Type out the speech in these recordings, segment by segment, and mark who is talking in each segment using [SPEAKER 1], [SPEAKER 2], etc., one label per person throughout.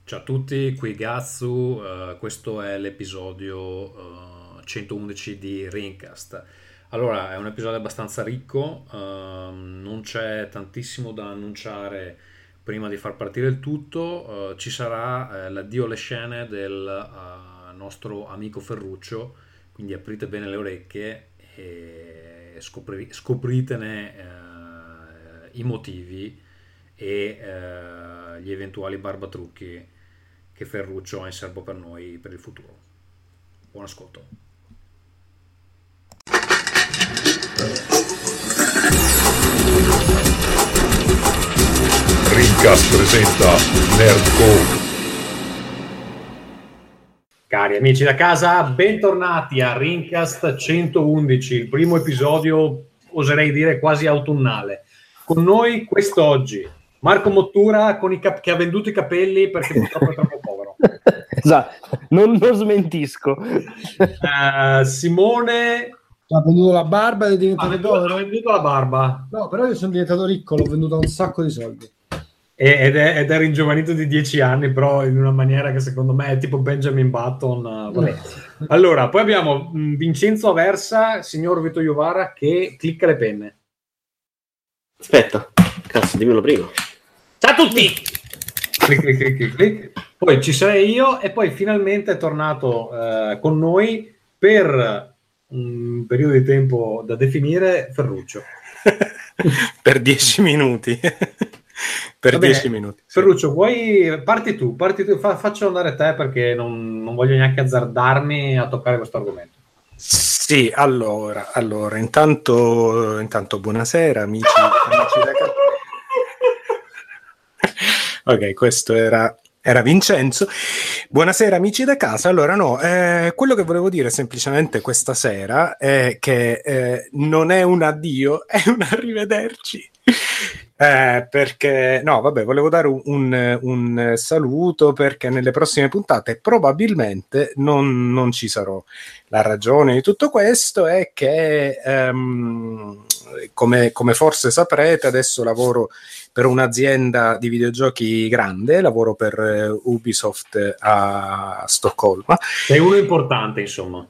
[SPEAKER 1] Ciao a tutti, qui Gazzu, questo è l'episodio 111 di Rincast. Allora, è un episodio abbastanza ricco, non c'è tantissimo da annunciare prima di far partire il tutto. Ci sarà l'addio alle scene del nostro amico Ferruccio, quindi aprite bene le orecchie e scopritene i motivi e gli eventuali barbatrucchi che Ferruccio ha in serbo per noi per il futuro. Buon ascolto.
[SPEAKER 2] Rincast presenta Nerdcore.
[SPEAKER 1] Cari amici da casa, bentornati a Rincast 111, il primo episodio, oserei dire quasi autunnale. Con noi quest'oggi Marco Mottura che ha venduto i capelli perché purtroppo è troppo povero.
[SPEAKER 3] Esatto, non smentisco.
[SPEAKER 1] Simone
[SPEAKER 4] ha venduto la barba ed è diventato povero.
[SPEAKER 1] Ha venduto la barba.
[SPEAKER 4] No, però io sono diventato ricco, l'ho venduto a un sacco di soldi.
[SPEAKER 1] Ed è ringiovanito di 10 anni, però in una maniera che secondo me è tipo Benjamin Button. Vabbè. Allora, poi abbiamo Vincenzo Aversa, signor Vito Iovara, che clicca le penne.
[SPEAKER 5] Aspetta, cazzo, dimmelo prima. Ciao a tutti!
[SPEAKER 1] Clic. Poi ci sarei io e poi finalmente è tornato con noi per un periodo di tempo da definire Ferruccio.
[SPEAKER 6] Per 10 minuti. Per 10 minuti. Sì.
[SPEAKER 1] Ferruccio, parti tu, faccio andare te perché non voglio neanche azzardarmi a toccare questo argomento.
[SPEAKER 6] Sì, allora intanto buonasera amici da casa. Ok, questo era Vincenzo. Buonasera amici da casa. Allora quello che volevo dire semplicemente questa sera è che non è un addio, è un arrivederci. Perché volevo dare un saluto perché nelle prossime puntate probabilmente non ci sarò. La ragione di tutto questo è che come forse saprete adesso lavoro per un'azienda di videogiochi grande, lavoro per Ubisoft a Stoccolma.
[SPEAKER 1] Sei uno importante, insomma.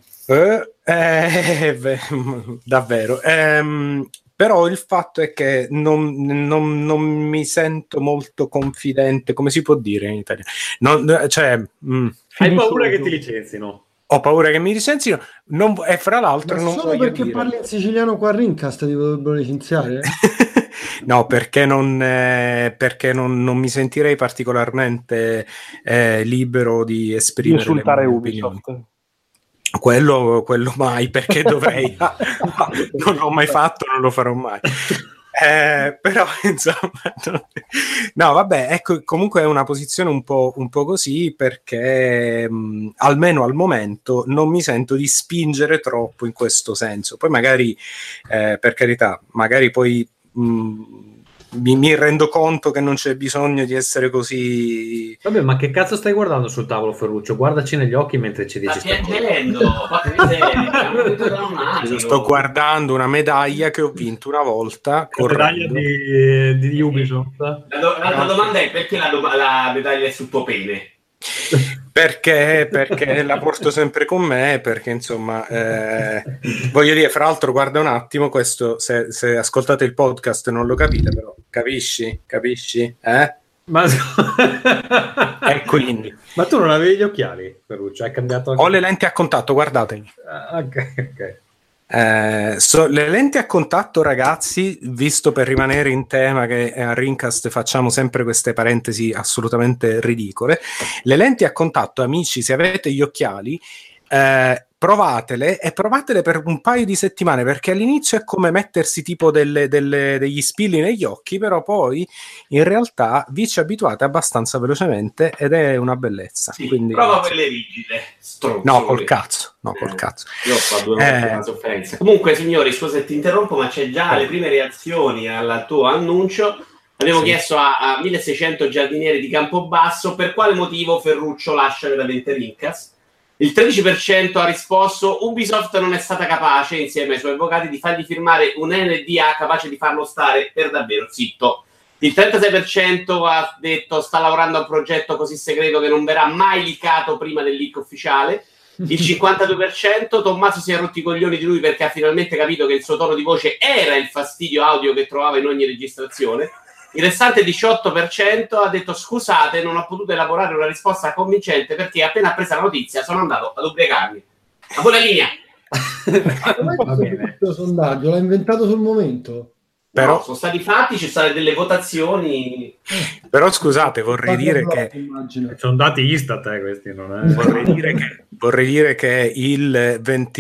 [SPEAKER 6] Davvero. Però il fatto è che non mi sento molto confidente, come si può dire in italiano?
[SPEAKER 1] Hai paura che ti licenzino?
[SPEAKER 6] Ho paura che mi licenzino, e fra l'altro non
[SPEAKER 4] solo perché parli in siciliano qua a Rincast ti dovrebbero licenziare?
[SPEAKER 6] No, perché non mi sentirei particolarmente libero di esprimere
[SPEAKER 3] insultare
[SPEAKER 6] le mie
[SPEAKER 3] Ubisoft.
[SPEAKER 6] opinioni. Quello mai, perché dovrei. Non l'ho mai fatto, non lo farò mai. Però insomma no vabbè, ecco, comunque è una posizione un po' così perché almeno al momento non mi sento di spingere troppo in questo senso. Poi magari per carità, magari poi mi rendo conto che non c'è bisogno di essere così.
[SPEAKER 1] Vabbè, ma che cazzo stai guardando sul tavolo, Ferruccio? Guardaci negli occhi mentre ci dici.
[SPEAKER 5] Sta piangendo.
[SPEAKER 6] Sto guardando una medaglia che ho vinto una volta.
[SPEAKER 1] La medaglia di Ubisoft.
[SPEAKER 5] L'altra domanda è: perché la medaglia è sul tuo pene?
[SPEAKER 6] Perché la porto sempre con me, perché insomma voglio dire, fra l'altro guarda un attimo questo, se ascoltate il podcast non lo capite, però capisci? Ma e quindi
[SPEAKER 1] ma tu non avevi gli occhiali, Ferruccio? Hai cambiato anche...
[SPEAKER 6] Ho le lenti a contatto, guardateli.
[SPEAKER 1] Ok.
[SPEAKER 6] Le lenti a contatto, ragazzi, visto per rimanere in tema che a Rincast facciamo sempre queste parentesi assolutamente ridicole, le lenti a contatto, amici, se avete gli occhiali, provatele per un paio di settimane, perché all'inizio è come mettersi tipo degli spilli negli occhi, però poi in realtà vi ci abituate abbastanza velocemente ed è una bellezza.
[SPEAKER 5] Sì,
[SPEAKER 6] quindi,
[SPEAKER 5] prova quelle rigide.
[SPEAKER 6] No, col cazzo.
[SPEAKER 5] Io ho fatto 2 volte una sofferenza. Comunque, signori, scusa se ti interrompo, ma c'è già le prime reazioni al tuo annuncio. Abbiamo chiesto a 1600 giardinieri di Campobasso per quale motivo Ferruccio lascia veramente Rincast. Il 13% ha risposto: Ubisoft non è stata capace, insieme ai suoi avvocati, di fargli firmare un NDA capace di farlo stare per davvero zitto. Il 36% ha detto sta lavorando a un progetto così segreto che non verrà mai leakato prima del leak ufficiale. Il 52% Tommaso si è rotti i coglioni di lui perché ha finalmente capito che il suo tono di voce era il fastidio audio che trovava in ogni registrazione. Il restante 18% ha detto scusate, non ho potuto elaborare una risposta convincente perché appena appresa la notizia sono andato ad ubriacarmi. A buona linea.
[SPEAKER 4] Va bene. Questo sondaggio l'ha inventato sul momento.
[SPEAKER 5] Però sono stati fatti, ci sono delle votazioni.
[SPEAKER 6] Però scusate, vorrei dire che
[SPEAKER 1] sono dati Istat questi, non è?
[SPEAKER 6] Vorrei dire che il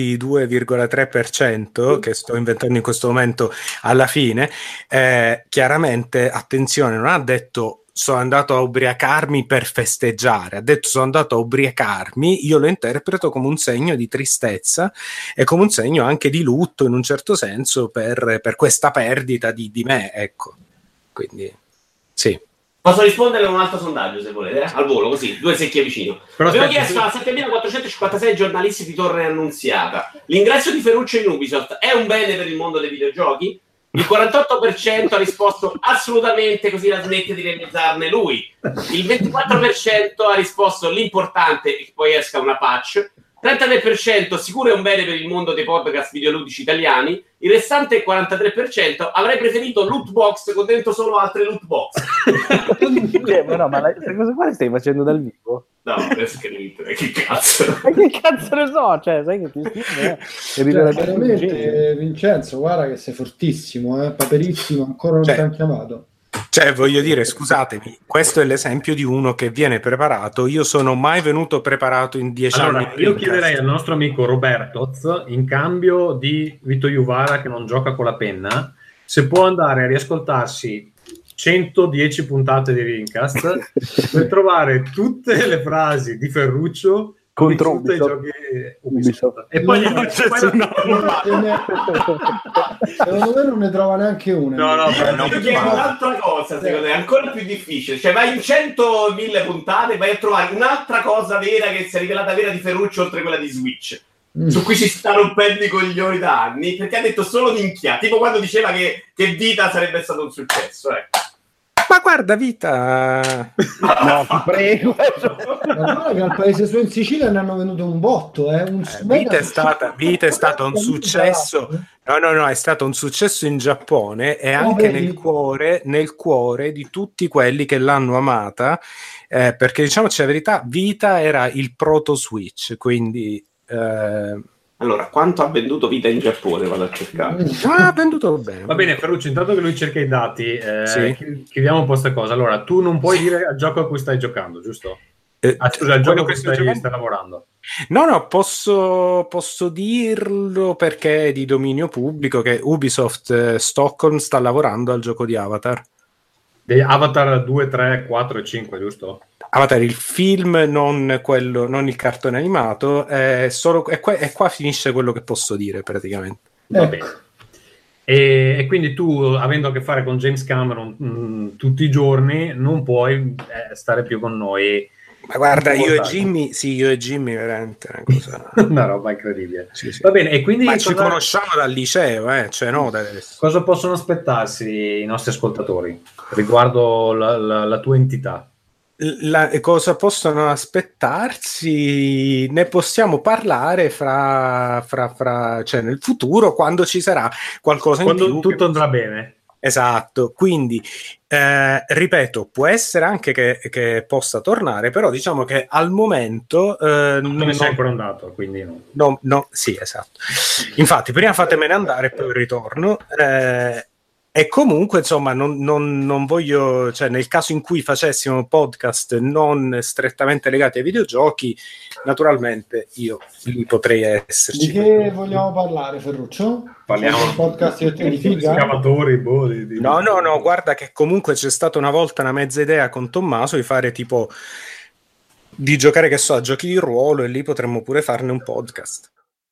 [SPEAKER 6] 22,3% che sto inventando in questo momento alla fine, chiaramente, attenzione, non ha detto sono andato a ubriacarmi per festeggiare, ha detto sono andato a ubriacarmi, io lo interpreto come un segno di tristezza e come un segno anche di lutto in un certo senso per questa perdita di me, ecco. Quindi sì.
[SPEAKER 5] Posso rispondere con un altro sondaggio se volete, al volo, così, 2 secchie vicino. Abbiamo chiesto a 7.456 giornalisti di Torre Annunziata: l'ingresso di Ferruccio in Ubisoft è un bene per il mondo dei videogiochi? Il 48% ha risposto assolutamente, così la smette di realizzarne lui. Il 24% ha risposto l'importante è che poi esca una patch. 33% sicuro è un bene per il mondo dei podcast videoludici italiani. Il restante 43% avrei preferito loot box con dentro solo altre loot box.
[SPEAKER 3] Ma queste cose qua le stai facendo dal vivo?
[SPEAKER 5] No, è scritto, che cazzo?
[SPEAKER 3] Che cazzo ne so, cioè, sai che ti
[SPEAKER 4] veramente, Vincenzo, guarda che sei fortissimo, paperissimo, ancora non ti hanno chiamato.
[SPEAKER 6] Cioè, voglio dire, scusatemi, questo è l'esempio di uno che viene preparato. Io sono mai venuto preparato in 10 anni.
[SPEAKER 1] Io chiederei al nostro amico Robertoz, in cambio di Vito Juvara che non gioca con la penna, se può andare a riascoltarsi 110 puntate di Rincast per trovare tutte le frasi di Ferruccio
[SPEAKER 3] contro
[SPEAKER 1] tutti i giochi Ubisoft. E poi
[SPEAKER 4] secondo me non ne trova neanche una.
[SPEAKER 5] Perché è un'altra cosa, secondo me, è ancora più difficile. Cioè vai in 100.000 puntate e vai a trovare un'altra cosa vera che si è rivelata vera di Ferruccio oltre quella di Switch. Su cui si sta rompendo i coglioni da anni, perché ha detto solo minchia, tipo quando diceva che Vita sarebbe stato un successo,
[SPEAKER 6] Ma guarda, Vita,
[SPEAKER 3] no, ti prego.
[SPEAKER 4] Ma guarda che al paese suo in Sicilia ne hanno venuto un botto,
[SPEAKER 6] Vita è stato un successo. No, è stato un successo in Giappone e anche nel cuore di tutti quelli che l'hanno amata, perché diciamoci la verità, Vita era il proto Switch, quindi
[SPEAKER 5] allora, quanto ha venduto Vita in Giappone? Vado a cercare.
[SPEAKER 6] Ha venduto bene.
[SPEAKER 1] Va bene, Ferruccio, intanto che lui cerca i dati,
[SPEAKER 6] sì.
[SPEAKER 1] chiediamo un po' questa cosa. Allora, tu non puoi dire al gioco a cui stai giocando, giusto? Scusa, il gioco a cui stai lavorando.
[SPEAKER 6] No, posso dirlo perché è di dominio pubblico che Ubisoft Stockholm sta lavorando al gioco di Avatar.
[SPEAKER 1] Avatar 2, 3, 4 e 5, giusto?
[SPEAKER 6] Avatar, il film, non il cartone animato, e qua finisce quello che posso dire praticamente.
[SPEAKER 1] Va bene. E quindi tu, avendo a che fare con James Cameron tutti i giorni, non puoi stare più con noi.
[SPEAKER 6] Ma guarda, io e Jimmy veramente una cosa
[SPEAKER 1] una roba incredibile.
[SPEAKER 6] Sì.
[SPEAKER 1] Va bene, e quindi
[SPEAKER 6] ci conosciamo dal liceo, cioè no,
[SPEAKER 1] cosa possono aspettarsi i nostri ascoltatori riguardo la tua entità?
[SPEAKER 6] Cosa possono aspettarsi? Ne possiamo parlare fra cioè nel futuro, quando ci sarà qualcosa in più,
[SPEAKER 1] tutto andrà bene.
[SPEAKER 6] Esatto, quindi ripeto, può essere anche che possa tornare, però diciamo che al momento
[SPEAKER 1] non ne sei ancora andato, quindi
[SPEAKER 6] no, sì, esatto. Infatti prima fatemene andare e poi ritorno. E comunque, insomma, non voglio, cioè, nel caso in cui facessimo podcast non strettamente legati ai videogiochi, naturalmente io li potrei esserci.
[SPEAKER 4] Di che vogliamo parlare, Ferruccio?
[SPEAKER 1] Parliamo
[SPEAKER 4] di podcast di
[SPEAKER 1] scavatori,
[SPEAKER 6] No, guarda che comunque c'è stata una volta una mezza idea con Tommaso di fare tipo di giocare, che so, a giochi di ruolo, e lì potremmo pure farne un podcast.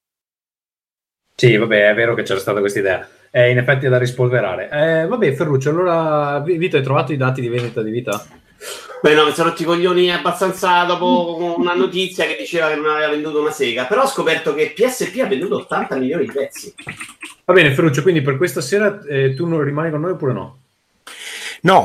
[SPEAKER 1] Sì, vabbè, è vero che c'era stata questa idea. In effetti è da rispolverare. Vabbè, Ferruccio, allora Vito, hai trovato i dati di vendita di Vita?
[SPEAKER 5] Beh, no, mi sono rotti i coglioni abbastanza dopo una notizia che diceva che non aveva venduto una sega, però ho scoperto che PSP ha venduto 80 milioni di pezzi.
[SPEAKER 1] Va bene, Ferruccio, quindi per questa sera tu non rimani con noi oppure no?
[SPEAKER 6] No,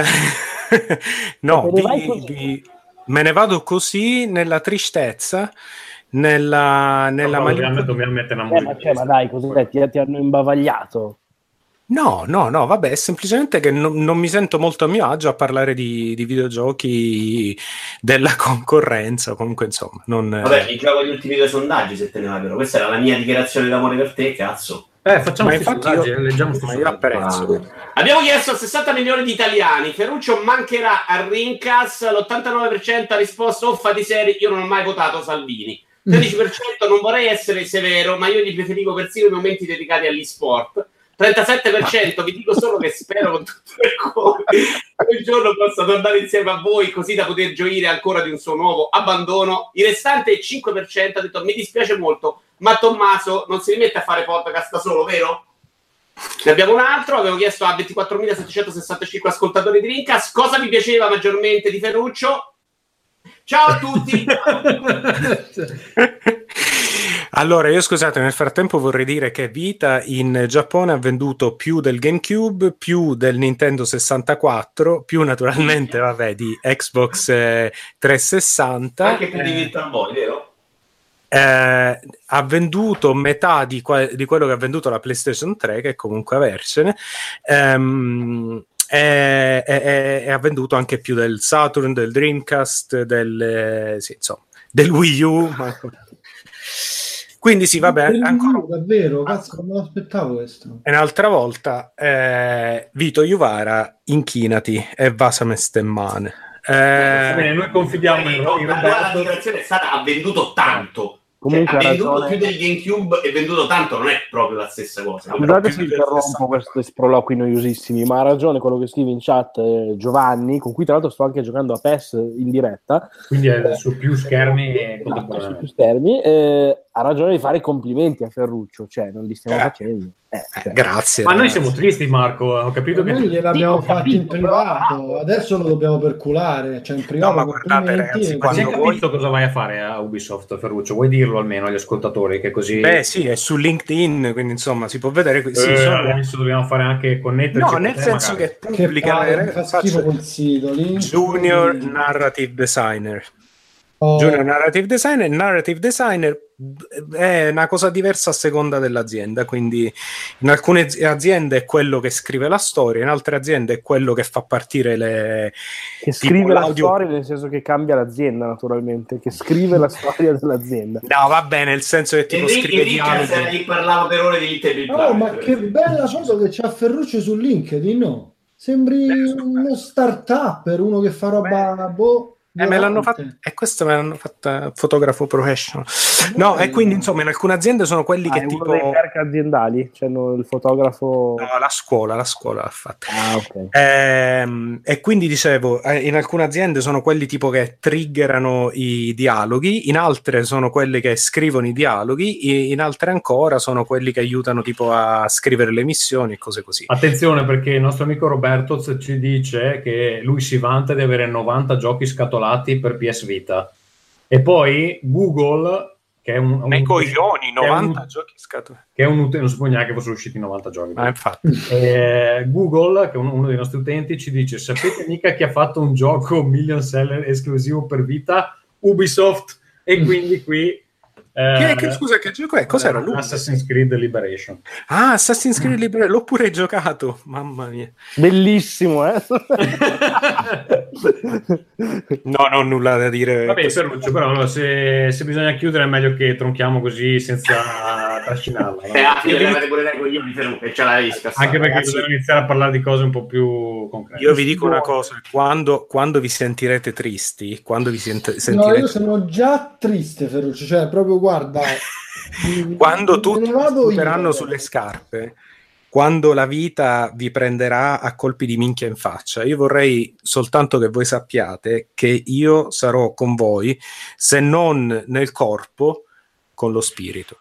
[SPEAKER 6] no, me ne vado così nella tristezza, nella
[SPEAKER 1] dobbiamo mettere una musica.
[SPEAKER 3] Ma dai, così ti hanno imbavagliato.
[SPEAKER 6] No, vabbè, è semplicemente che non mi sento molto a mio agio a parlare di videogiochi della concorrenza, comunque insomma.
[SPEAKER 5] Vabbè, mi gioco gli ultimi 2 sondaggi, se te ne va, però questa era la mia dichiarazione d'amore per te, cazzo.
[SPEAKER 1] Facciamo questi sondaggi, leggiamo questi
[SPEAKER 6] sondaggi.
[SPEAKER 5] Abbiamo chiesto a 60 milioni di italiani, Ferruccio mancherà a Rincas, l'89% ha risposto fatti seri, io non ho mai votato Salvini. 13% non vorrei essere severo, ma io gli preferivo persino i momenti dedicati agli sport. 37% vi dico solo che spero con tutto il cuore che un giorno possa tornare insieme a voi così da poter gioire ancora di un suo nuovo abbandono. Il restante 5% ha detto mi dispiace molto, ma Tommaso non si rimette a fare podcast da solo, vero? Ne abbiamo un altro, avevo chiesto a 24.765 ascoltatori di Rincas cosa vi piaceva maggiormente di Ferruccio. Ciao a tutti.
[SPEAKER 6] Allora, io scusate, nel frattempo vorrei dire che Vita in Giappone ha venduto più del GameCube, più del Nintendo 64, più naturalmente, vabbè, di Xbox 360.
[SPEAKER 5] Anche più di Virtual Boy, vero?
[SPEAKER 6] Ha venduto metà di quello che ha venduto la PlayStation 3, che comunque aversene. E ha venduto anche più del Saturn, del Dreamcast, del Wii U. Quindi sì, vabbè, ancora
[SPEAKER 4] davvero, cazzo, non me lo aspettavo questo.
[SPEAKER 6] E un'altra volta Vito Juvara, inchinati e vasame stemmane.
[SPEAKER 1] Bene, noi confidiamo in Roberto.
[SPEAKER 5] La dichiarazione è stata ha venduto tanto. Comunque ha venduto più del GameCube e venduto tanto non è proprio la stessa cosa.
[SPEAKER 3] Scusate se interrompo questi sproloqui noiosissimi, ma ha ragione quello che scrive in chat Giovanni, con cui tra l'altro sto anche giocando a PES in diretta.
[SPEAKER 1] Quindi è su più schermi.
[SPEAKER 3] Su più schermi. Ha ragione di fare i complimenti a Ferruccio, cioè non li stiamo facendo.
[SPEAKER 6] Grazie.
[SPEAKER 1] Ma noi siamo tristi, Marco, ho capito che
[SPEAKER 4] noi gliel'abbiamo fatto in privato, adesso lo dobbiamo perculare, cioè in privato.
[SPEAKER 6] No, ma guardate ragazzi,
[SPEAKER 1] ma hai capito cosa vai a fare a Ubisoft, Ferruccio? Vuoi dirlo almeno agli ascoltatori che così...
[SPEAKER 6] Beh sì, è su LinkedIn, quindi insomma si può vedere.
[SPEAKER 1] Adesso dobbiamo fare anche connetterci.
[SPEAKER 6] No, nel senso che pubblica
[SPEAKER 4] fa schifo col sito lì.
[SPEAKER 6] Junior Narrative Designer. Junior Narrative Designer è una cosa diversa a seconda dell'azienda, quindi in alcune aziende è quello che scrive la storia, in altre aziende è quello che fa partire le...
[SPEAKER 3] Che scrive la storia nel senso che cambia l'azienda, naturalmente, che scrive la storia dell'azienda.
[SPEAKER 6] No, va bene, nel senso che tipo scrive dialoghi.
[SPEAKER 5] Parlavo per ore di Little
[SPEAKER 4] Planet. Ma che bella cosa che c'ha Ferruccio su LinkedIn, no? Sembri uno start-up per uno che fa roba...
[SPEAKER 6] me l'hanno fatta, e questo me l'hanno fatta fotografo professional. No, e quindi insomma in alcune aziende sono quelli che tipo
[SPEAKER 3] uno dei merc aziendali, cioè il fotografo.
[SPEAKER 6] No, la scuola l'ha fatta.
[SPEAKER 3] Okay.
[SPEAKER 6] E quindi dicevo, in alcune aziende sono quelli tipo che triggerano i dialoghi, in altre sono quelli che scrivono i dialoghi, in altre ancora sono quelli che aiutano tipo a scrivere le missioni e cose così.
[SPEAKER 1] Attenzione, perché il nostro amico Roberto ci dice che lui si vanta di avere 90 giochi scatolati per PS Vita, e poi Google, che è
[SPEAKER 6] nei coglioni 90 giochi scatolati,
[SPEAKER 1] che è un utente, non si può neanche fossero usciti 90 giochi,
[SPEAKER 6] infatti.
[SPEAKER 1] Google, che è uno dei nostri utenti, ci dice: sapete mica chi ha fatto un gioco million seller esclusivo per Vita? Ubisoft. E quindi qui
[SPEAKER 6] scusa, che gioco è? Cos'era?
[SPEAKER 1] Assassin's Creed Liberation.
[SPEAKER 6] Ah, Assassin's Creed Liberation, l'ho pure giocato, mamma mia,
[SPEAKER 3] bellissimo,
[SPEAKER 6] No, non nulla da dire.
[SPEAKER 1] Vabbè, Ferruccio, però allora, se bisogna chiudere è meglio che tronchiamo così senza trascinarla. Anche perché dobbiamo iniziare a parlare di cose un po' più concrete.
[SPEAKER 6] Io vi dico una cosa, quando vi sentirete tristi, quando vi sentirete...
[SPEAKER 4] No, io sono già triste, Ferruccio, cioè proprio guarda,
[SPEAKER 6] quando tutti sputeranno sulle scarpe, quando la vita vi prenderà a colpi di minchia in faccia, io vorrei soltanto che voi sappiate che io sarò con voi, se non nel corpo, con lo spirito.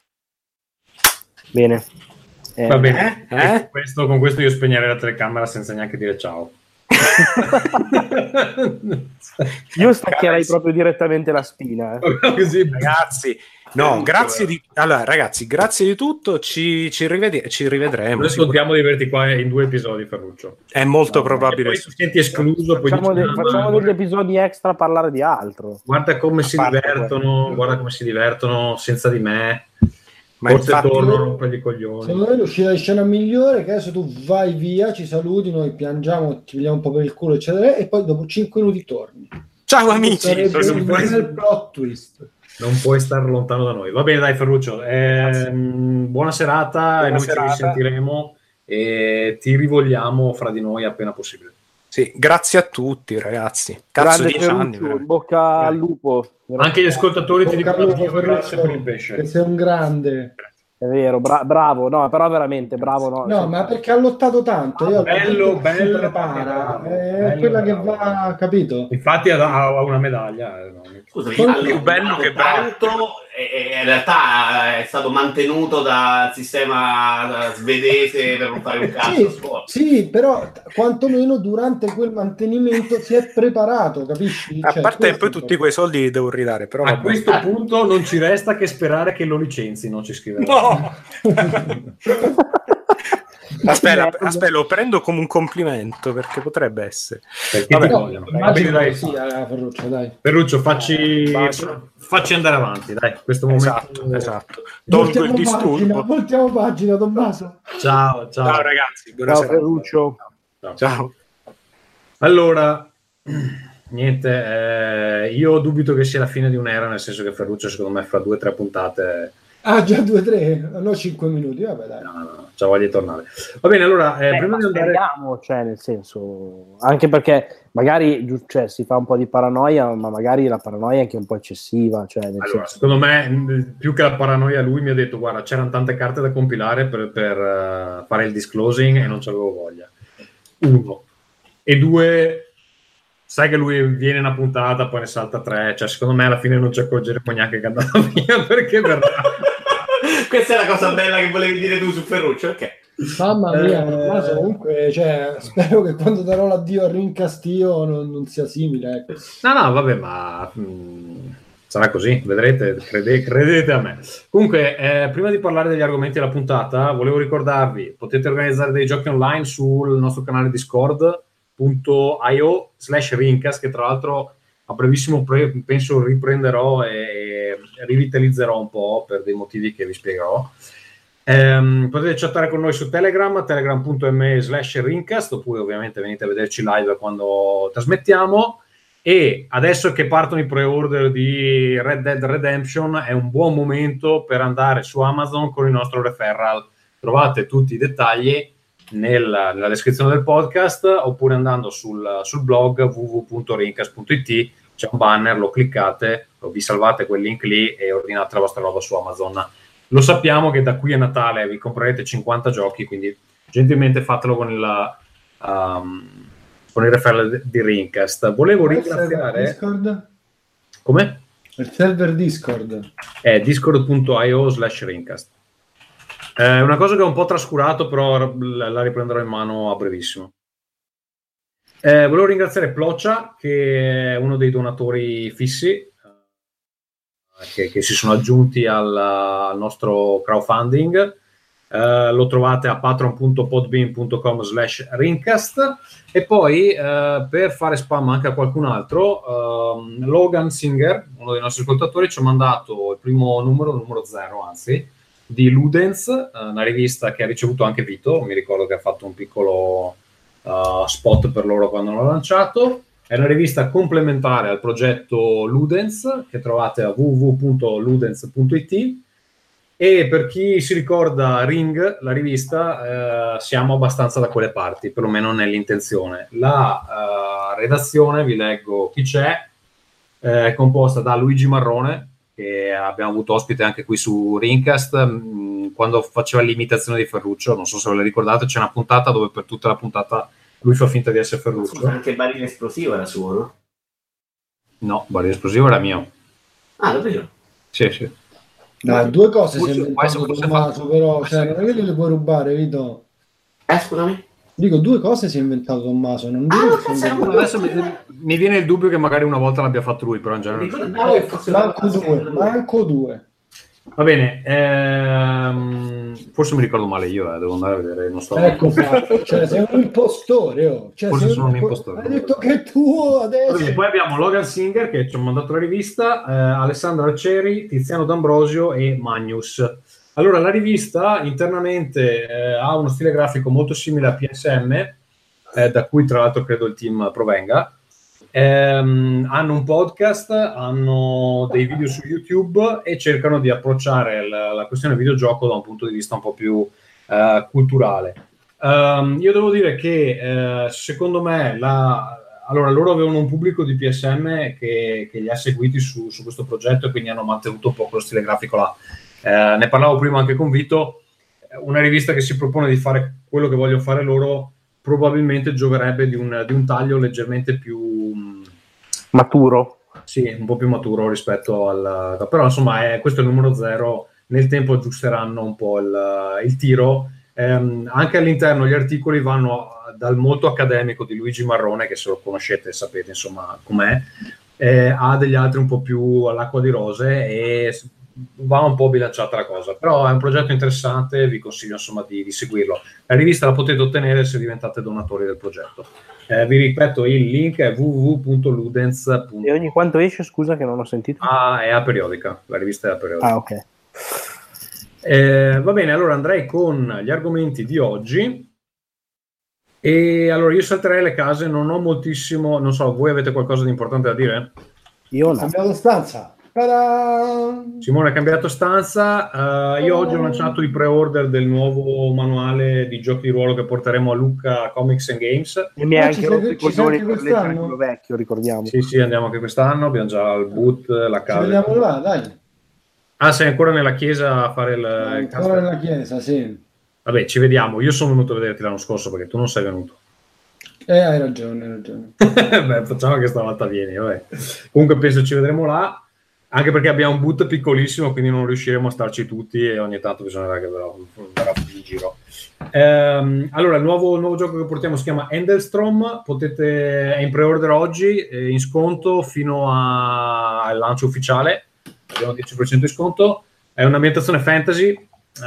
[SPEAKER 3] Bene.
[SPEAKER 1] Va bene. Con questo io spegnerei la telecamera senza neanche dire ciao.
[SPEAKER 3] Io staccherei proprio direttamente la spina.
[SPEAKER 1] Così,
[SPEAKER 6] ragazzi. No, grazie di tutto. Ci rivedremo.
[SPEAKER 1] Noi contiamo di averti qua in 2 episodi, Ferruccio.
[SPEAKER 6] È molto probabile.
[SPEAKER 1] Poi ti senti escluso.
[SPEAKER 3] Facciamo degli episodi extra a parlare di altro.
[SPEAKER 1] Guarda come si divertono senza di me.
[SPEAKER 6] Ma
[SPEAKER 1] forse
[SPEAKER 6] infatti,
[SPEAKER 1] torno a rompergli i coglioni.
[SPEAKER 4] Secondo me l'uscita di scena migliore che adesso tu vai via, ci saluti, noi piangiamo, ti pigliamo un po' per il culo, eccetera, e poi dopo 5 minuti torni.
[SPEAKER 6] Ciao amici.
[SPEAKER 4] Sarebbe un bel plot twist.
[SPEAKER 1] Non puoi stare lontano da noi. Va bene, dai Ferruccio. Buona serata. Noi ci risentiremo e ti rivogliamo fra di noi appena possibile.
[SPEAKER 6] Sì, grazie a tutti ragazzi. Cazzo, 10 anni.
[SPEAKER 3] Bocca al lupo.
[SPEAKER 1] Anche gli ascoltatori ti dicono
[SPEAKER 4] grazie per il pesce. Che sei un grande.
[SPEAKER 3] È vero, bravo, no, però veramente bravo.
[SPEAKER 4] No, ma perché ha lottato tanto. Io
[SPEAKER 1] bello,
[SPEAKER 4] si prepara, è quella che va, capito?
[SPEAKER 1] Infatti ha una medaglia.
[SPEAKER 5] Scusa, più bello che tanto, in realtà è stato mantenuto dal sistema svedese per non fare un cazzo.
[SPEAKER 4] Sì, però quantomeno durante quel mantenimento si è preparato, capisci?
[SPEAKER 6] A parte poi tutti quei soldi li devo ridare, però
[SPEAKER 1] a questo punto non ci resta che sperare che lo licenzi, non ci scriverà.
[SPEAKER 6] No! Aspetta, lo prendo come un complimento perché potrebbe essere.
[SPEAKER 4] Ferruccio, dai.
[SPEAKER 1] Ferruccio, facci andare avanti, dai. Questo momento.
[SPEAKER 6] Esatto. Tolgo il disturbo.
[SPEAKER 4] Voltiamo pagina, Tommaso.
[SPEAKER 1] Ciao
[SPEAKER 6] ragazzi.
[SPEAKER 3] Ciao Ferruccio.
[SPEAKER 6] Ciao.
[SPEAKER 1] Allora, niente, io dubito che sia la fine di un'era, nel senso che Ferruccio secondo me fra 2 o 3 puntate.
[SPEAKER 4] Ah, già 2-3, no 5 minuti, vabbè dai.
[SPEAKER 1] No, c'ho voglia di tornare. Va bene, allora, prima di andare...
[SPEAKER 3] cioè, nel senso, anche perché magari si fa un po' di paranoia, ma magari la paranoia è anche un po' eccessiva. Cioè, nel senso...
[SPEAKER 1] Secondo me, più che la paranoia, lui mi ha detto, guarda, c'erano tante carte da compilare per fare il disclosing e non c'avevo voglia. 1. E 2... Sai che lui viene una puntata, poi ne salta 3, cioè secondo me alla fine non ci accorgeremo neanche che è andata via, perché verrà...
[SPEAKER 5] Questa è la cosa bella che volevi dire tu su Ferruccio, ok?
[SPEAKER 4] Mamma mia, comunque, cioè, spero che quando darò l'addio a Rincastio non sia simile. Ecco.
[SPEAKER 1] No, vabbè, ma sarà così, vedrete, credete a me. Comunque, prima di parlare degli argomenti della puntata, volevo ricordarvi, potete organizzare dei giochi online sul nostro canale Discord.io/Rincast, che tra l'altro a brevissimo penso riprenderò e rivitalizzerò un po' per dei motivi che vi spiegherò. Potete chattare con noi su telegram.me/Rincast, oppure ovviamente venite a vederci live quando trasmettiamo. E adesso che partono i pre-order di Red Dead Redemption è un buon momento per andare su Amazon con il nostro referral. Trovate tutti i dettagli nella descrizione del podcast, oppure andando sul blog www.rincast.it, c'è un banner, lo cliccate, vi salvate quel link lì e ordinate la vostra roba su Amazon. Lo sappiamo che da qui a Natale vi comprerete 50 giochi, quindi gentilmente fatelo con il referral di Rincast. Volevo ringraziare...
[SPEAKER 4] Discord?
[SPEAKER 1] Come?
[SPEAKER 4] Il server Discord.
[SPEAKER 1] È discord.io/Rincast. Una cosa che ho un po' trascurato, però la riprenderò in mano a brevissimo. Volevo ringraziare Ploccia, che è uno dei donatori fissi che si sono aggiunti al nostro crowdfunding. Lo trovate a patreon.podbean.com/Rincast. E poi per fare spam anche a qualcun altro, Logan Singer, uno dei nostri ascoltatori, ci ha mandato il primo numero 0 anzi, di Ludens, una rivista che ha ricevuto anche Vito. Mi ricordo che ha fatto un piccolo spot per loro quando l'hanno lanciato. È una rivista complementare al progetto Ludens, che trovate a www.ludens.it. E per chi si ricorda Ring, la rivista, siamo abbastanza da quelle parti, perlomeno nell'intenzione. La redazione, vi leggo chi c'è, è composta da Luigi Marrone, che abbiamo avuto ospite anche qui su Rincast, quando faceva l'imitazione di Ferruccio. Non so se ve la ricordate, c'è una puntata dove per tutta la puntata lui fa finta di essere Ferruccio.
[SPEAKER 5] Scusa, anche il barile esplosivo era suo, no?
[SPEAKER 1] No, il barile esplosivo era mio.
[SPEAKER 5] Ah, davvero?
[SPEAKER 1] Sì.
[SPEAKER 4] Dai, due cose si è inventato Tommaso, però cioè, non è che le puoi rubare, Vito.
[SPEAKER 5] Scusami?
[SPEAKER 4] Dico, 2 cose si è inventato Tommaso. Non
[SPEAKER 1] adesso mi viene il dubbio che magari una volta l'abbia fatto lui, però in genere
[SPEAKER 4] manco due.
[SPEAKER 1] Va bene, forse mi ricordo male io, devo andare a vedere. Non sto...
[SPEAKER 4] Ecco, cioè, sei un impostore. Cioè,
[SPEAKER 1] forse sono un impostore.
[SPEAKER 4] Hai detto che è tuo adesso.
[SPEAKER 1] Bene, poi abbiamo Logan Singer che ci ha mandato la rivista, Alessandro Arcieri, Tiziano D'Ambrosio e Magnus. Allora, la rivista internamente ha uno stile grafico molto simile a PSM, da cui tra l'altro credo il team provenga. Hanno un podcast, hanno dei video su YouTube e cercano di approcciare la questione videogioco da un punto di vista un po' più culturale. Io devo dire che secondo me allora loro avevano un pubblico di PSM che li ha seguiti su questo progetto e quindi hanno mantenuto un po' quello stile grafico là. Ne parlavo prima anche con Vito, una rivista che si propone di fare quello che vogliono fare loro probabilmente gioverebbe di un taglio leggermente più
[SPEAKER 3] maturo.
[SPEAKER 1] Sì, un po' più maturo rispetto al... Però insomma questo è il numero 0, nel tempo aggiusteranno un po' il tiro. Anche all'interno gli articoli vanno dal molto accademico di Luigi Marrone, che se lo conoscete sapete insomma com'è, a degli altri un po' più all'acqua di rose e va un po' bilanciata la cosa, però è un progetto interessante, vi consiglio insomma di seguirlo. La rivista la potete ottenere se diventate donatori del progetto. Vi ripeto, il link è www.ludens.it.
[SPEAKER 3] E ogni quanto esce, scusa che non ho sentito?
[SPEAKER 1] È a periodica, la rivista è a periodica.
[SPEAKER 3] Ok.
[SPEAKER 1] Va bene, allora andrei con gli argomenti di oggi. E allora io salterei le case, non ho moltissimo, non so, voi avete qualcosa di importante da dire?
[SPEAKER 3] Io no.
[SPEAKER 4] Cambiato stanza. Ta-da!
[SPEAKER 1] Simone ha cambiato stanza. Io oggi ho lanciato i pre-order del nuovo manuale di giochi di ruolo che porteremo a Lucca Comics and Games.
[SPEAKER 3] E mi ha anche rotto i coglioni per leggere quello vecchio, ricordiamo.
[SPEAKER 1] Sì, andiamo anche quest'anno, abbiamo già il boot, la casa.
[SPEAKER 4] Ci vediamo là, dai.
[SPEAKER 1] Ah, sei ancora nella chiesa a fare il
[SPEAKER 4] ancora nella chiesa, sì.
[SPEAKER 1] Vabbè, ci vediamo. Io sono venuto a vederti l'anno scorso perché tu non sei venuto.
[SPEAKER 4] Hai ragione.
[SPEAKER 1] Beh, facciamo che stavolta vieni, vabbè. Comunque penso ci vedremo là. Anche perché abbiamo un boot piccolissimo, quindi non riusciremo a starci tutti e ogni tanto bisognerà che verrà in giro. Allora, il nuovo gioco che portiamo si chiama Endelstrom, è in pre-order oggi, in sconto fino al lancio ufficiale, abbiamo 10% di sconto, è un'ambientazione fantasy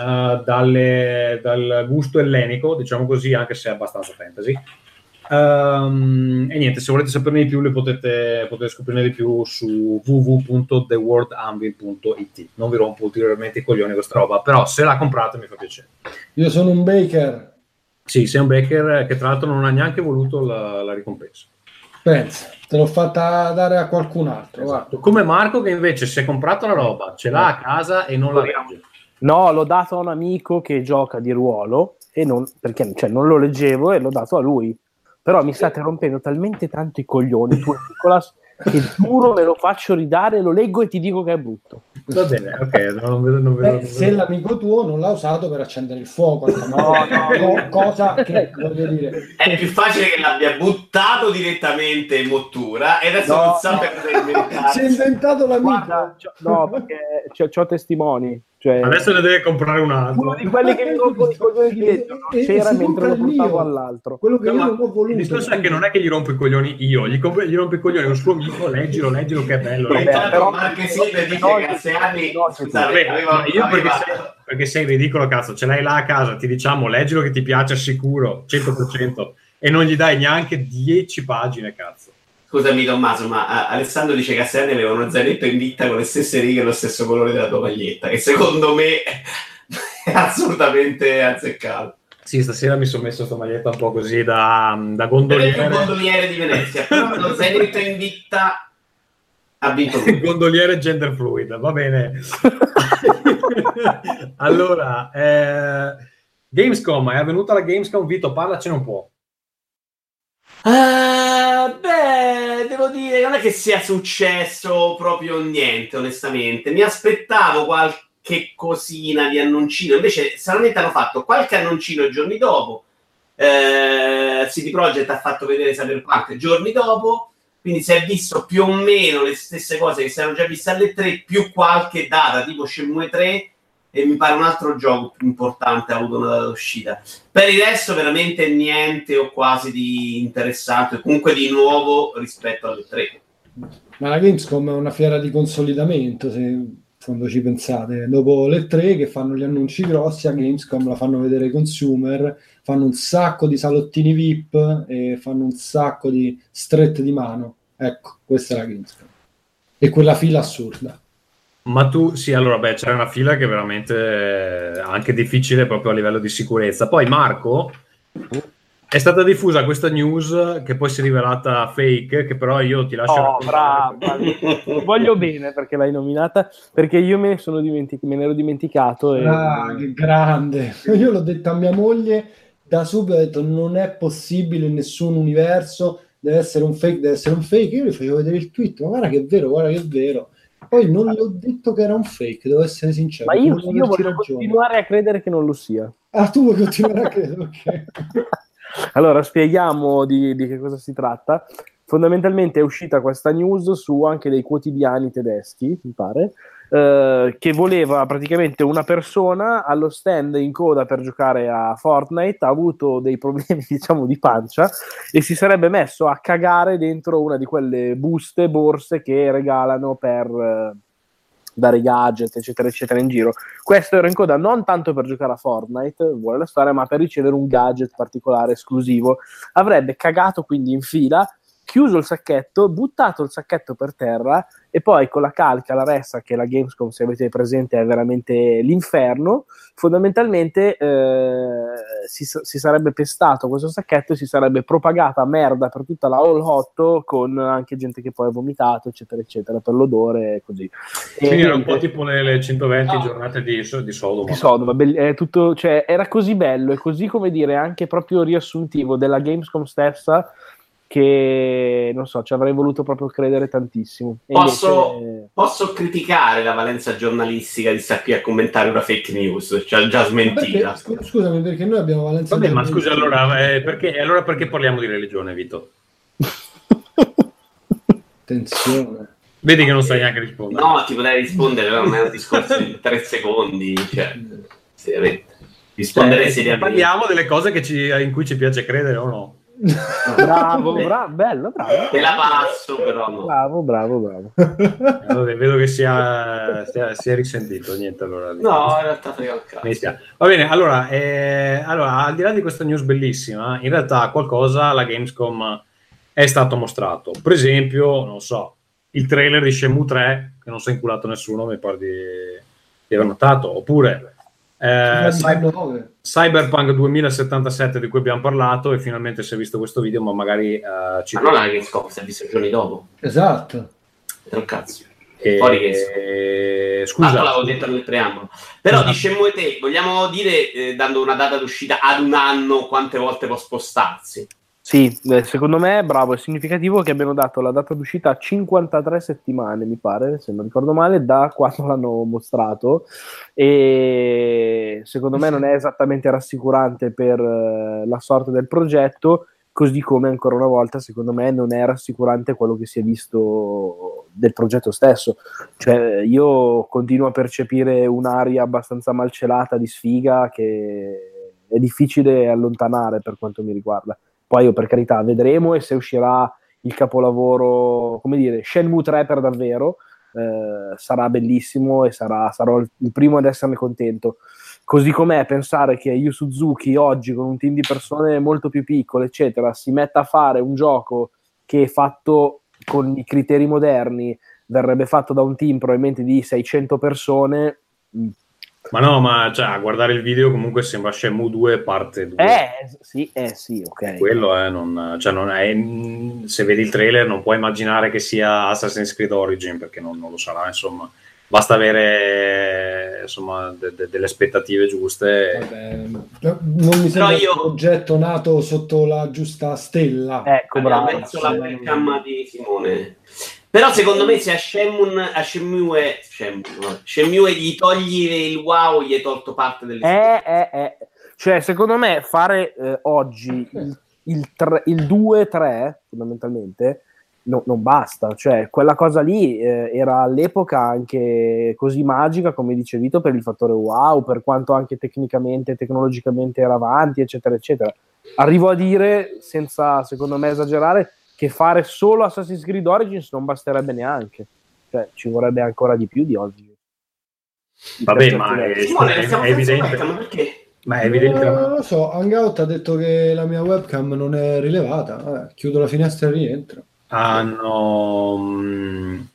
[SPEAKER 1] dal gusto ellenico, diciamo così, anche se è abbastanza fantasy. E niente, se volete saperne di più potete scoprirne di più su www.theworldanvil.it. Non vi rompo ulteriormente i coglioni questa roba, però se la comprate mi fa piacere.
[SPEAKER 4] Io sono un baker.
[SPEAKER 1] Sì, sei un baker che tra l'altro non ha neanche voluto la ricompensa.
[SPEAKER 4] Pensa, te l'ho fatta dare a qualcun altro.
[SPEAKER 1] Esatto. Come Marco che invece si è comprato la roba, ce l'ha a casa e non la legge.
[SPEAKER 3] No, l'ho dato a un amico che gioca di ruolo e perché non lo leggevo e l'ho dato a lui. Però mi state rompendo talmente tanto i coglioni, tu Nicolas, che giuro me lo faccio ridare, lo leggo e ti dico che è brutto.
[SPEAKER 1] Va bene, ok. Non vedo.
[SPEAKER 4] Se l'amico tuo non l'ha usato per accendere il fuoco, cosa che voglio dire.
[SPEAKER 5] È più facile che l'abbia buttato direttamente in mottura e adesso non sa per cosa inventare.
[SPEAKER 4] Si è inventato l'amico.
[SPEAKER 3] Guarda, no, perché c'ho testimoni. Cioè,
[SPEAKER 1] adesso ne deve comprare un altro.
[SPEAKER 3] Uno di quelli che mi rompono i coglioni di legge c'era mentre lo portavo all'altro.
[SPEAKER 4] Quello che io non ho voluto.
[SPEAKER 1] Il discorso è che non è che gli rompo i coglioni io, gli rompo i coglioni un suo amico, leggilo che è bello.
[SPEAKER 5] Però anche se dice che a 6 anni
[SPEAKER 1] perché sei ridicolo, cazzo, ce l'hai là a casa, ti diciamo leggilo che ti piace sicuro, 100%, e non gli dai neanche 10 pagine, cazzo.
[SPEAKER 5] Scusami Tommaso, ma Alessandro dice che a 6 anni aveva uno zainetto in ditta con le stesse righe e lo stesso colore della tua maglietta, che secondo me è assolutamente azzeccato.
[SPEAKER 1] Sì, stasera mi sono messo questa maglietta un po' così da gondoliere.
[SPEAKER 5] È un gondoliere di Venezia, però lo zainetto in ditta ha vinto.
[SPEAKER 1] Gondoliere gender fluid, va bene. Allora, Gamescom, è venuta la Gamescom, Vito, parlacene un po'.
[SPEAKER 5] Beh, devo dire, non è che sia successo proprio niente, onestamente. Mi aspettavo qualche cosina di annoncino, invece stranamente hanno fatto qualche annoncino giorni dopo. CD Projekt ha fatto vedere Cyberpunk giorni dopo, quindi si è visto più o meno le stesse cose che si erano già viste alle 3, più qualche data, tipo Shenmue 3, e mi pare un altro gioco più importante ha avuto una data d'uscita. Per il resto veramente niente o quasi di interessante, comunque di nuovo rispetto alle 3.
[SPEAKER 4] Ma la Gamescom è una fiera di consolidamento, quando ci pensate. Dopo le 3 che fanno gli annunci grossi, a Gamescom la fanno vedere ai consumer, fanno un sacco di salottini VIP e fanno un sacco di strette di mano. Ecco, questa è la Gamescom. E quella fila assurda.
[SPEAKER 1] Ma tu, sì, allora, beh, c'era una fila che è veramente anche difficile proprio a livello di sicurezza. Poi, Marco, è stata diffusa questa news che poi si è rivelata fake, che però io ti lascio
[SPEAKER 3] raccontare. Brava, voglio bene perché l'hai nominata, perché io me ne ero dimenticato.
[SPEAKER 4] Che grande! Io l'ho detto a mia moglie da subito, ho detto non è possibile in nessun universo, deve essere un fake. Io gli facevo vedere il tweet, ma guarda che è vero. Poi non le ho detto che era un fake, devo essere sincero.
[SPEAKER 3] Ma io voglio continuare a credere che non lo sia.
[SPEAKER 4] Ah, tu vuoi continuare a credere? Ok.
[SPEAKER 3] Allora, spieghiamo di che cosa si tratta. Fondamentalmente è uscita questa news su anche dei quotidiani tedeschi, mi pare, che voleva praticamente una persona allo stand in coda per giocare a Fortnite, ha avuto dei problemi, diciamo, di pancia e si sarebbe messo a cagare dentro una di quelle borse che regalano per dare gadget, eccetera, eccetera, in giro. Questo era in coda non tanto per giocare a Fortnite, vuole la storia, ma per ricevere un gadget particolare esclusivo. Avrebbe cagato quindi in fila, chiuso il sacchetto, buttato il sacchetto per terra e poi con la calca, la ressa, che la Gamescom, se avete presente, è veramente l'inferno, fondamentalmente si sarebbe pestato questo sacchetto e si sarebbe propagata merda per tutta la Hall 8 con anche gente che poi ha vomitato, eccetera, eccetera, per l'odore e così.
[SPEAKER 1] Quindi era un po' tipo le 120 giornate di Sodoma.
[SPEAKER 3] Di Sodoma, è tutto, cioè, era così bello e così, come dire, anche proprio riassuntivo della Gamescom stessa, che non so, ci avrei voluto proprio credere tantissimo.
[SPEAKER 5] Posso criticare la valenza giornalistica di stare qui a commentare una fake news, cioè già smentita.
[SPEAKER 4] Scusami, perché noi abbiamo valenza
[SPEAKER 1] giornalistica. Ma scusa, allora perché parliamo di religione, Vito?
[SPEAKER 4] Attenzione.
[SPEAKER 1] Vedi che non sai neanche rispondere.
[SPEAKER 5] No, ti potrei rispondere, però non è un discorso di 3 secondi, cioè, seriamente. Risponderei seriamente.
[SPEAKER 1] Parliamo delle cose in cui ci piace credere o no?
[SPEAKER 3] Bravo, bello, bravo.
[SPEAKER 5] Te la passo, però no.
[SPEAKER 3] Bravo.
[SPEAKER 1] Allora, vedo che si è risentito, niente allora.
[SPEAKER 5] No, in realtà frega il cazzo.
[SPEAKER 1] Va bene, allora, al di là di questa news bellissima, in realtà qualcosa alla Gamescom è stato mostrato. Per esempio, non so, il trailer di Shenmue 3, che non si è inculato nessuno, mi pare di aver notato, oppure Cyberpunk 2077 di cui abbiamo parlato e finalmente si è visto questo video, ma magari
[SPEAKER 5] ma non la Gamescom, si è visto giorni dopo.
[SPEAKER 4] Esatto.
[SPEAKER 5] Un cazzo. Scusa, l'avevo detto nel preambolo. Però di Shenmue 3 vogliamo dire, dando una data d'uscita ad un anno, quante volte può spostarsi?
[SPEAKER 3] Sì, secondo me, bravo, è significativo che abbiano dato la data d'uscita a 53 settimane, mi pare, se non ricordo male, da quando l'hanno mostrato, e secondo me non è esattamente rassicurante per la sorte del progetto, così come ancora una volta, secondo me, non è rassicurante quello che si è visto del progetto stesso. Cioè, io continuo a percepire un'aria abbastanza malcelata di sfiga che è difficile allontanare per quanto mi riguarda. Poi per carità vedremo, e se uscirà il capolavoro, come dire, Shenmue 3 per davvero, sarà bellissimo e sarò il primo ad esserne contento. Così com'è pensare che Yu Suzuki oggi, con un team di persone molto più piccole, eccetera, si metta a fare un gioco che, fatto con i criteri moderni, verrebbe fatto da un team probabilmente di 600 persone.
[SPEAKER 1] Ma no, ma cioè, a guardare il video comunque sembra Shenmue 2 parte 2.
[SPEAKER 3] Sì, ok.
[SPEAKER 1] Quello non è, se vedi il trailer non puoi immaginare che sia Assassin's Creed Origin, perché non lo sarà, insomma. Basta avere, insomma, delle aspettative giuste.
[SPEAKER 4] Vabbè, non mi sembra un progetto nato sotto la giusta stella.
[SPEAKER 3] Ecco, bravo.
[SPEAKER 5] Penso la webcam di Simone. Però secondo me se a Shenmue gli togli il wow, gli hai tolto parte delle
[SPEAKER 3] Cioè, secondo me fare oggi il 2-3 fondamentalmente non basta, cioè quella cosa lì era all'epoca anche così magica, come dice Vito, per il fattore wow, per quanto anche tecnicamente, tecnologicamente era avanti, eccetera, eccetera. Arrivo a dire, senza secondo me esagerare, che fare solo Assassin's Creed Origins non basterebbe neanche, cioè ci vorrebbe ancora di più di oggi.
[SPEAKER 1] Vabbè, ma è evidente. Ma è evidente.
[SPEAKER 4] Non lo so, Hangout ha detto che la mia webcam non è rilevata. Vabbè, chiudo la finestra e rientro.
[SPEAKER 1] Hanno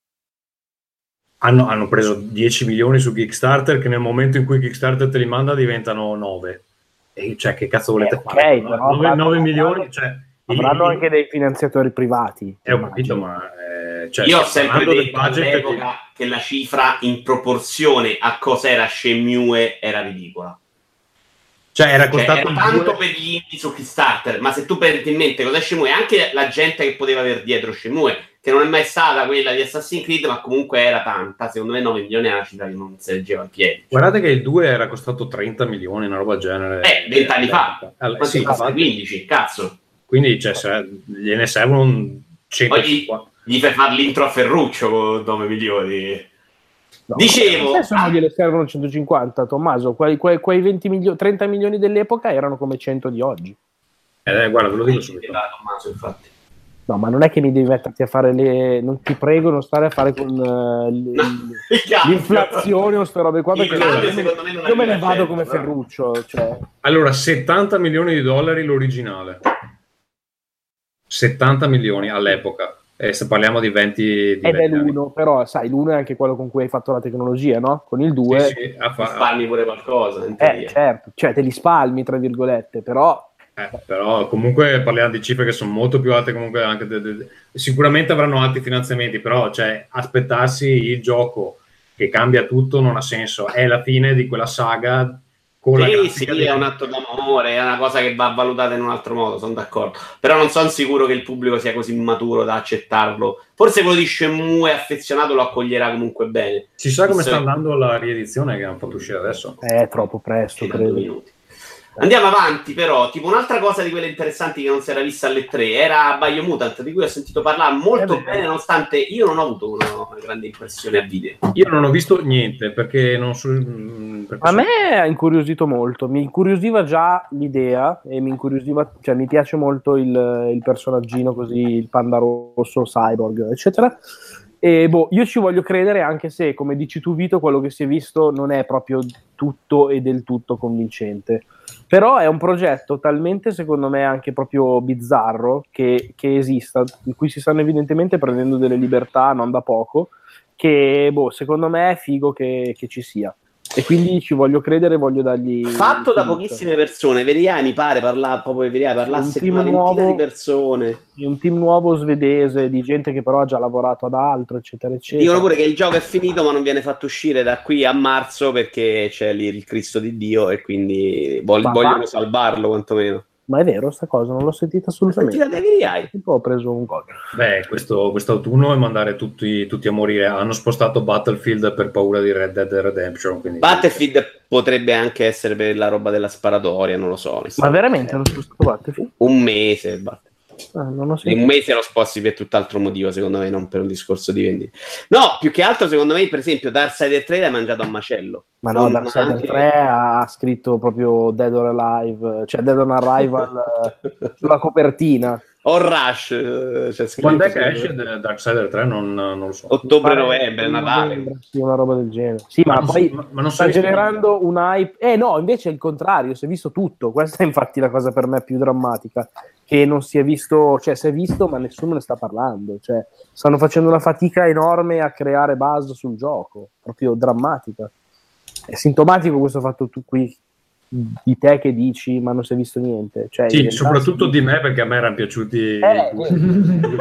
[SPEAKER 1] preso 10 milioni su Kickstarter, che nel momento in cui Kickstarter te li manda diventano 9. E cioè, che cazzo volete fare?
[SPEAKER 3] Però
[SPEAKER 1] 9 milioni, cioè,
[SPEAKER 3] avranno anche dei finanziatori privati.
[SPEAKER 1] Ho capito, ma cioè,
[SPEAKER 5] io ho sempre detto all'epoca che la cifra in proporzione a cosa era Shenmue era ridicola.
[SPEAKER 1] Cioè, era costato
[SPEAKER 5] era tanto per gli indie su Kickstarter, ma se tu prendi in mente cosa è Shenmue, anche la gente che poteva aver dietro Shenmue, che non è mai stata quella di Assassin's Creed, ma comunque era tanta, secondo me 9 milioni è una cifra che non si leggeva a piedi.
[SPEAKER 1] Guardate che il 2 era costato 30 milioni, una roba del genere.
[SPEAKER 5] 20 anni fa.
[SPEAKER 1] Sì,
[SPEAKER 5] 15, cazzo.
[SPEAKER 1] Quindi cioè, gliene servono 150.
[SPEAKER 5] Gli fai fare l'intro a Ferruccio con 9 milioni. No, dicevo,
[SPEAKER 3] adesso non gliene servono 150, Tommaso. Quei 30 milioni dell'epoca erano come 100 di oggi.
[SPEAKER 1] Guarda, ve lo dico subito.
[SPEAKER 5] Tommaso, infatti.
[SPEAKER 3] No, ma non è che mi devi metterti a fare non ti prego, non stare a fare con l'inflazione o ste robe qua, perché io me ne vado come Ferruccio. Cioè.
[SPEAKER 1] Allora, 70 milioni di dollari l'originale. 70 milioni all'epoca. Se parliamo di 20
[SPEAKER 3] ed è l'1, però sai, l'1 è anche quello con cui hai fatto la tecnologia, no? Con il 2
[SPEAKER 5] sì, spalmi pure qualcosa
[SPEAKER 3] certo, cioè te li spalmi tra virgolette, però
[SPEAKER 1] comunque parliamo di cifre che sono molto più alte, comunque anche sicuramente avranno altri finanziamenti, però cioè, aspettarsi il gioco che cambia tutto non ha senso, è la fine di quella saga.
[SPEAKER 5] Sì, è un atto d'amore, è una cosa che va valutata in un altro modo, sono d'accordo. Però non sono sicuro che il pubblico sia così maturo da accettarlo. Forse quello di Shenmue affezionato lo accoglierà comunque bene.
[SPEAKER 1] Si sa come sta andando la riedizione che hanno fatto uscire adesso?
[SPEAKER 3] È troppo presto, credo.
[SPEAKER 5] Andiamo avanti, però, tipo un'altra cosa di quelle interessanti che non si era vista alle 3 era Biomutant, di cui ho sentito parlare molto bene, nonostante io non ho avuto una grande impressione a video.
[SPEAKER 1] Io non ho visto niente, perché non so...
[SPEAKER 3] A me ha incuriosito molto, mi incuriosiva già l'idea e mi incuriosiva, cioè mi piace molto il personaggino così, il panda rosso, cyborg, eccetera. E io ci voglio credere, anche se, come dici tu Vito, quello che si è visto non è proprio tutto e del tutto convincente. Però è un progetto talmente, secondo me, anche proprio bizzarro che esista, in cui si stanno evidentemente prendendo delle libertà non da poco, che secondo me è figo che ci sia. E quindi ci voglio credere, voglio dargli...
[SPEAKER 5] Fatto da pochissime persone, Veriai mi pare parlasse di una ventina di persone.
[SPEAKER 3] Un team nuovo svedese, di gente che però ha già lavorato ad altro, eccetera, eccetera.
[SPEAKER 5] Dicono pure che il gioco è finito ma non viene fatto uscire da qui a marzo perché c'è lì il Cristo di Dio e quindi vogliono salvarlo quantomeno.
[SPEAKER 3] Ma è vero sta cosa? Non l'ho sentita assolutamente. Ho preso un gol.
[SPEAKER 1] Quest'autunno è mandare tutti a morire. Hanno spostato Battlefield per paura di Red Dead Redemption. Quindi...
[SPEAKER 5] Battlefield potrebbe anche essere per la roba della sparatoria, non lo so.
[SPEAKER 3] Ma veramente hanno spostato Battlefield?
[SPEAKER 5] Un mese.
[SPEAKER 3] Non ho
[SPEAKER 5] in un mese lo sposti per tutt'altro motivo, secondo me, non per un discorso di vendita. No, più che altro, secondo me, per esempio, Darksiders 3 l'ha mangiato a macello.
[SPEAKER 3] Ma no, Darksiders 3 ha scritto proprio Dead or Alive, cioè Dead on Arrival sulla copertina.
[SPEAKER 5] O Rush.
[SPEAKER 1] Quando è che esce Darksiders 3? Non lo so.
[SPEAKER 5] Ottobre-novembre, Natale.
[SPEAKER 3] Sì, una roba del genere. Sì, ma poi non sta generando un hype. No, invece è il contrario, si è visto tutto. Questa è infatti la cosa per me più drammatica. Che non si è visto, cioè si è visto ma nessuno ne sta parlando, cioè stanno facendo una fatica enorme a creare buzz sul gioco, proprio drammatica. È sintomatico questo fatto tu qui di te che dici ma non si è visto niente, cioè,
[SPEAKER 1] sì, soprattutto di me perché a me erano piaciuti
[SPEAKER 5] è vero,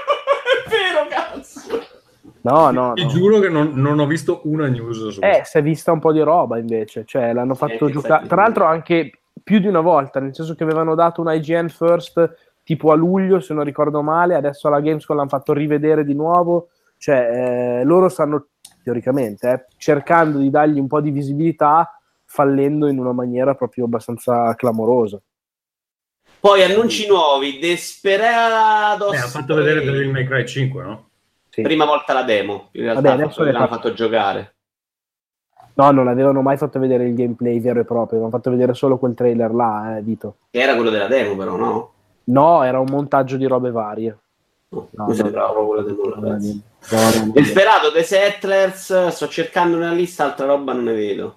[SPEAKER 5] cazzo.
[SPEAKER 3] No.
[SPEAKER 1] Ti giuro che non ho visto una news su questo.
[SPEAKER 3] Si è vista un po' di roba invece, cioè l'hanno fatto giocare, tra l'altro anche più di una volta, nel senso che avevano dato un IGN First tipo a luglio, se non ricordo male, adesso alla Gamescom l'hanno fatto rivedere di nuovo, cioè loro stanno teoricamente cercando di dargli un po' di visibilità, fallendo in una maniera proprio abbastanza clamorosa.
[SPEAKER 5] Poi annunci nuovi, Desperados.
[SPEAKER 1] Ha fatto vedere Devil May Cry 5, no?
[SPEAKER 3] Sì.
[SPEAKER 5] Prima volta la demo, in realtà
[SPEAKER 3] adesso
[SPEAKER 5] l'hanno fatto giocare.
[SPEAKER 3] No, non avevano mai fatto vedere il gameplay vero e proprio, avevano fatto vedere solo quel trailer là, Vito.
[SPEAKER 5] Che era quello della demo, però, no?
[SPEAKER 3] No, era un montaggio di robe varie.
[SPEAKER 5] Mi sembrava proprio quella demo.
[SPEAKER 3] No.
[SPEAKER 5] Desperato, The Settlers, sto cercando una lista, altra roba non ne vedo.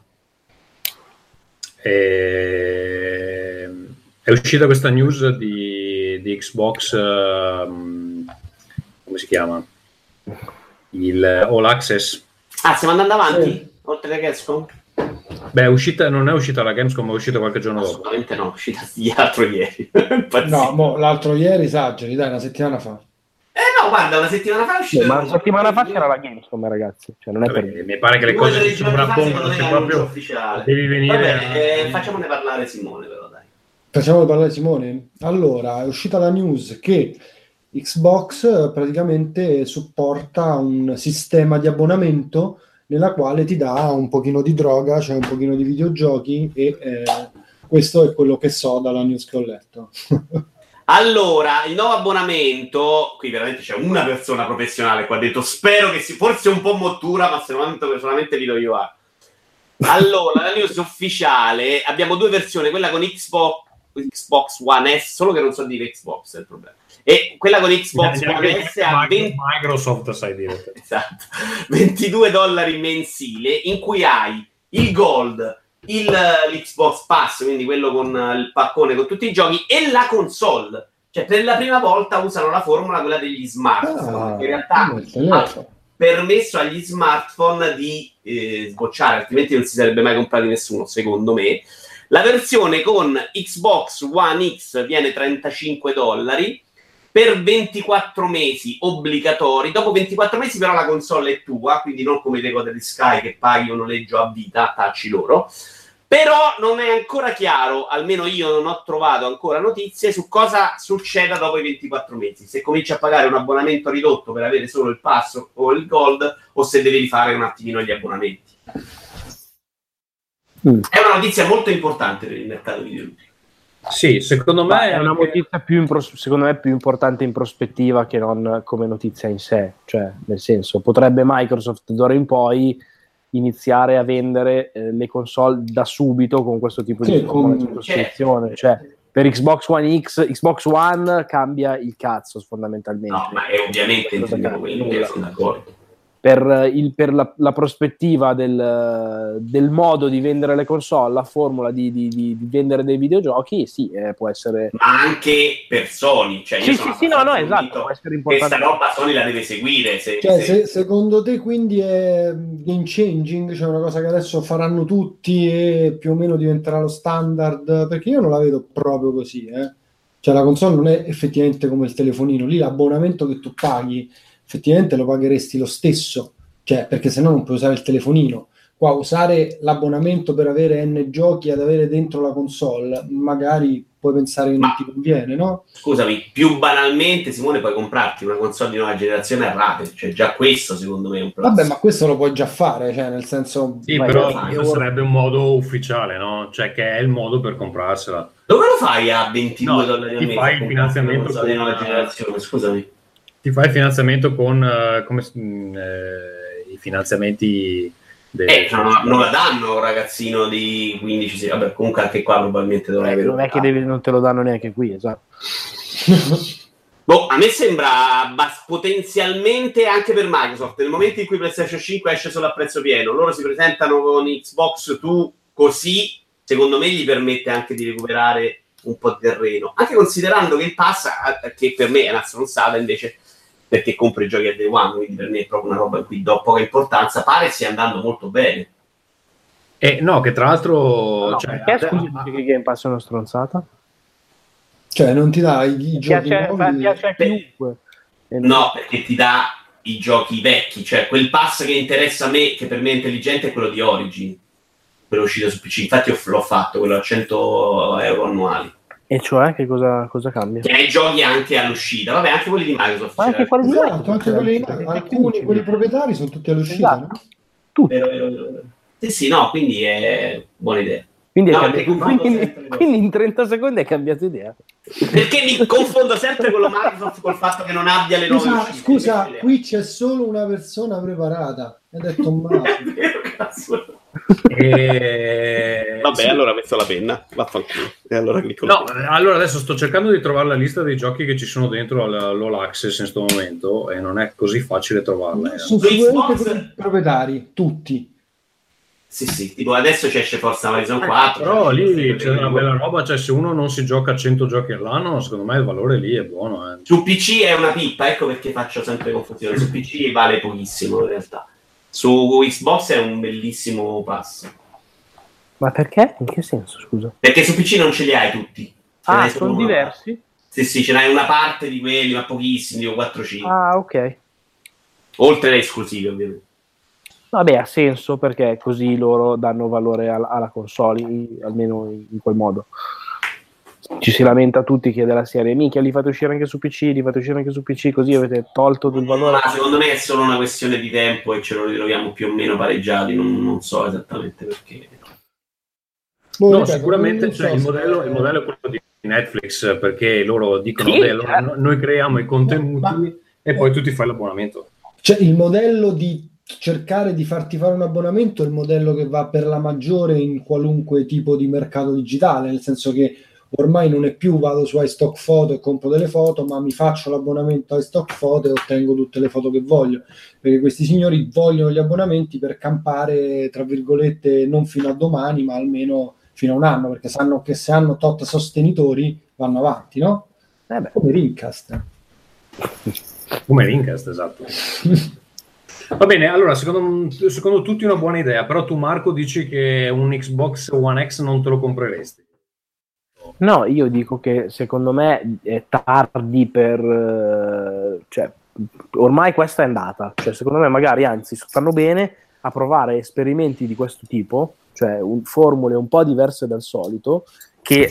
[SPEAKER 1] È uscita questa news di Xbox, come si chiama? Il All Access.
[SPEAKER 5] Ah, stiamo andando avanti? Oltre la Gamescom?
[SPEAKER 1] Beh, non è uscita la Gamescom, ma è uscita qualche giorno dopo.
[SPEAKER 5] Assolutamente no, è uscita l'altro ieri.
[SPEAKER 4] No, l'altro ieri esageri, dai, una settimana fa.
[SPEAKER 5] No, guarda, una settimana fa è uscita.
[SPEAKER 3] Ma una settimana fa c'era la Gamescom, ragazzi. Cioè, non è per...
[SPEAKER 1] Mi pare che le cose si sovrappongono, se proprio
[SPEAKER 5] ufficiale.
[SPEAKER 1] Devi venire.
[SPEAKER 5] Vabbè, facciamone parlare Simone, però dai.
[SPEAKER 4] Facciamo parlare Simone? Allora, è uscita la news che Xbox praticamente supporta un sistema di abbonamento nella quale ti dà un pochino di droga, cioè un pochino di videogiochi, e questo è quello che so dalla news che ho letto.
[SPEAKER 5] Allora, il nuovo abbonamento, qui veramente c'è una persona professionale qua ha detto, spero che forse un po' mottura, ma solamente vi do io a. Allora, la news ufficiale, abbiamo due versioni, quella con Xbox One S, solo che non so dire Xbox è il problema. E quella con Xbox One S a
[SPEAKER 1] Microsoft, sai dire.
[SPEAKER 5] Esatto, $22 mensile, in cui hai il Gold, l'Xbox Pass, quindi quello con il paccone con tutti i giochi, e la console. Cioè, per la prima volta usano la formula, quella degli smartphone, che in realtà ha permesso agli smartphone di sbocciare, altrimenti non si sarebbe mai comprati nessuno, secondo me. La versione con Xbox One X viene $35 per 24 mesi obbligatori. Dopo 24 mesi però la console è tua, quindi non come i decoder di Sky che paghi un noleggio a vita, tacci loro. Però non è ancora chiaro, almeno io non ho trovato ancora notizie su cosa succeda dopo i 24 mesi. Se cominci a pagare un abbonamento ridotto per avere solo il Pass o il Gold, o se devi rifare un attimino gli abbonamenti. È una notizia molto importante per il mercato videoludico.
[SPEAKER 1] Sì, secondo me
[SPEAKER 3] è una notizia secondo me più importante in prospettiva che non come notizia in sé. Cioè, nel senso, potrebbe Microsoft d'ora in poi iniziare a vendere le console da subito con questo tipo di sostituzione. Cioè, per Xbox One X, Xbox One cambia il cazzo fondamentalmente.
[SPEAKER 5] No, ma è ovviamente intendiamo quello, sono d'accordo.
[SPEAKER 3] Per la prospettiva del modo di vendere le console, la formula di vendere dei videogiochi, sì, può essere.
[SPEAKER 5] Ma anche per Sony, cioè io
[SPEAKER 3] no, esatto, può essere importante.
[SPEAKER 5] Questa roba Sony la deve seguire.
[SPEAKER 4] Secondo te quindi è game changing, cioè una cosa che adesso faranno tutti e più o meno diventerà lo standard? Perché io non la vedo proprio così, Cioè la console non è effettivamente come il telefonino, lì l'abbonamento che tu paghi effettivamente lo pagheresti lo stesso, cioè perché se no non puoi usare il telefonino. Qua usare l'abbonamento per avere N giochi ad avere dentro la console, magari puoi pensare che non ti conviene, no?
[SPEAKER 5] Scusami, più banalmente, Simone, puoi comprarti una console di nuova generazione a rate, cioè già questo secondo me è un problema.
[SPEAKER 4] Vabbè, ma questo lo puoi già fare, cioè nel senso.
[SPEAKER 1] Sì, però sarebbe un modo ufficiale, no? Cioè che è il modo per comprarsela.
[SPEAKER 5] Dove lo fai a $22 al mese?
[SPEAKER 1] Ti fai il finanziamento
[SPEAKER 5] con di nuova generazione, scusami.
[SPEAKER 1] Ti fai il finanziamento con i finanziamenti
[SPEAKER 5] non la danno un ragazzino di 15, vabbè, comunque anche qua probabilmente dovrai avere.
[SPEAKER 3] Non è che non te lo danno neanche qui, esatto.
[SPEAKER 5] A me sembra potenzialmente anche per Microsoft, nel momento in cui PlayStation 5 esce solo a prezzo pieno, loro si presentano con Xbox 2 così, secondo me gli permette anche di recuperare un po' di terreno, anche considerando che il Pass, che per me è una stronzata invece, perché compro i giochi a Day One, quindi per me è proprio una roba in cui do poca importanza, pare stia andando molto bene.
[SPEAKER 1] No, che tra l'altro...
[SPEAKER 3] No, perché scusi che Game Pass è una stronzata?
[SPEAKER 4] Cioè non ti dà i giochi nuovi?
[SPEAKER 3] Piace a chiunque.
[SPEAKER 5] No, perché ti dà i giochi vecchi, cioè quel Pass che interessa a me, che per me è intelligente, è quello di Origin, quello uscito su PC, infatti l'ho fatto, quello a €100 annuali.
[SPEAKER 3] E cioè che cosa cambia?
[SPEAKER 5] Che hai giochi anche all'uscita, vabbè, anche quelli di Microsoft.
[SPEAKER 3] Ma anche quelli di
[SPEAKER 4] Microsoft, anche quelli proprietari sono tutti all'uscita,
[SPEAKER 3] esatto. No? Tutti.
[SPEAKER 5] Vero. Sì, no, quindi è buona idea.
[SPEAKER 3] Quindi in 30 secondi hai cambiato idea.
[SPEAKER 5] Perché mi confondo sempre con lo Microsoft col fatto che non abbia le nuove uscite.
[SPEAKER 4] Scusa, qui c'è solo una persona preparata. Hai detto male.
[SPEAKER 5] Cazzo.
[SPEAKER 7] Vabbè,
[SPEAKER 1] sì.
[SPEAKER 7] allora ho messo la penna, vaffanculo. E allora clicco.
[SPEAKER 1] No, allora adesso sto cercando di trovare la lista dei giochi che ci sono dentro all'All Access in questo momento e non è così facile trovarla.
[SPEAKER 4] Sono sicuramente proprietari, tutti.
[SPEAKER 5] Sì, tipo adesso c'è Forza Horizon 4.
[SPEAKER 1] Però lì c'è una bella roba, cioè se uno non si gioca 100 giochi all'anno, secondo me il valore lì è buono.
[SPEAKER 5] Su PC è una pippa, ecco perché faccio sempre confusione. Su PC vale pochissimo in realtà. Su Xbox è un bellissimo passo.
[SPEAKER 3] Ma perché? In che senso, scusa?
[SPEAKER 5] Perché su PC non ce li hai tutti.
[SPEAKER 3] Sono diversi?
[SPEAKER 5] Sì, ce n'hai una parte di quelli, ma pochissimi, tipo 4-5.
[SPEAKER 3] Ah, ok.
[SPEAKER 5] Oltre alle esclusive, ovviamente.
[SPEAKER 3] Vabbè, ha senso perché così loro danno valore alla console, almeno in quel modo. Ci si lamenta tutti che della serie minchia li fate uscire anche su PC, così avete tolto del valore.
[SPEAKER 5] Ma secondo me è solo una questione di tempo e ce lo ritroviamo più o meno pareggiati, non so esattamente perché.
[SPEAKER 1] No, sicuramente il modello è quello di Netflix, perché loro dicono che noi creiamo i contenuti e poi tu ti fai l'abbonamento.
[SPEAKER 4] Cioè il modello di cercare di farti fare un abbonamento è il modello che va per la maggiore in qualunque tipo di mercato digitale, nel senso che ormai non è più vado su iStock Photo e compro delle foto, ma mi faccio l'abbonamento a iStock Photo e ottengo tutte le foto che voglio, perché questi signori vogliono gli abbonamenti per campare, tra virgolette, non fino a domani, ma almeno fino a un anno, perché sanno che se hanno tot sostenitori vanno avanti, no? Come Rincast.
[SPEAKER 1] Come Rincast, esatto. Va bene, allora secondo tutti una buona idea, però tu Marco dici che un Xbox One X non te lo compreresti.
[SPEAKER 3] No, io dico che secondo me è tardi per... cioè, ormai questa è andata. Cioè, secondo me magari, anzi, fanno bene a provare esperimenti di questo tipo, cioè formule un po' diverse dal solito, che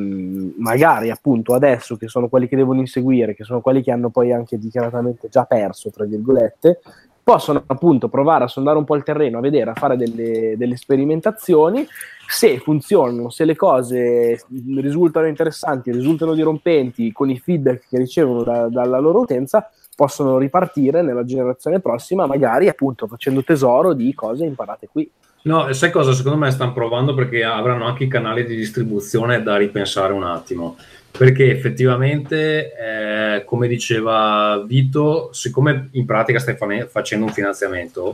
[SPEAKER 3] magari appunto adesso, che sono quelli che devono inseguire, che sono quelli che hanno poi anche dichiaratamente già perso, tra virgolette, possono appunto provare a sondare un po' il terreno, a vedere, a fare delle sperimentazioni. Se funzionano, se le cose risultano interessanti, risultano dirompenti con i feedback che ricevono dalla loro utenza, possono ripartire nella generazione prossima, magari appunto facendo tesoro di cose imparate qui.
[SPEAKER 1] No, sai cosa? Secondo me stanno provando perché avranno anche i canali di distribuzione da ripensare un attimo. Perché effettivamente, come diceva Vito, siccome in pratica stai facendo un finanziamento,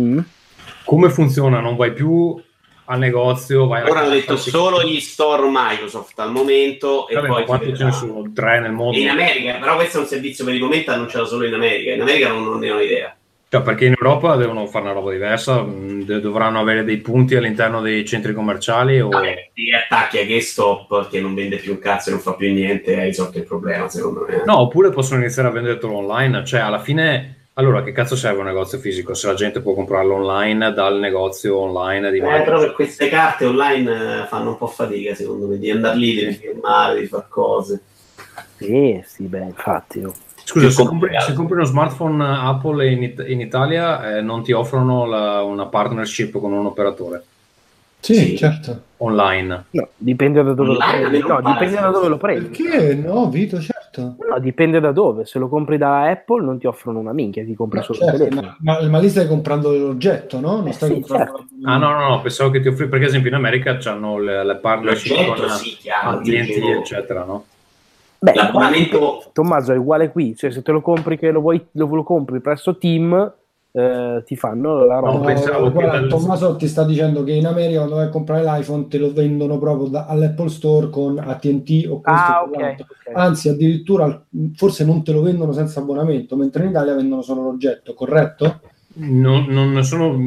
[SPEAKER 1] come funziona? Non vai più al negozio, vai
[SPEAKER 5] ora hanno detto solo gli store Microsoft al momento.
[SPEAKER 1] Vabbè,
[SPEAKER 5] e poi
[SPEAKER 1] quanti ce ne sono? 3 nel mondo?
[SPEAKER 5] In America, però questo è un servizio per il momento annunciato solo in America non ne ho idea.
[SPEAKER 1] Cioè, perché in Europa devono fare una roba diversa, dovranno avere dei punti all'interno dei centri commerciali o...
[SPEAKER 5] Ti attacchi a GameStop che non vende più un cazzo e non fa più niente, hai risolto il problema secondo me.
[SPEAKER 1] No, oppure possono iniziare a venderlo online, cioè alla fine, allora che cazzo serve un negozio fisico se la gente può comprarlo online dal negozio online di Microsoft?
[SPEAKER 5] Però per queste carte online fanno un po' fatica secondo me, di andare lì, devi firmare, di fare cose.
[SPEAKER 3] Sì, beh, infatti no.
[SPEAKER 1] Scusa, se compri uno smartphone Apple in Italia non ti offrono una partnership con un operatore?
[SPEAKER 4] Sì, certo.
[SPEAKER 1] Online?
[SPEAKER 3] No, dipende da dove lo prendi. No, dipende da dove lo prendi.
[SPEAKER 4] Perché? No, Vito, certo.
[SPEAKER 3] No, dipende da dove. Se lo compri da Apple non ti offrono una minchia, ti compri solo il telefono.
[SPEAKER 4] Ma lì stai comprando l'oggetto, no? Non stai comprando...
[SPEAKER 3] certo.
[SPEAKER 1] Ah no, pensavo che ti offri, perché ad esempio in America hanno le partnership con aziende, eccetera, no?
[SPEAKER 3] Beh,
[SPEAKER 5] l'abbonamento
[SPEAKER 3] Tommaso è uguale qui, cioè se te lo compri che lo compri presso Team ti fanno la roba.
[SPEAKER 4] Guarda, Tommaso ti sta dicendo che in America quando vai a comprare l'iPhone te lo vendono proprio all'Apple Store con AT&T o questo
[SPEAKER 3] okay.
[SPEAKER 4] Anzi addirittura forse non te lo vendono senza abbonamento, mentre in Italia vendono solo l'oggetto, corretto?
[SPEAKER 1] Non ne sono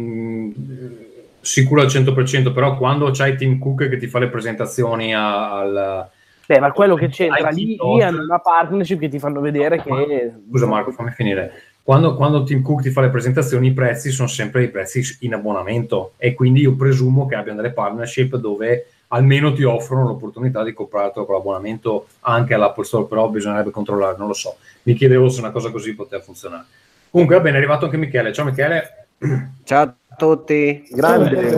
[SPEAKER 1] sicuro al 100%, però quando c'hai Tim Cook che ti fa le presentazioni al...
[SPEAKER 3] Beh, ma quello che c'entra lì hanno una partnership che ti fanno vedere che...
[SPEAKER 1] Scusa Marco, fammi finire. Quando Tim Cook ti fa le presentazioni, i prezzi sono sempre i prezzi in abbonamento e quindi io presumo che abbiano delle partnership dove almeno ti offrono l'opportunità di comprarlo con l'abbonamento anche all'Apple Store, però bisognerebbe controllare, non lo so. Mi chiedevo se una cosa così poteva funzionare. Comunque va bene, è arrivato anche Michele. Ciao Michele.
[SPEAKER 8] Ciao a tutti.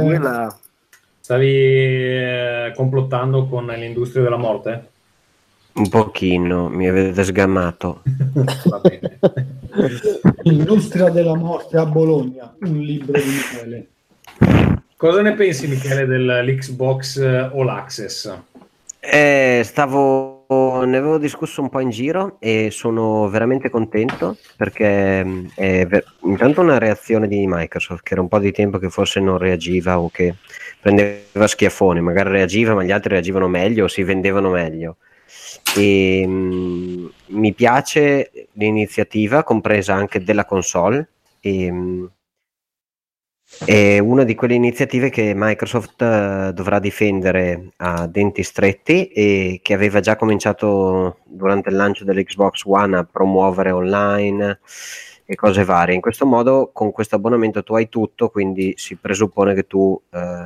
[SPEAKER 3] Grande.
[SPEAKER 1] Stavi complottando con l'industria della morte?
[SPEAKER 8] Un pochino, mi avete sgamato.
[SPEAKER 1] Va bene.
[SPEAKER 4] L'industria della morte a Bologna, un libro di Michele.
[SPEAKER 1] Cosa ne pensi, Michele, dell'Xbox All Access?
[SPEAKER 8] Ne avevo discusso un po' in giro e sono veramente contento perché è intanto una reazione di Microsoft, che era un po' di tempo che forse non reagiva o che prendeva schiaffoni, magari reagiva ma gli altri reagivano meglio o si vendevano meglio. E mi piace l'iniziativa, compresa anche della console, e è una di quelle iniziative che Microsoft dovrà difendere a denti stretti e che aveva già cominciato durante il lancio dell'Xbox One a promuovere online e cose varie. In questo modo, con questo abbonamento tu hai tutto, quindi si presuppone che tu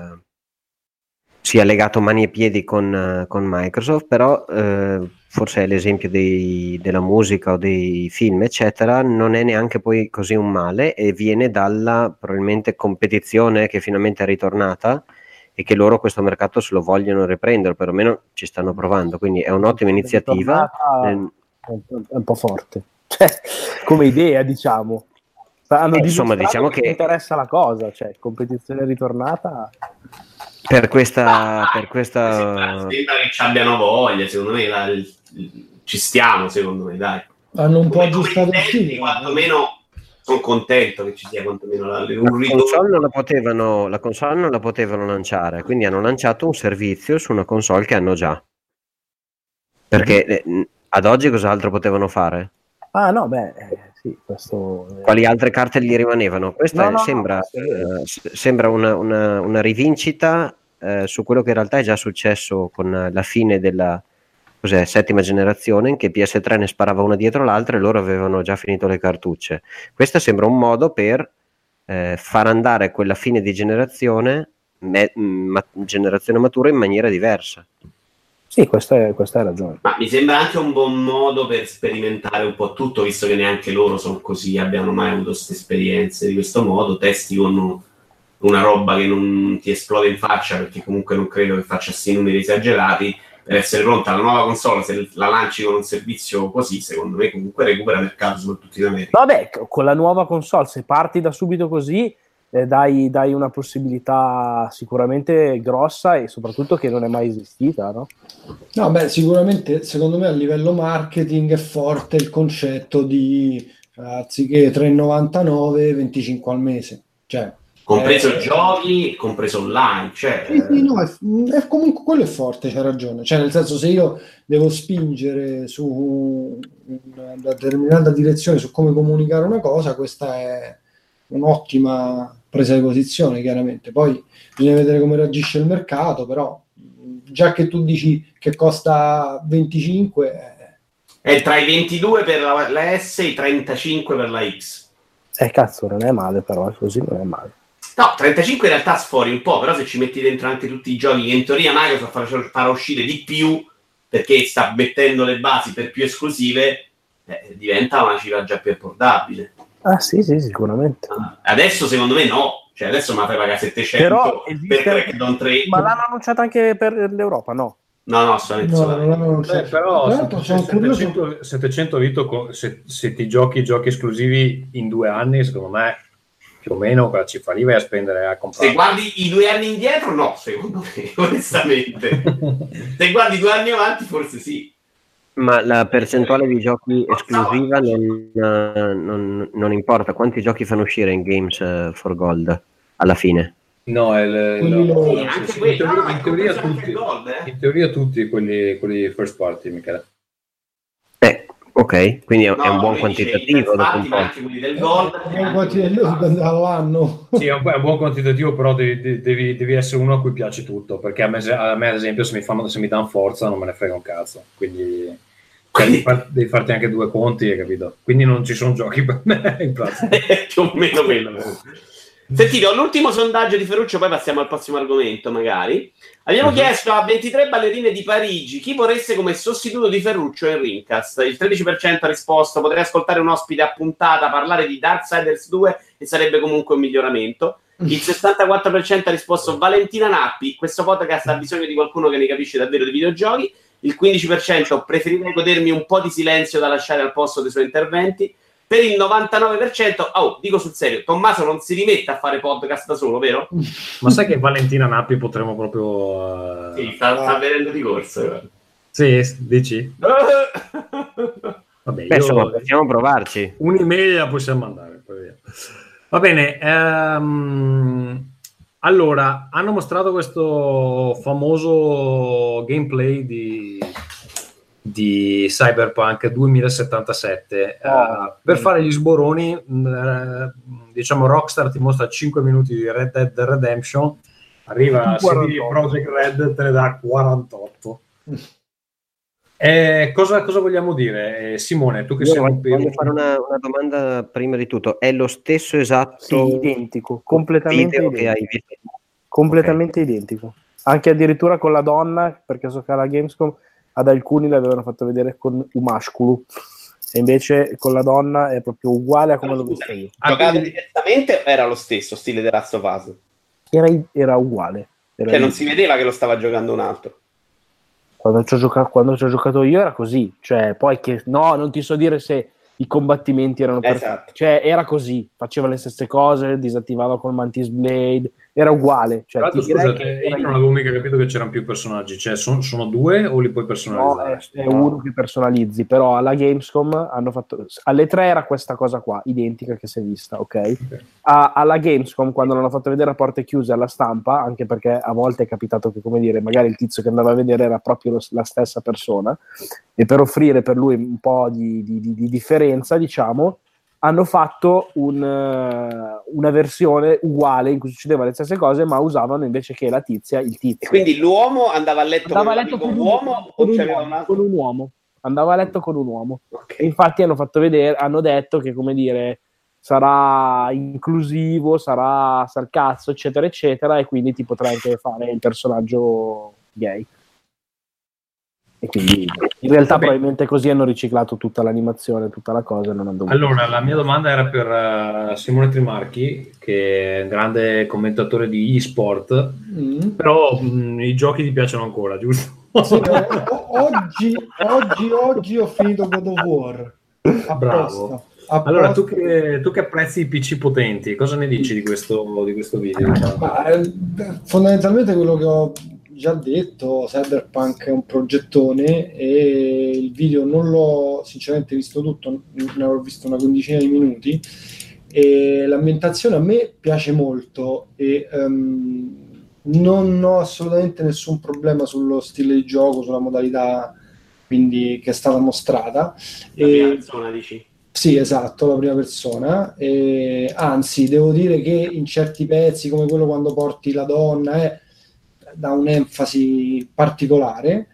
[SPEAKER 8] sia legato mani e piedi con Microsoft, però forse è l'esempio della musica o dei film eccetera, non è neanche poi così un male e viene dalla probabilmente competizione che finalmente è ritornata e che loro questo mercato se lo vogliono riprendere, perlomeno ci stanno provando, quindi è un'ottima iniziativa.
[SPEAKER 3] È un po' forte, cioè, come idea, diciamo.
[SPEAKER 8] Insomma, diciamo che
[SPEAKER 3] interessa la cosa, cioè competizione ritornata.
[SPEAKER 8] Per questa
[SPEAKER 5] sembra che ci abbiano voglia, secondo me ci stiamo, secondo me, dai.
[SPEAKER 4] Hanno un po' aggiustato il
[SPEAKER 5] tempi, quantomeno sono contento che ci sia quantomeno
[SPEAKER 8] la console non la potevano lanciare, quindi hanno lanciato un servizio su una console che hanno già. Perché ad oggi cos'altro potevano fare?
[SPEAKER 3] Ah no, sì, questo...
[SPEAKER 8] Quali altre carte gli rimanevano? Questa sembra una rivincita su quello che in realtà è già successo con la fine della settima generazione, in che PS3 ne sparava una dietro l'altra e loro avevano già finito le cartucce. Questo sembra un modo per far andare quella fine di generazione matura in maniera diversa.
[SPEAKER 3] Sì, questa è ragione.
[SPEAKER 5] Ma mi sembra anche un buon modo per sperimentare un po' tutto, visto che neanche loro sono così, abbiano mai avuto queste esperienze di questo modo. Testi con una roba che non ti esplode in faccia, perché comunque non credo che faccia questi numeri esagerati, per essere pronta alla nuova console. Se la lanci con un servizio così, secondo me comunque recupera mercato, soprattutto in America.
[SPEAKER 3] Vabbè, con la nuova console, se parti da subito così, dai una possibilità sicuramente grossa e soprattutto che non è mai esistita, no?
[SPEAKER 4] No, beh, sicuramente secondo me a livello marketing è forte il concetto di anziché 3,99 25 al mese, cioè
[SPEAKER 5] compreso giochi, compreso online, cioè
[SPEAKER 4] sì, no, è comunque quello è forte, c'hai ragione, cioè nel senso, se io devo spingere su una determinata direzione su come comunicare una cosa, questa è un'ottima presa di posizione, chiaramente. Poi bisogna vedere come reagisce il mercato, però già che tu dici che costa 25
[SPEAKER 5] è tra i 22 per la S e i 35 per la X.
[SPEAKER 3] Cazzo, non è male, però così non è male.
[SPEAKER 5] No, 35 in realtà sfori un po', però se ci metti dentro anche tutti i giochi che in teoria Microsoft farà uscire di più perché sta mettendo le basi per più esclusive, diventa una cifra già più abbordabile.
[SPEAKER 3] Ah sì, sicuramente.
[SPEAKER 5] Adesso secondo me no, cioè adesso me la fai pagare 700
[SPEAKER 3] però
[SPEAKER 5] per Crackdown 3.
[SPEAKER 3] Ma l'hanno annunciata anche per l'Europa, no?
[SPEAKER 5] No, solamente.
[SPEAKER 1] Però 700 Vito, se ti giochi esclusivi in 2 anni, secondo me più o meno quella cifra lì vai a spendere a comprare.
[SPEAKER 5] Se guardi i 2 anni indietro, no, secondo me, onestamente. Se guardi 2 anni avanti, forse sì.
[SPEAKER 8] Ma la percentuale di giochi esclusiva non importa. Quanti giochi fanno uscire in Games for Gold alla fine?
[SPEAKER 1] No, in teoria tutti quelli first party, Michele.
[SPEAKER 8] Ok, quindi è un buon quantitativo dopo un po'.
[SPEAKER 5] Anche quelli del Gold,
[SPEAKER 4] all'anno.
[SPEAKER 1] Sì, è un buon quantitativo, però devi essere uno a cui piace tutto, perché a me ad esempio se mi danno forza non me ne frega un cazzo, quindi devi farti anche 2 conti, hai capito? Quindi non ci sono giochi per me in pratica.
[SPEAKER 5] Più o meno quello. Sentite, ho l'ultimo sondaggio di Ferruccio, poi passiamo al prossimo argomento magari. Abbiamo chiesto a 23 ballerine di Parigi chi vorreste come sostituto di Ferruccio in Rincast. Il 13% ha risposto potrei ascoltare un ospite a puntata, parlare di Darksiders 2 e sarebbe comunque un miglioramento. Il 64% ha risposto Valentina Nappi, questo podcast ha bisogno di qualcuno che ne capisce davvero di videogiochi. il 15% preferirei godermi un po' di silenzio da lasciare al posto dei suoi interventi, per il 99%, dico sul serio, Tommaso non si rimette a fare podcast da solo, vero?
[SPEAKER 1] Ma sai che Valentina Nappi potremmo proprio...
[SPEAKER 5] Sì, sta venendo di corsa.
[SPEAKER 1] Sì, dici? Vabbè,
[SPEAKER 8] insomma, possiamo provarci.
[SPEAKER 1] Un'email la possiamo mandare. Poi via. Va bene. Allora, hanno mostrato questo famoso gameplay di Cyberpunk 2077. Per fare gli sboroni, diciamo, Rockstar ti mostra 5 minuti di Red Dead Redemption, arriva CD Projekt Red, te ne dà 48. Cosa vogliamo dire? Simone, tu che sei
[SPEAKER 8] voglio fare una domanda prima di tutto. È lo stesso esatto?
[SPEAKER 3] Sì, identico, completamente
[SPEAKER 8] video
[SPEAKER 3] identico.
[SPEAKER 8] che hai visto?
[SPEAKER 3] Completamente identico. Anche addirittura con la donna, perché so che alla Gamescom ad alcuni l'avevano fatto vedere con un mascolo, e invece con la donna è proprio uguale a come l'ho visto io.
[SPEAKER 5] Giocato direttamente era lo stesso stile The Last of Us?
[SPEAKER 3] Era uguale.
[SPEAKER 5] Non si vedeva che lo stava giocando un altro.
[SPEAKER 3] Quando ci ho giocato io era così, cioè poi che no, non ti so dire se i combattimenti erano perfetti, cioè era così, faceva le stesse cose, disattivava col Mantis Blade, era uguale. Cioè,
[SPEAKER 1] scusate, io non avevo mica capito che c'erano più personaggi, cioè sono due o li puoi personalizzare?
[SPEAKER 3] No, è uno che personalizzi, però alla Gamescom hanno fatto, alle 3 era questa cosa qua, identica che si è vista, ok? Alla Gamescom, quando l'hanno fatto vedere a porte chiuse alla stampa, anche perché a volte è capitato che, come dire, magari il tizio che andava a vedere era proprio la stessa persona, e per offrire per lui un po' di differenza, diciamo, hanno fatto una versione uguale in cui succedevano le stesse cose, ma usavano invece che la tizia il tizio.
[SPEAKER 5] E quindi l'uomo andava a letto con un uomo o c'aveva un altro?
[SPEAKER 3] Con un uomo. Andava a letto con un uomo. Okay. E infatti hanno detto che, come dire, sarà inclusivo, sarà sarcazzo, eccetera, eccetera, e quindi ti potrai anche fare il personaggio gay. E quindi in realtà probabilmente così hanno riciclato tutta l'animazione, tutta la cosa. Non hanno
[SPEAKER 1] allora, la mia domanda era per Simone Trimarchi, che è un grande commentatore di e-sport, però i giochi ti piacciono ancora, giusto?
[SPEAKER 4] Sì, oggi ho finito God of War.
[SPEAKER 1] Bravo. Allora, tu che apprezzi i PC potenti, cosa ne dici di questo video?
[SPEAKER 4] Fondamentalmente quello che ho già detto, Cyberpunk è un progettone e il video non l'ho sinceramente visto tutto, ne ho visto una quindicina di minuti, e l'ambientazione a me piace molto e non ho assolutamente nessun problema sullo stile di gioco, sulla modalità quindi che è stata mostrata.
[SPEAKER 5] La prima persona, dici?
[SPEAKER 4] Sì, esatto, la prima persona, anzi devo dire che in certi pezzi come quello quando porti la donna dà un'enfasi particolare.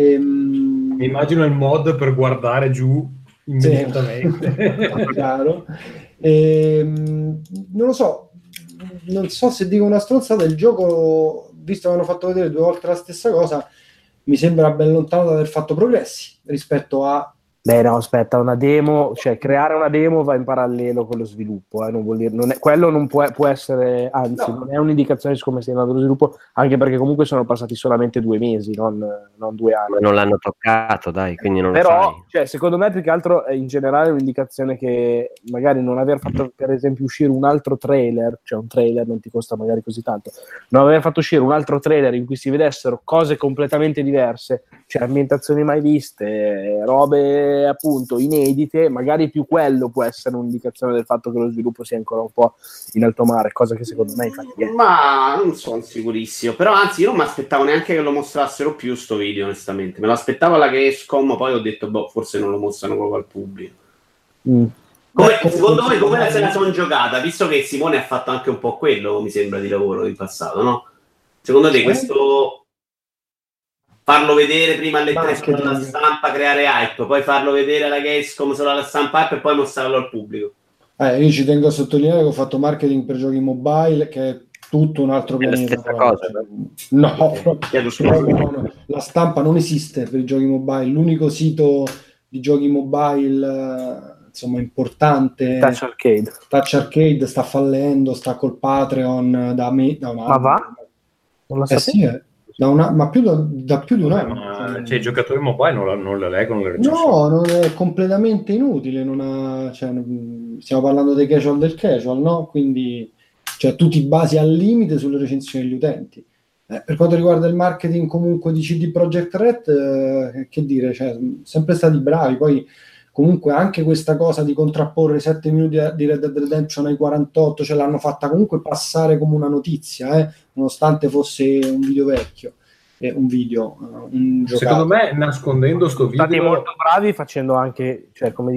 [SPEAKER 1] Mi immagino il mod per guardare giù immediatamente.
[SPEAKER 4] Sì, chiaro. Non lo so, non so se dico una stronzata, il gioco, visto che hanno fatto vedere 2 volte la stessa cosa, mi sembra ben lontano da aver fatto progressi rispetto a...
[SPEAKER 3] Beh no, aspetta, una demo, cioè creare una demo va in parallelo con lo sviluppo, non vuol dire, quello non può essere, anzi, non è un'indicazione su come stia andando lo sviluppo, anche perché comunque sono passati solamente 2 mesi, non 2 anni.
[SPEAKER 8] Ma non l'hanno toccato, dai, quindi non
[SPEAKER 3] però,
[SPEAKER 8] lo fai.
[SPEAKER 3] Cioè, secondo me più che altro è in generale un'indicazione che magari non aver fatto, per esempio, uscire un altro trailer, cioè un trailer non ti costa magari così tanto, non aver fatto uscire un altro trailer in cui si vedessero cose completamente diverse, cioè ambientazioni mai viste, robe appunto inedite, magari più quello può essere un'indicazione del fatto che lo sviluppo sia ancora un po' in alto mare, cosa che secondo me infatti è.
[SPEAKER 5] Ma non sono sicurissimo, però anzi io non mi aspettavo neanche che lo mostrassero più sto video, onestamente me lo aspettavo alla Gamescom, poi ho detto forse non lo mostrano proprio al pubblico. Secondo voi come se la sono giocata, visto che Simone ha fatto anche un po' quello, mi sembra, di lavoro in passato, no? Secondo te questo farlo vedere prima alle 3 solo alla stampa, creare hype, poi farlo vedere alla Gamescom solo alla stampa hype e poi mostrarlo al pubblico?
[SPEAKER 4] Io ci tengo a sottolineare che ho fatto marketing per giochi mobile, che è tutto un altro pianeta.
[SPEAKER 8] È la stessa cosa,
[SPEAKER 4] no, la stampa non esiste per i giochi mobile, l'unico sito di giochi mobile insomma importante,
[SPEAKER 3] Touch
[SPEAKER 4] Arcade sta fallendo, sta col Patreon da un anno.
[SPEAKER 3] Ma va? Non lo sapevo.
[SPEAKER 4] Sì, ma da più di un anno.
[SPEAKER 1] I giocatori mobile non le leggono le recensioni.
[SPEAKER 4] No, non è completamente inutile. Stiamo parlando dei casual del casual, no? Quindi tu ti basi al limite sulle recensioni degli utenti. Per quanto riguarda il marketing comunque di CD Projekt Red, che dire, sempre stati bravi. Poi comunque anche questa cosa di contrapporre 7 minuti di Red Dead Redemption ai 48, l'hanno fatta comunque passare come una notizia, nonostante fosse un video vecchio, un giocato.
[SPEAKER 1] Secondo me, nascondendo sto video,
[SPEAKER 3] stati molto bravi facendo anche,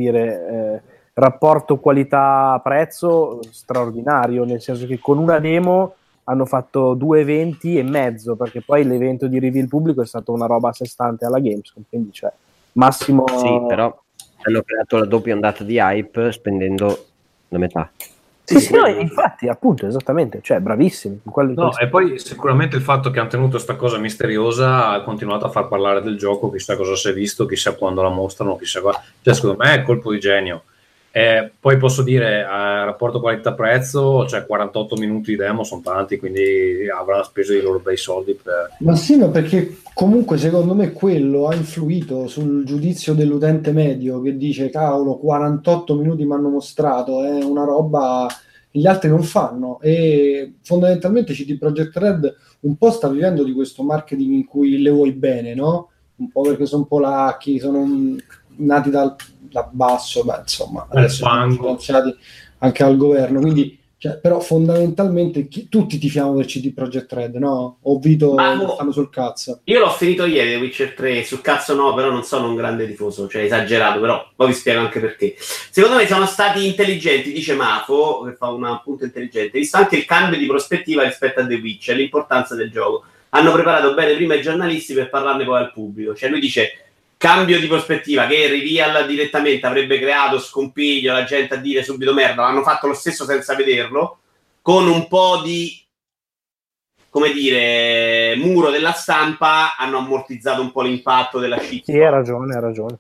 [SPEAKER 3] rapporto qualità-prezzo straordinario, nel senso che con una demo hanno fatto 2 eventi e mezzo, perché poi l'evento di reveal pubblico è stato una roba a sé stante alla Gamescom, quindi massimo.
[SPEAKER 8] Sì, però hanno creato la doppia ondata di hype spendendo la metà.
[SPEAKER 3] Sì, no, infatti, appunto, esattamente, bravissimi.
[SPEAKER 1] E poi sicuramente il fatto che hanno tenuto sta cosa misteriosa ha continuato a far parlare del gioco, chissà cosa si è visto, chissà quando la mostrano, chissà cosa. Secondo me è colpo di genio. Poi posso dire, rapporto qualità-prezzo, 48 minuti di demo sono tanti, quindi avranno speso i loro bei soldi per...
[SPEAKER 4] Ma sì, ma perché comunque secondo me quello ha influito sul giudizio dell'utente medio, che dice cavolo, 48 minuti mi hanno mostrato, è una roba che gli altri non fanno. E fondamentalmente CD Projekt Red un po' sta vivendo di questo marketing in cui le vuoi bene, no? Un po' perché sono polacchi, sono nati da basso, insomma, adesso sono finanziati anche al governo, quindi però fondamentalmente tutti tifiamo per CD Projekt Red, no? Ho Vito stanno sul cazzo.
[SPEAKER 5] Io l'ho finito ieri The Witcher 3, sul cazzo no, però non sono un grande tifoso, esagerato, però poi vi spiego anche perché. Secondo me sono stati intelligenti, dice Mafo, che fa un appunto intelligente, visto anche il cambio di prospettiva rispetto a The Witcher, l'importanza del gioco. Hanno preparato bene prima i giornalisti per parlarne poi al pubblico, lui dice cambio di prospettiva, che Reveal direttamente avrebbe creato scompiglio, la gente a dire subito merda, l'hanno fatto lo stesso senza vederlo, con un po' di, come dire, muro della stampa, hanno ammortizzato un po' l'impatto della shit.
[SPEAKER 3] Sì, hai ragione.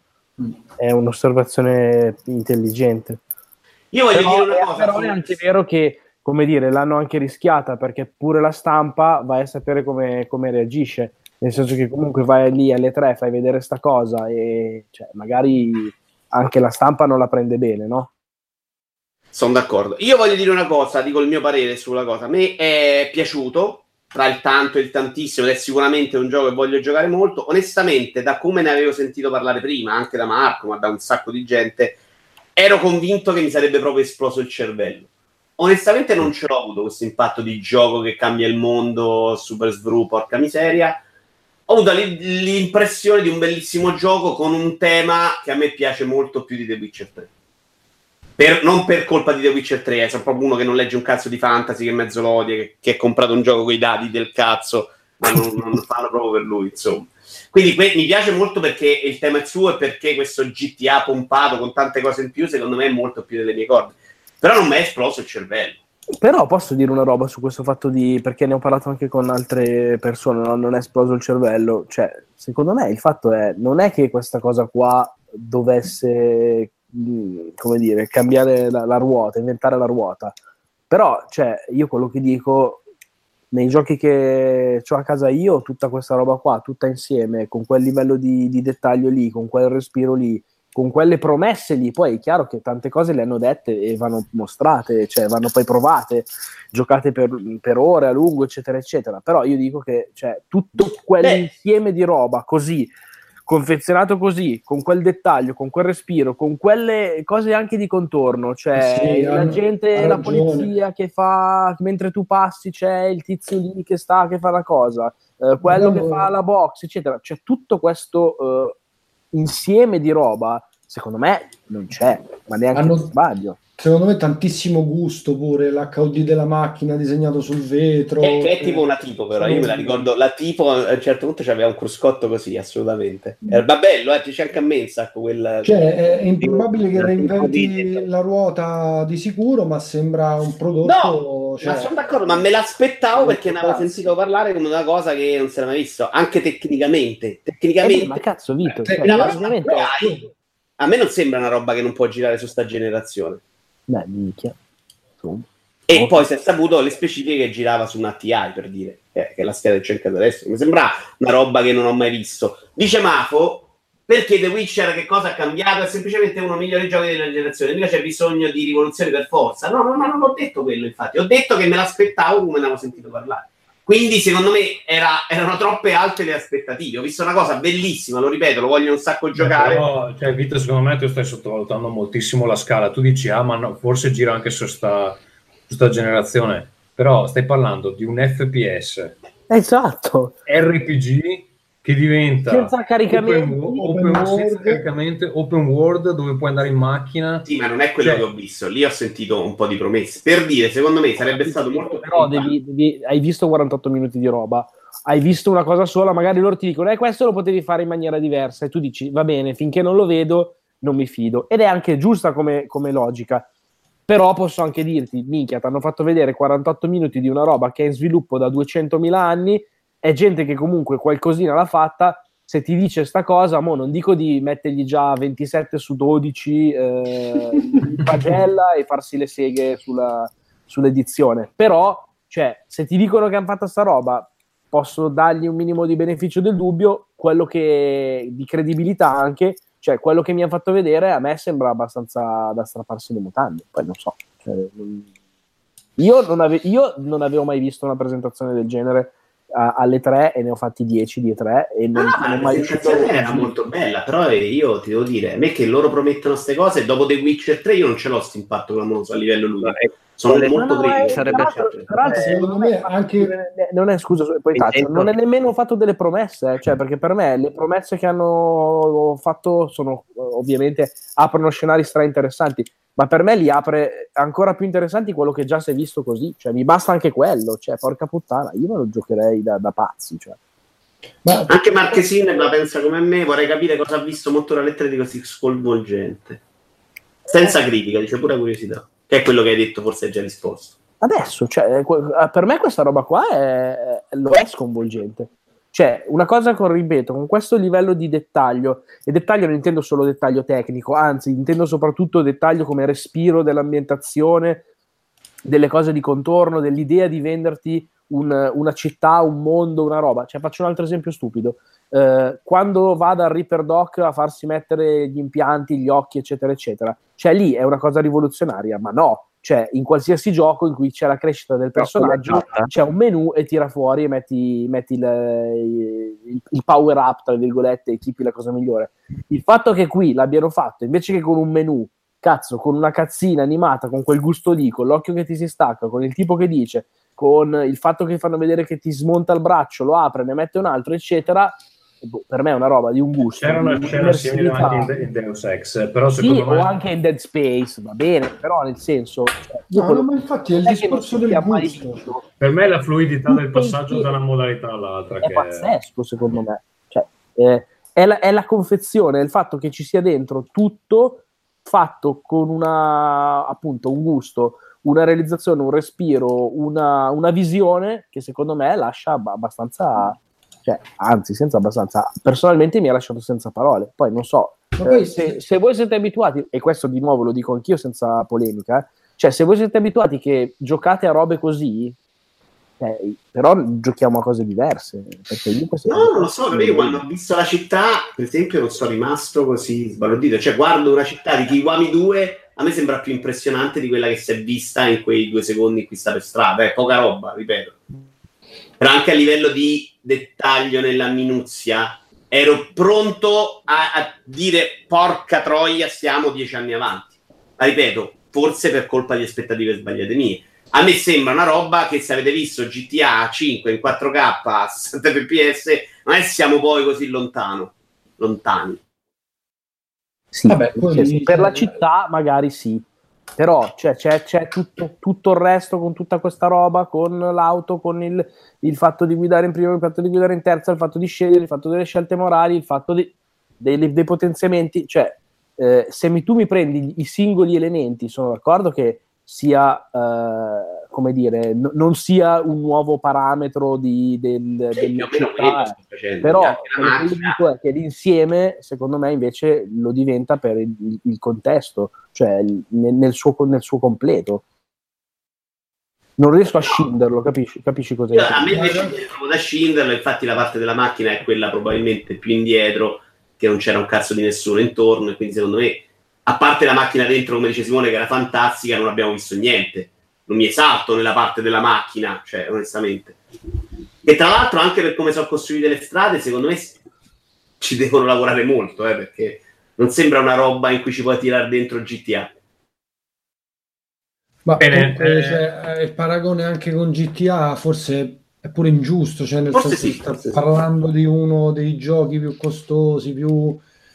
[SPEAKER 3] È un'osservazione intelligente.
[SPEAKER 5] Io voglio dire una cosa.
[SPEAKER 3] Però è anche vero che, come dire, l'hanno anche rischiata, perché pure la stampa vai a sapere come reagisce. Nel senso che comunque vai lì alle 3, fai vedere sta cosa e magari anche la stampa non la prende bene, no?
[SPEAKER 5] Sono d'accordo. Io voglio dire una cosa, dico il mio parere sulla cosa. A me è piaciuto, tra il tanto e il tantissimo, ed è sicuramente un gioco che voglio giocare molto. Onestamente, da come ne avevo sentito parlare prima, anche da Marco, ma da un sacco di gente, ero convinto che mi sarebbe proprio esploso il cervello. Onestamente non ce l'ho avuto questo impatto di gioco che cambia il mondo, super svru, porca miseria. Ho avuto l'impressione di un bellissimo gioco con un tema che a me piace molto più di The Witcher 3. Non per colpa di The Witcher 3, sono proprio uno che non legge un cazzo di fantasy, che mezzo lo odia, che ha comprato un gioco con i dadi del cazzo, ma non fanno proprio per lui, insomma. Quindi mi piace molto perché il tema è suo e perché questo GTA pompato con tante cose in più, secondo me è molto più delle mie corde. Però non mi è esploso il cervello.
[SPEAKER 3] Però posso dire una roba su questo fatto perché ne ho parlato anche con altre persone, no? Non è esploso il cervello, secondo me il fatto non è che questa cosa qua dovesse, come dire, cambiare la ruota, inventare la ruota, però io quello che dico, nei giochi che ho a casa io, tutta questa roba qua, tutta insieme, con quel livello di dettaglio lì, con quel respiro lì, con quelle promesse lì, poi è chiaro che tante cose le hanno dette e vanno mostrate, vanno poi provate, giocate per ore a lungo, eccetera, eccetera. Però io dico che tutto quell'insieme di roba così, confezionato così, con quel dettaglio, con quel respiro, con quelle cose anche di contorno, la gente, la polizia che fa, mentre tu passi c'è il tizio lì che fa la cosa, quello che fa la box, eccetera. Tutto questo insieme di roba, secondo me non c'è, ma neanche sbaglio.
[SPEAKER 4] Secondo me tantissimo gusto pure, l'HUD della macchina disegnato sul vetro.
[SPEAKER 5] È tipo una tipo, però io me la ricordo, la tipo a un certo punto c'aveva un cruscotto così, assolutamente. Era bello, piace anche a me un sacco quella...
[SPEAKER 4] è improbabile che reinventi la ruota di sicuro, ma sembra un prodotto...
[SPEAKER 5] No, ma sono d'accordo, ma me l'aspettavo perché ne avevo sentito parlare come una cosa che non si era mai visto, anche tecnicamente.
[SPEAKER 3] Ma cazzo, Vito,
[SPEAKER 5] a me non sembra una roba che non può girare su sta generazione.
[SPEAKER 3] Beh, minchia.
[SPEAKER 5] E poi si è saputo le specifiche che girava su una TI, per dire, che è la scheda del cercato adesso. Mi sembra una roba che non ho mai visto. Dice Mafo, perché The Witcher che cosa ha cambiato? È semplicemente uno dei migliori giochi della generazione, mica c'è bisogno di rivoluzione per forza. No, ma non ho detto quello, infatti. Ho detto che me l'aspettavo come ne avevo sentito parlare. Quindi secondo me erano troppe alte le aspettative. Ho visto una cosa bellissima, lo ripeto, lo voglio un sacco giocare.
[SPEAKER 1] Però, cioè, Vito, secondo me tu stai sottovalutando moltissimo la scala. Tu dici, ma no, forse gira anche su sta generazione, però stai parlando di un FPS,
[SPEAKER 3] esatto,
[SPEAKER 1] RPG che diventa
[SPEAKER 3] senza caricamento,
[SPEAKER 1] open world, dove puoi andare in macchina.
[SPEAKER 5] Sì, ma non è quello che ho visto. Lì ho sentito un po' di promesse. Per dire, secondo me sarebbe stato molto.
[SPEAKER 3] Però hai visto 48 minuti di roba, hai visto una cosa sola, magari loro ti dicono questo lo potevi fare in maniera diversa e tu dici va bene, finché non lo vedo non mi fido, ed è anche giusta come logica. Però posso anche dirti, minchia, ti hanno fatto vedere 48 minuti di una roba che è in sviluppo da 200.000 anni, è gente che comunque qualcosina l'ha fatta, se ti dice sta cosa, mo non dico di mettergli già 27 su 12 in pagella e farsi le seghe sull'edizione, però, cioè, se ti dicono che hanno fatto sta roba, posso dargli un minimo di beneficio del dubbio, quello che di credibilità anche, cioè quello che mi ha fatto vedere a me sembra abbastanza da strapparsi le mutande. Poi non so, cioè, io non avevo mai visto una presentazione del genere alle 3 e ne ho fatti 10 di 3 e non
[SPEAKER 5] mai la presentazione era molto bella, però io ti devo dire, a me che loro promettono queste cose, dopo The Witcher 3 io non ce l'ho sto impatto clamoroso a livello ludico. Sono molto critico.
[SPEAKER 3] Tra l'altro secondo me anche non è, scusa, poi taccio, non è nemmeno fatto delle promesse, cioè, perché per me le promesse che hanno fatto sono ovviamente aprono scenari stra interessanti, ma per me li apre ancora più interessanti quello che già si è visto così, cioè mi basta anche quello, cioè porca puttana, io me lo giocherei da pazzi, cioè.
[SPEAKER 5] Ma anche Marchesin la pensa come me, vorrei capire cosa ha visto molto la lettera di così sconvolgente, senza critica, dice pura curiosità, che è quello che hai detto, forse hai già risposto
[SPEAKER 3] adesso, cioè, per me questa roba qua lo è sconvolgente. Cioè, una cosa ripeto, con questo livello di dettaglio, e dettaglio non intendo solo dettaglio tecnico, anzi intendo soprattutto dettaglio come respiro dell'ambientazione, delle cose di contorno, dell'idea di venderti una città, un mondo, una roba. Cioè, faccio un altro esempio stupido. Quando va dal Reaper Doc a farsi mettere gli impianti, gli occhi, eccetera, eccetera, cioè lì è una cosa rivoluzionaria, ma no. Cioè, in qualsiasi gioco in cui c'è la crescita del personaggio, c'è un menu e tira fuori e metti il power up, tra virgolette, equipi la cosa migliore. Il fatto che qui l'abbiano fatto, invece che con un menu, cazzo, con una cazzina animata, con quel gusto lì, con l'occhio che ti si stacca, con il tipo che dice, con il fatto che fanno vedere che ti smonta il braccio, lo apre, ne mette un altro, eccetera, per me è una roba di un gusto.
[SPEAKER 1] C'era simile anche in Deus Ex, però secondo me...
[SPEAKER 3] o anche in Dead Space, va bene, però nel senso...
[SPEAKER 4] Cioè, ma infatti è il discorso del gusto.
[SPEAKER 1] Per me è la fluidità del passaggio da una modalità all'altra.
[SPEAKER 3] È pazzesco, secondo me. Cioè, è la confezione, il fatto che ci sia dentro tutto fatto con appunto un gusto, una realizzazione, un respiro, una visione che secondo me lascia abbastanza... Cioè, anzi, senza abbastanza. Personalmente mi ha lasciato senza parole. Poi non so, se voi siete abituati, e questo di nuovo lo dico anch'io senza polemica, cioè se voi siete abituati che giocate a robe così, però giochiamo a cose diverse. Perché io
[SPEAKER 5] non lo so, io quando ho visto la città, per esempio, non sono rimasto così sbalordito. Cioè, guardo una città di Kiwami 2, a me sembra più impressionante di quella che si è vista in quei 2 secondi in cui sta per strada. È poca roba, ripeto. Però anche a livello di dettaglio nella minuzia ero pronto a dire porca troia, siamo 10 anni avanti, ma ripeto, forse per colpa di aspettative sbagliate mie. A me sembra una roba che, se avete visto GTA 5 in 4K a 60 fps, non è siamo poi così lontani.
[SPEAKER 3] Sì, vabbè, per la città magari sì, però c'è tutto il resto, con tutta questa roba, con l'auto, con il fatto di guidare in prima, il fatto di guidare in terza, il fatto di scegliere, il fatto delle scelte morali, il fatto dei potenziamenti. Cioè, se tu mi prendi i singoli elementi, sono d'accordo che sia come dire, non sia un nuovo parametro del città, però quello che dico è che l'insieme, secondo me, invece lo diventa per il contesto, cioè nel suo completo. non riesco a scinderlo, capisci cosa
[SPEAKER 5] io, a me invece da scinderlo, infatti la parte della macchina è quella probabilmente più indietro, che non c'era un cazzo di nessuno intorno, e quindi secondo me, a parte la macchina dentro, come dice Simone, che era fantastica, non abbiamo visto niente. Non mi esalto nella parte della macchina, cioè onestamente. E tra l'altro anche per come sono costruite le strade, secondo me ci devono lavorare molto, perché non sembra una roba in cui ci puoi tirare dentro GTA.
[SPEAKER 4] Ma comunque, il paragone anche con GTA forse è pure ingiusto, cioè nel
[SPEAKER 5] Forse
[SPEAKER 4] senso
[SPEAKER 5] sì,
[SPEAKER 4] parlando di uno dei giochi più costosi, più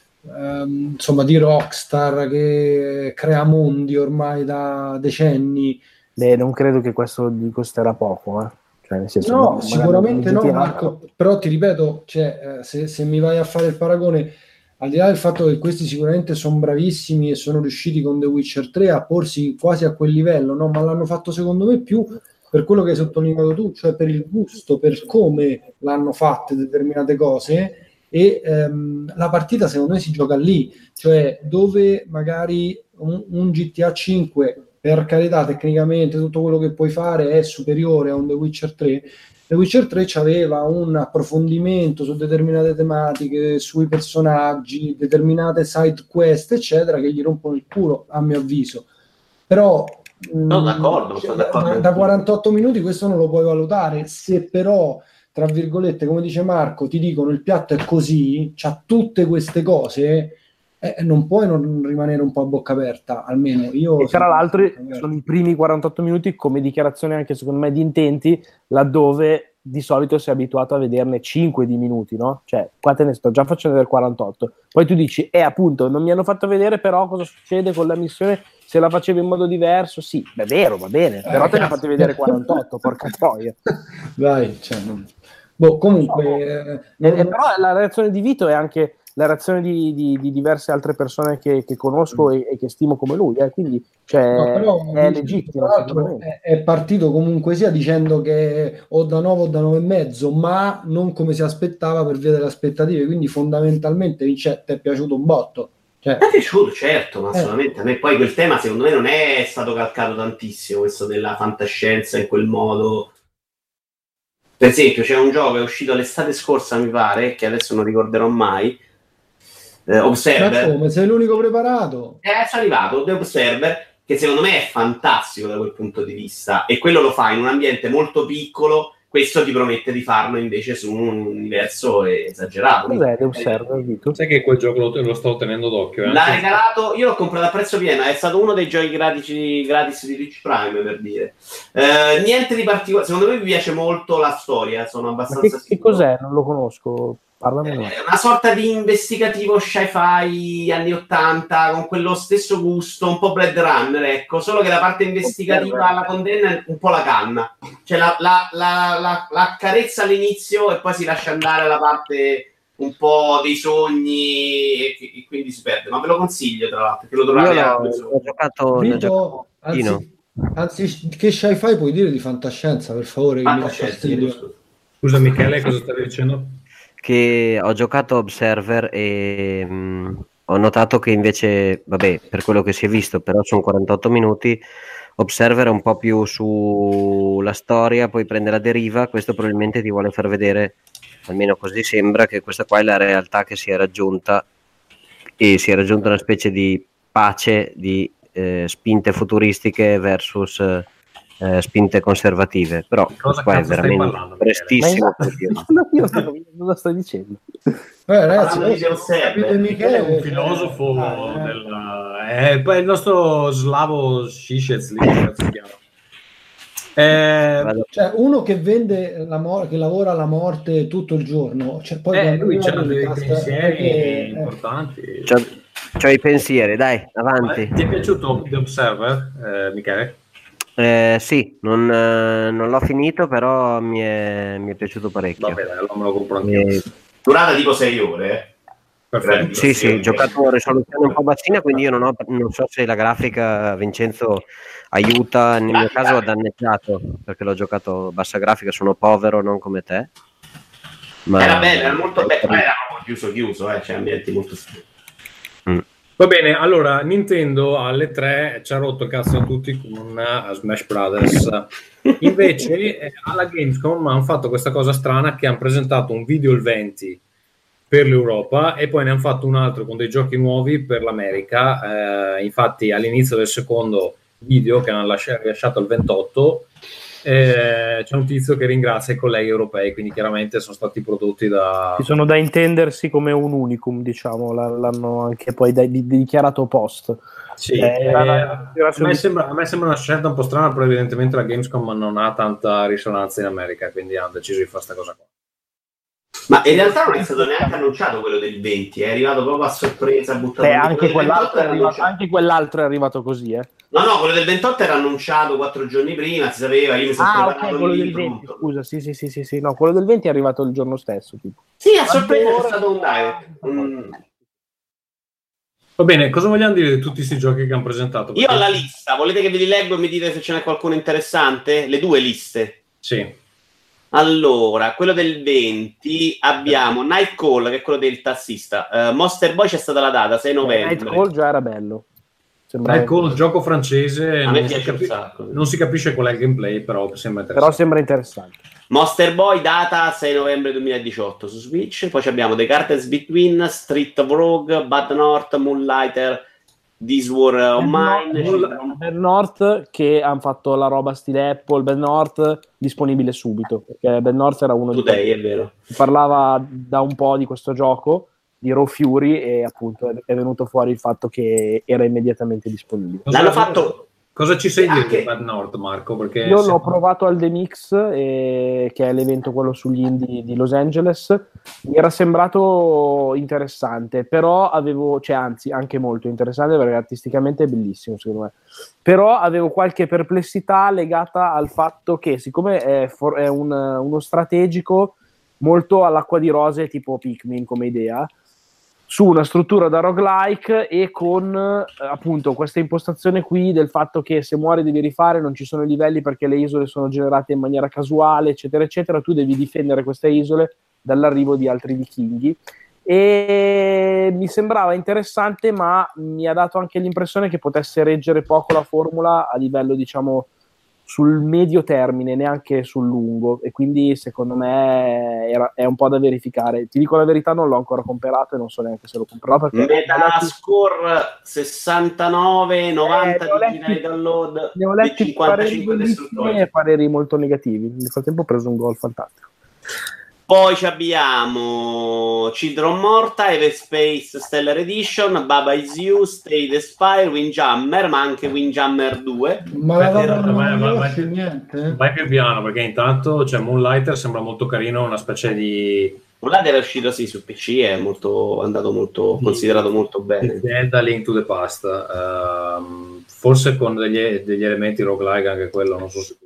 [SPEAKER 4] insomma di Rockstar, che crea mondi ormai da decenni.
[SPEAKER 3] Non credo che questo gli costerà poco, Cioè, nel senso,
[SPEAKER 4] no, sicuramente no,
[SPEAKER 3] GTA...
[SPEAKER 4] Marco, però ti ripeto, cioè, se mi vai a fare il paragone, al di là del fatto che questi sicuramente sono bravissimi e sono riusciti con The Witcher 3 a porsi quasi a quel livello, no? Ma l'hanno fatto secondo me più per quello che hai sottolineato tu, cioè per il gusto, per come l'hanno fatte determinate cose, e la partita secondo me si gioca lì, cioè dove magari un GTA 5, per carità, tecnicamente tutto quello che puoi fare è superiore a un The Witcher 3. The Witcher 3 aveva un approfondimento su determinate tematiche, sui personaggi, determinate side quest, eccetera, che gli rompono il culo, a mio avviso. Però
[SPEAKER 5] no, d'accordo, sono d'accordo.
[SPEAKER 4] Da 48 minuti questo non lo puoi valutare. Se però, tra virgolette, come dice Marco, ti dicono il piatto è così, c'ha tutte queste cose, non puoi non rimanere un po' a bocca aperta, almeno io.
[SPEAKER 3] E tra l'altro sono i primi 48 minuti come dichiarazione anche secondo me di intenti, laddove di solito sei abituato a vederne 5 di minuti, no? Cioè, qua te ne sto già facendo del 48. Poi tu dici, appunto, non mi hanno fatto vedere però cosa succede con la missione se la facevo in modo diverso. Sì, è vero, va bene, però te ne ho fatti vedere 48, porca troia.
[SPEAKER 4] Dai, cioè, comunque...
[SPEAKER 3] Però la reazione di Vito è anche la reazione di diverse altre persone che conosco e che stimo come lui, quindi però, è legittimo.
[SPEAKER 4] È partito comunque sia dicendo che o da 9 o da 9,5, ma non come si aspettava per via delle aspettative, quindi fondamentalmente ti è piaciuto un botto.
[SPEAKER 5] Cioè, mi è piaciuto, certo, ma assolutamente. A me poi quel tema secondo me non è stato calcato tantissimo, questo della fantascienza in quel modo. Per esempio c'è un gioco che è uscito l'estate scorsa, mi pare, che adesso non ricorderò mai, Observer.
[SPEAKER 4] Ma come? Sei l'unico preparato?
[SPEAKER 5] Sono arrivato, The Observer, che secondo me è fantastico da quel punto di vista, e quello lo fa in un ambiente molto piccolo. Questo ti promette di farlo invece su un universo esagerato.
[SPEAKER 3] Cos'è The Observer, Vito?
[SPEAKER 1] Sai che quel gioco lo sto tenendo d'occhio?
[SPEAKER 5] L'ha regalato, io l'ho comprato a prezzo pieno, è stato uno dei giochi gratis di Twitch Prime, per dire. Niente di particolare, secondo me mi piace molto la storia, sono abbastanza
[SPEAKER 3] che cos'è? Non lo conosco. Parlamene.
[SPEAKER 5] È una sorta di investigativo sci-fi anni 80 con quello stesso gusto, un po' Blade Runner, ecco, solo che la parte investigativa la condanna un po' la canna, cioè la accarezza all'inizio e poi si lascia andare alla parte un po' dei sogni e quindi si perde, ma ve lo consiglio tra l'altro, che lo trovate
[SPEAKER 8] ho giocato
[SPEAKER 4] anzi che sci-fi puoi dire di fantascienza, per favore, che mi
[SPEAKER 1] scusa Michele, cosa stavi dicendo?
[SPEAKER 8] Che ho giocato Observer e ho notato che invece, vabbè, per quello che si è visto, però sono 48 minuti, Observer è un po' più sulla storia, poi prende la deriva. Questo probabilmente ti vuole far vedere, almeno così sembra, che questa qua è la realtà che si è raggiunta, e si è raggiunta una specie di pace di spinte futuristiche versus spinte conservative, però qua è veramente prestissimo.
[SPEAKER 3] Non lo sto dicendo.
[SPEAKER 4] Ragazzi,
[SPEAKER 1] Michele è un filosofo poi il nostro Slavo Zizek
[SPEAKER 4] cioè uno che vende che lavora alla morte tutto il giorno, cioè, poi
[SPEAKER 1] lui c'ha dei pensieri importanti,
[SPEAKER 8] c'ha i pensieri, dai, avanti.
[SPEAKER 1] Ti è piaciuto The Observer, Michele?
[SPEAKER 8] Sì, non l'ho finito, però mi è piaciuto parecchio.
[SPEAKER 1] Vabbè, allora me lo compro anche.
[SPEAKER 5] Durata tipo 6 ore.
[SPEAKER 8] Perfetto. Sì, ho giocato risoluzione un po' bassina, quindi io non so se la grafica, Vincenzo, aiuta. Nel mio caso ho danneggiato, perché l'ho giocato bassa grafica, sono povero, non come te. Ma
[SPEAKER 5] era bello, era molto bello, era proprio chiuso, cioè ambienti molto
[SPEAKER 1] Va bene, allora Nintendo alle 3 ci ha rotto il cazzo a tutti con Smash Brothers. Invece alla Gamescom hanno fatto questa cosa strana che hanno presentato un video il 20 per l'Europa e poi ne hanno fatto un altro con dei giochi nuovi per l'America. Infatti all'inizio del secondo video che hanno rilasciato il 28 c'è un tizio che ringrazia i colleghi europei, quindi chiaramente sono stati prodotti da...
[SPEAKER 3] Ci sono da intendersi come un unicum, diciamo, l'hanno anche poi dichiarato post.
[SPEAKER 1] Sì, a me sembra una scelta un po' strana, però evidentemente la Gamescom non ha tanta risonanza in America, quindi hanno deciso di fare questa cosa qua.
[SPEAKER 5] Ma in realtà non è stato neanche annunciato quello del 20, è arrivato proprio a sorpresa, buttato
[SPEAKER 3] anche quell'altro è arrivato così,
[SPEAKER 5] No, quello del 28 era annunciato 4 giorni prima, si sapeva, io mi sono preparato
[SPEAKER 3] quello del 20, scusa, sì, no, quello del 20 è arrivato il giorno stesso, tipo.
[SPEAKER 5] Sì, a sorpresa è stato un direct.
[SPEAKER 1] Va bene, cosa vogliamo dire di tutti questi giochi che hanno presentato?
[SPEAKER 5] Io ho la lista, volete che ve li leggo e mi dite se ce n'è qualcuno interessante? Le due liste.
[SPEAKER 1] Sì.
[SPEAKER 5] Allora, quello del 20 abbiamo Nightcall, che è quello del tassista. Monster Boy c'è stata la data, 6 novembre.
[SPEAKER 3] Nightcall già era bello.
[SPEAKER 1] Nightcall, gioco francese,
[SPEAKER 5] a me piace un sacco.
[SPEAKER 1] Non si capisce qual è il gameplay, però
[SPEAKER 3] sembra interessante.
[SPEAKER 5] Monster Boy, data 6 novembre 2018 su Switch. Poi abbiamo The Cartels Between, Street of Rogue, Bad North, Moonlighter, This War of Mine.
[SPEAKER 3] Bad North, che hanno fatto la roba stile Apple. Bad North disponibile subito, perché Bad North era uno
[SPEAKER 5] è vero.
[SPEAKER 3] Parlava da un po' di questo gioco di Raw Fury e appunto è venuto fuori il fatto che era immediatamente disponibile.
[SPEAKER 5] L'hanno fatto.
[SPEAKER 1] Cosa ci sai dire di Bad North, Marco? Perché
[SPEAKER 3] io l'ho provato al The Mix, che è l'evento quello sugli indie di Los Angeles. Mi era sembrato interessante, però anzi anche molto interessante, perché artisticamente è bellissimo secondo me. Però avevo qualche perplessità legata al fatto che, siccome è uno strategico molto all'acqua di rose tipo Pikmin come idea, su una struttura da roguelike e con appunto questa impostazione qui del fatto che se muori devi rifare, non ci sono i livelli perché le isole sono generate in maniera casuale, eccetera eccetera, tu devi difendere queste isole dall'arrivo di altri vichinghi, e mi sembrava interessante, ma mi ha dato anche l'impressione che potesse reggere poco la formula a livello, diciamo, sul medio termine, neanche sul lungo, e quindi secondo me è un po' da verificare. Ti dico la verità, non l'ho ancora comprato e non so neanche se lo comprerò, perché
[SPEAKER 5] Metascore 69, 90 digitali download,
[SPEAKER 3] ne ho letti
[SPEAKER 5] 55 distruttori
[SPEAKER 3] e pareri molto negativi. Nel frattempo ho preso un gol fantastico.
[SPEAKER 5] Poi abbiamo Children Morta, Everspace Stellar Edition, Baba Is You, Stay the Spire, Windjammer, ma anche Windjammer 2.
[SPEAKER 4] Ma niente.
[SPEAKER 1] Vai più piano, perché intanto Moonlighter sembra molto carino, una specie di...
[SPEAKER 5] Moonlighter è uscito su PC, è andato molto considerato molto bene.
[SPEAKER 1] Da Link to the Past, forse con degli elementi roguelike, anche quello, non so sicuro.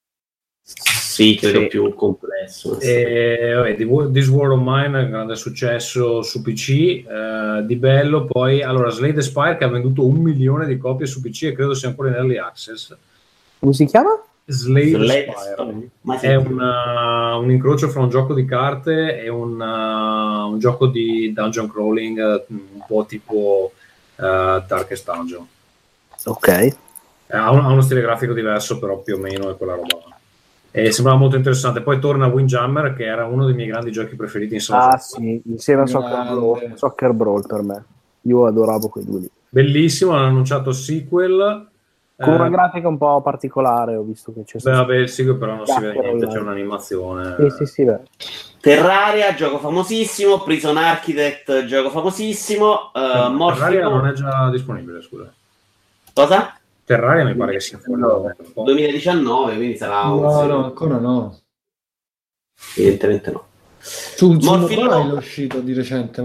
[SPEAKER 5] Sì, credo più complesso.
[SPEAKER 1] This War of Mine, grande successo su PC, di bello. Poi allora Slay the Spire, che ha venduto 1 milione di copie su PC e credo sia ancora in early access.
[SPEAKER 3] Come si chiama?
[SPEAKER 1] Slay the Spire. È un incrocio fra un gioco di carte e un gioco di dungeon crawling, un po' tipo Darkest Dungeon.
[SPEAKER 3] Ok.
[SPEAKER 1] Ha uno stile grafico diverso, però più o meno è quella roba. E sembrava molto interessante. Poi torna Windjammer, che era uno dei miei grandi giochi preferiti in
[SPEAKER 3] sì, insieme a Soccer Brawl per me. Io adoravo quei due lì.
[SPEAKER 1] Bellissimo, hanno annunciato sequel
[SPEAKER 3] con una grafica un po' particolare, ho visto che c'è stato.
[SPEAKER 1] Vabbè, il sequel però non si vede niente, c'è un'animazione.
[SPEAKER 3] Sì, beh.
[SPEAKER 5] Terraria, gioco famosissimo. Prison Architect, gioco famosissimo.
[SPEAKER 1] Terraria non è già disponibile, scusa.
[SPEAKER 5] Cosa?
[SPEAKER 1] Terraria mi pare che sia fuori
[SPEAKER 5] 2019, quindi sarà
[SPEAKER 4] no, ancora no.
[SPEAKER 5] Evidentemente no.
[SPEAKER 4] Su mobile è uscito di recente,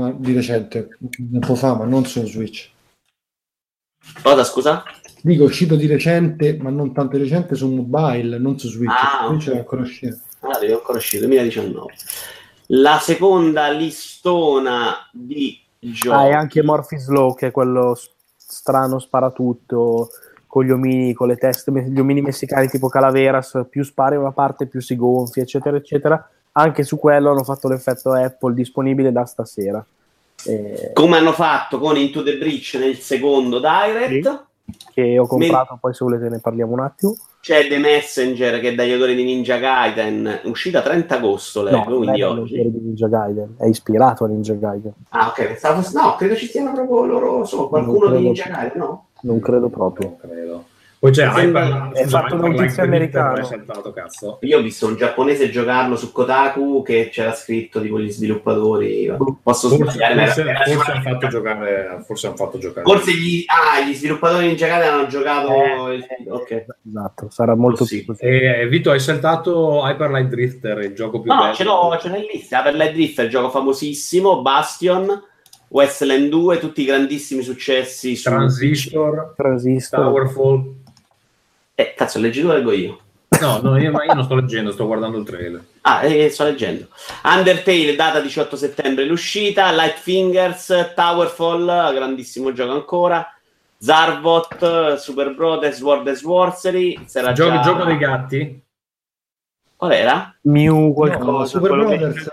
[SPEAKER 4] un po' fa, ma non su Switch.
[SPEAKER 5] Cosa, scusa?
[SPEAKER 4] Dico, è uscito di recente, ma non tanto recente, su mobile, non su Switch. Switch è ancora uscito.
[SPEAKER 5] Deve ancora uscito, 2019. La seconda listona di giochi.
[SPEAKER 3] E anche Morphe's Law, che è quello strano sparatutto con gli omini, con le teste, gli omini messicani tipo Calaveras, più spari una parte più si gonfia, eccetera eccetera. Anche su quello hanno fatto l'effetto Apple, disponibile da stasera.
[SPEAKER 5] Come hanno fatto con Into the Breach nel secondo Direct,
[SPEAKER 3] che ho comprato, poi se volete ne parliamo un attimo.
[SPEAKER 5] C'è The Messenger, che è dagli autori di Ninja Gaiden, uscita 30 agosto, leggo, quindi oggi.
[SPEAKER 3] Di Ninja Gaiden, è ispirato a Ninja Gaiden.
[SPEAKER 5] Ah, ok, pensavo no, credo ci siano proprio loro, qualcuno di Ninja Gaiden, no?
[SPEAKER 3] Non credo proprio.
[SPEAKER 1] Non credo. Poi c'è
[SPEAKER 3] è fatto da un tizio americano.
[SPEAKER 1] Saltato, cazzo.
[SPEAKER 5] Io ho visto un giapponese giocarlo su Kotaku che c'era scritto tipo gli sviluppatori. Posso sbagliare?
[SPEAKER 1] Forse hanno fatto giocare.
[SPEAKER 5] Forse gli sviluppatori di Ninja Gaiden hanno giocato. Ok,
[SPEAKER 3] esatto, sarà molto più così.
[SPEAKER 1] Vito, hai saltato Hyper Light Drifter, il gioco più bello.
[SPEAKER 5] No, ce l'ho in lista. Hyper Light Drifter, il gioco famosissimo, Bastion, Wasteland 2, tutti i grandissimi successi su
[SPEAKER 1] Transistor. Towerfall.
[SPEAKER 5] Cazzo, leggi tu o leggo io?
[SPEAKER 1] No, io non sto leggendo, sto guardando il trailer.
[SPEAKER 5] Sto leggendo. Undertale, data 18 settembre l'uscita. Light Fingers, Towerfall, grandissimo gioco ancora. Zarbot, Super Brothers, Sword and Sorcery.
[SPEAKER 1] Gioco dei gatti?
[SPEAKER 5] Qual era?
[SPEAKER 3] Mew qualcosa.
[SPEAKER 4] Super Brothers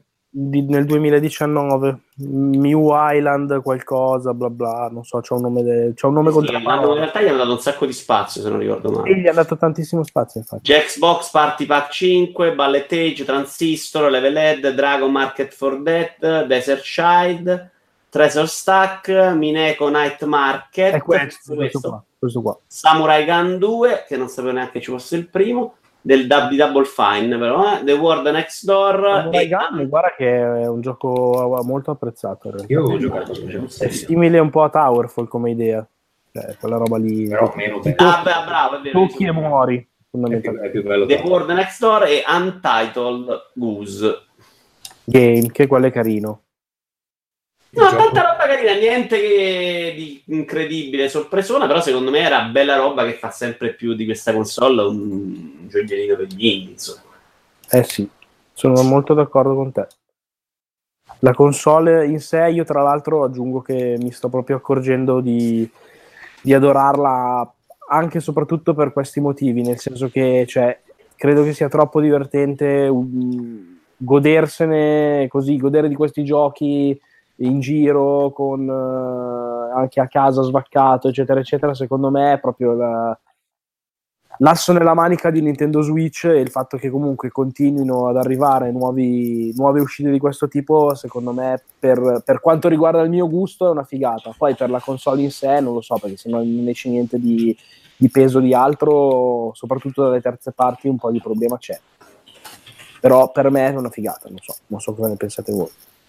[SPEAKER 3] nel 2019. Mew Island qualcosa, bla bla, non so, c'è un nome
[SPEAKER 5] in realtà gli hanno dato un sacco di spazio, se non ricordo male.
[SPEAKER 3] E gli ha dato tantissimo spazio, infatti.
[SPEAKER 5] Xbox Party Pack 5, Ballet Age, Transistor, Level Head, Dragon Market for Death, Desert Child, Treasure Stack, Mineco Night Market.
[SPEAKER 3] È questo qua.
[SPEAKER 5] Samurai Gun 2, che non sapevo neanche ci fosse il primo, del Double Fine, però The World Next Door.
[SPEAKER 3] Guarda che è un gioco molto apprezzato.
[SPEAKER 1] Io avevo giocato,
[SPEAKER 3] è simile un po' a Towerfall come idea, quella roba lì.
[SPEAKER 1] Però meno
[SPEAKER 5] bravo, è vero.
[SPEAKER 3] Tocchi e muori.
[SPEAKER 1] È più bello.
[SPEAKER 5] The World Next Door e Untitled Goose
[SPEAKER 3] Game, che quello è carino.
[SPEAKER 5] No, tanta roba carina, niente di incredibile, sorpresona, però secondo me era bella roba che fa sempre più di questa console un gioiellino per gli indie, insomma.
[SPEAKER 3] Sì, sono molto d'accordo con te. La console in sé, io tra l'altro aggiungo che mi sto proprio accorgendo di adorarla anche e soprattutto per questi motivi, nel senso che credo che sia troppo divertente godersene così, godere di questi giochi in giro con anche a casa svaccato eccetera eccetera. Secondo me è proprio l'asso nella manica di Nintendo Switch, e il fatto che comunque continuino ad arrivare nuove uscite di questo tipo, secondo me per quanto riguarda il mio gusto è una figata. Poi per la console in sé non lo so, perché se non esce niente di peso di altro, soprattutto dalle terze parti, un po' di problema c'è, però per me è una figata. Non so cosa ne pensate voi.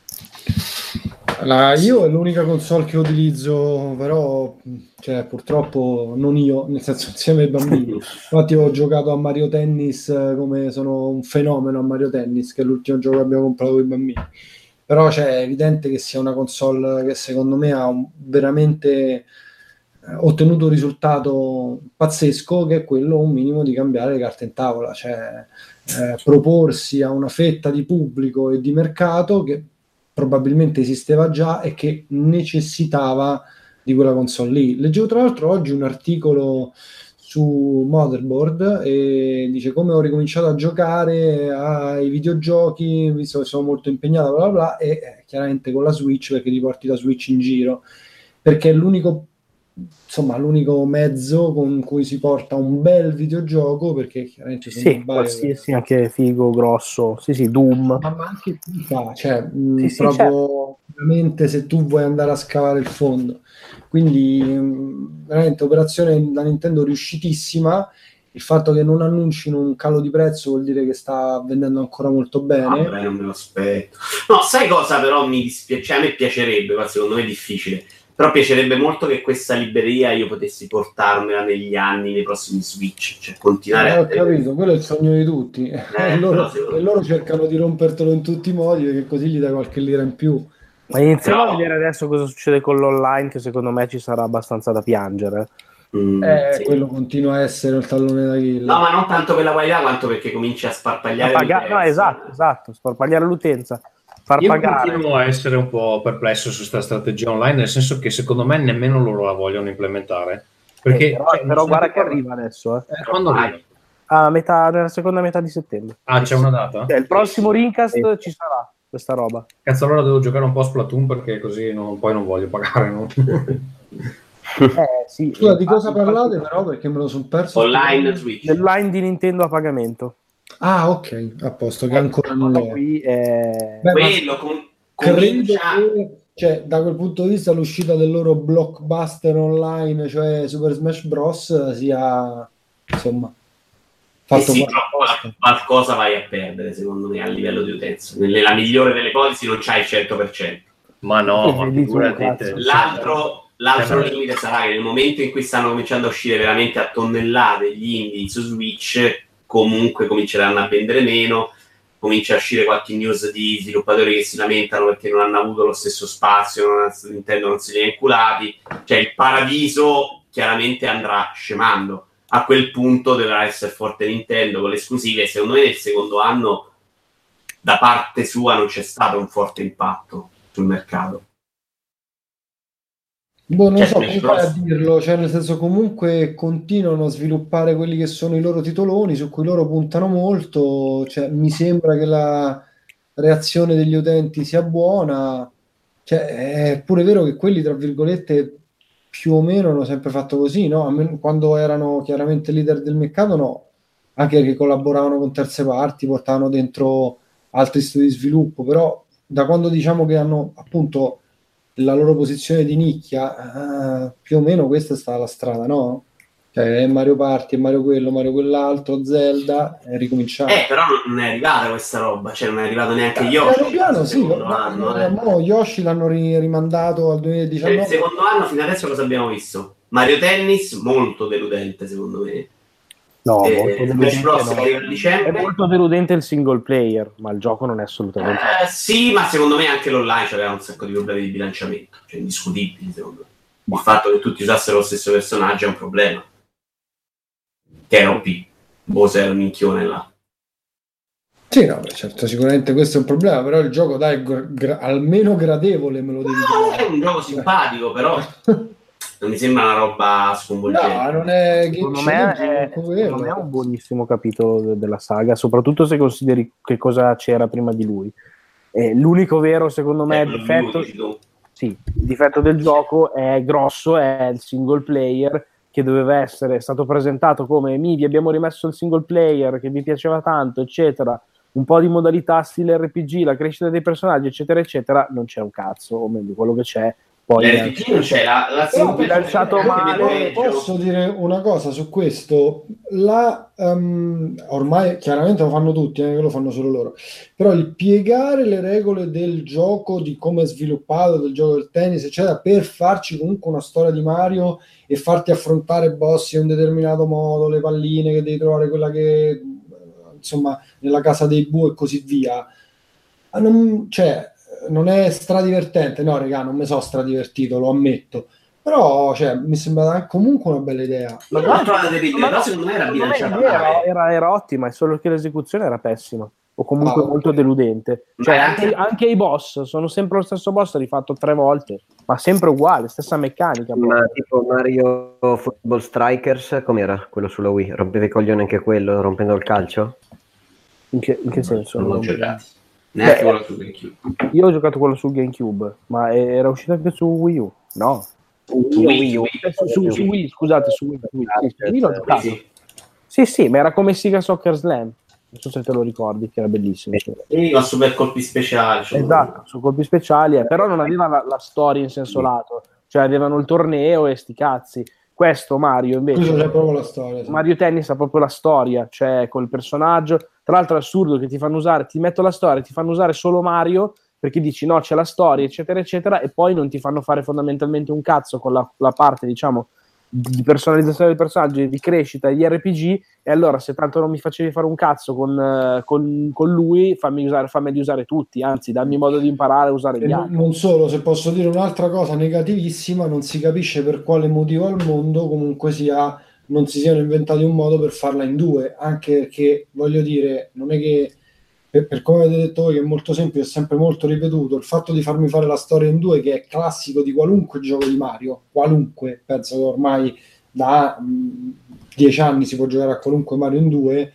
[SPEAKER 4] Io è l'unica console che utilizzo, però purtroppo non io, nel senso insieme ai bambini. Infatti ho giocato a Mario Tennis, come sono un fenomeno a Mario Tennis, che è l'ultimo gioco che abbiamo comprato con i bambini. Però è evidente che sia una console che secondo me ha veramente ottenuto un risultato pazzesco, che è quello un minimo di cambiare le carte in tavola, proporsi a una fetta di pubblico e di mercato che probabilmente esisteva già e che necessitava di quella console lì. Leggevo tra l'altro oggi un articolo su Motherboard e dice come ho ricominciato a giocare ai videogiochi visto che sono molto impegnato bla bla bla, e chiaramente con la Switch, perché ti porti la Switch in giro, perché è l'unico mezzo con cui si porta un bel videogioco, perché chiaramente
[SPEAKER 3] qualsiasi anche figo grosso, Doom,
[SPEAKER 4] ma anche proprio veramente se tu vuoi andare a scavare il fondo. Quindi veramente operazione da Nintendo riuscitississima. Il fatto che non annuncino un calo di prezzo vuol dire che sta vendendo ancora molto bene.
[SPEAKER 5] Non me lo aspetto. No, sai cosa però mi dispiace? A me piacerebbe, ma secondo me è difficile. Però piacerebbe molto che questa libreria io potessi portarmela negli anni, nei prossimi Switch, continuare
[SPEAKER 4] ho capito, quello è il sogno di tutti. E loro cercano di rompertelo in tutti i modi, perché così gli dai qualche lira in più.
[SPEAKER 3] Ma iniziamo a vedere adesso cosa succede con l'online, che secondo me ci sarà abbastanza da piangere.
[SPEAKER 4] Quello continua a essere il tallone d'Achille.
[SPEAKER 5] No, ma non tanto per la qualità quanto perché cominci a sparpagliare
[SPEAKER 3] no, esatto, sparpagliare l'utenza.
[SPEAKER 1] Io continuo a essere un po' perplesso su questa strategia online, nel senso che secondo me nemmeno loro la vogliono implementare, perché
[SPEAKER 3] però guarda che arriva adesso
[SPEAKER 1] quando arriva?
[SPEAKER 3] nella seconda metà di settembre.
[SPEAKER 1] C'è una data?
[SPEAKER 3] Il prossimo Rincast ci sarà questa roba.
[SPEAKER 1] Cazzo, allora devo giocare un po' a Splatoon perché così poi non voglio pagare, no?
[SPEAKER 3] Sì,
[SPEAKER 4] Scusa, di cosa parlate però? Perché me lo sono perso.
[SPEAKER 5] Online Switch.
[SPEAKER 3] Dell'line di Nintendo a pagamento.
[SPEAKER 4] Ah, ok, a posto, che ancora non è.
[SPEAKER 3] Qui è...
[SPEAKER 5] Quello
[SPEAKER 4] Credo che, cioè, da quel punto di vista l'uscita del loro blockbuster online, cioè Super Smash Bros, sia insomma fatto
[SPEAKER 5] sì, qualcosa vai a perdere secondo me a livello di utenza. Nella migliore delle ipotesi non c'hai il 100%.
[SPEAKER 1] Ma no, ma figurati.
[SPEAKER 5] L'altro limite sarà che nel momento in cui stanno cominciando a uscire veramente a tonnellate gli indie su Switch, comunque cominceranno a vendere meno, comincia a uscire qualche news di sviluppatori che si lamentano perché non hanno avuto lo stesso spazio, Nintendo non si li ha inculati, cioè il paradiso chiaramente andrà scemando. A quel punto dovrà essere forte Nintendo con le esclusive. Secondo me nel secondo anno da parte sua non c'è stato un forte impatto sul mercato.
[SPEAKER 4] Boh, non so come fai a dirlo, cioè nel senso comunque continuano a sviluppare quelli che sono i loro titoloni su cui loro puntano molto, cioè mi sembra che la reazione degli utenti sia buona, cioè è pure vero che quelli tra virgolette più o meno hanno sempre fatto così, no? Quando erano chiaramente leader del mercato no, anche che collaboravano con terze parti, portavano dentro altri studi di sviluppo, però da quando diciamo che hanno appunto la loro posizione di nicchia, più o meno questa è stata la strada, no? Cioè Mario Party, Mario quello, Mario quell'altro, Zelda, è ricominciato.
[SPEAKER 5] Però non è arrivata questa roba, cioè non è arrivato neanche Yoshi.
[SPEAKER 4] Piano, sì, no, Yoshi l'hanno rimandato al 2019.
[SPEAKER 5] Il secondo anno fino adesso cosa abbiamo visto? Mario Tennis, molto deludente secondo me.
[SPEAKER 3] No, molto deludente,
[SPEAKER 5] Bros, no.
[SPEAKER 3] È molto deludente il single player, ma il gioco non è assolutamente.
[SPEAKER 5] Sì, ma secondo me anche l'online aveva un sacco di problemi di bilanciamento, cioè indiscutibili secondo me. Il fatto che tutti usassero lo stesso personaggio è un problema. Che è OP. Bowser è un minchione là.
[SPEAKER 4] Sì, no, certo, sicuramente questo è un problema, però il gioco dai almeno gradevole, me lo devi dire.
[SPEAKER 5] È un gioco simpatico, però non mi sembra una roba sconvolgente.
[SPEAKER 4] No, non è
[SPEAKER 3] secondo me è un buonissimo capitolo della saga, soprattutto se consideri che cosa c'era prima di lui. L'unico vero, secondo me, il difetto del gioco è grosso, è il single player, che doveva essere stato presentato come vi abbiamo rimesso il single player che vi piaceva tanto, eccetera, un po' di modalità stile RPG, la crescita dei personaggi, eccetera, eccetera. Non c'è un cazzo, o meglio, quello che c'è poi
[SPEAKER 5] l'RPG non c'è, la
[SPEAKER 3] bilanciato male.
[SPEAKER 4] Posso dire una cosa su questo? Ormai chiaramente lo fanno tutti, che lo fanno solo loro, però il piegare le regole del gioco, di come è sviluppato, del gioco del tennis, eccetera, per farci comunque una storia di Mario e farti affrontare boss in un determinato modo, le palline che devi trovare, quella che insomma nella casa dei bue e così via, non è stradivertente, no regà, non mi so stradivertito, lo ammetto, però mi sembra comunque una bella idea.
[SPEAKER 5] Ma non l'ho trovata terribile, però secondo me era bilanciata.
[SPEAKER 3] Era ottima, è solo che l'esecuzione era pessima, o comunque molto deludente. Cioè anche i boss sono sempre lo stesso boss rifatto 3 volte, ma sempre uguale, stessa meccanica.
[SPEAKER 8] Ma tipo Mario Football Strikers, com'era quello sulla Wii? Rompeva i coglioni anche quello, rompendo il calcio?
[SPEAKER 3] In che senso?
[SPEAKER 5] Non l'ho giocato. Neanche quello su GameCube.
[SPEAKER 3] Io ho giocato quello su GameCube, ma era uscito anche su Wii U? No. Wii U. Su Wii, scusate, su Wii l'ho giocato. Sì, ma era come Sega Soccer Slam. Non so se te lo ricordi, che era bellissimo.
[SPEAKER 5] Con super colpi speciali.
[SPEAKER 3] Esatto, su colpi speciali, però non aveva la storia in senso lato. Cioè avevano il torneo e sti cazzi. Questo Mario invece
[SPEAKER 4] c'è proprio la storia, sì.
[SPEAKER 3] Mario Tennis ha proprio la storia, cioè col personaggio. Tra l'altro è assurdo che ti fanno usare, ti metto la storia, ti fanno usare solo Mario perché dici no, c'è la storia, eccetera, eccetera, e poi non ti fanno fare fondamentalmente un cazzo con la parte, diciamo, di personalizzazione del personaggio e di crescita e di RPG. E allora se tanto non mi facevi fare un cazzo con lui, fammi usare tutti, anzi dammi modo di imparare a usare gli altri.
[SPEAKER 4] Non solo, se posso dire un'altra cosa negativissima, non si capisce per quale motivo al mondo comunque sia non si siano inventati un modo per farla in 2, anche perché voglio dire, non è che per come avete detto voi, che è molto semplice, è sempre molto ripetuto, il fatto di farmi fare la storia in 2, che è classico di qualunque gioco di Mario, qualunque, penso che ormai da 10 anni si può giocare a qualunque Mario in 2,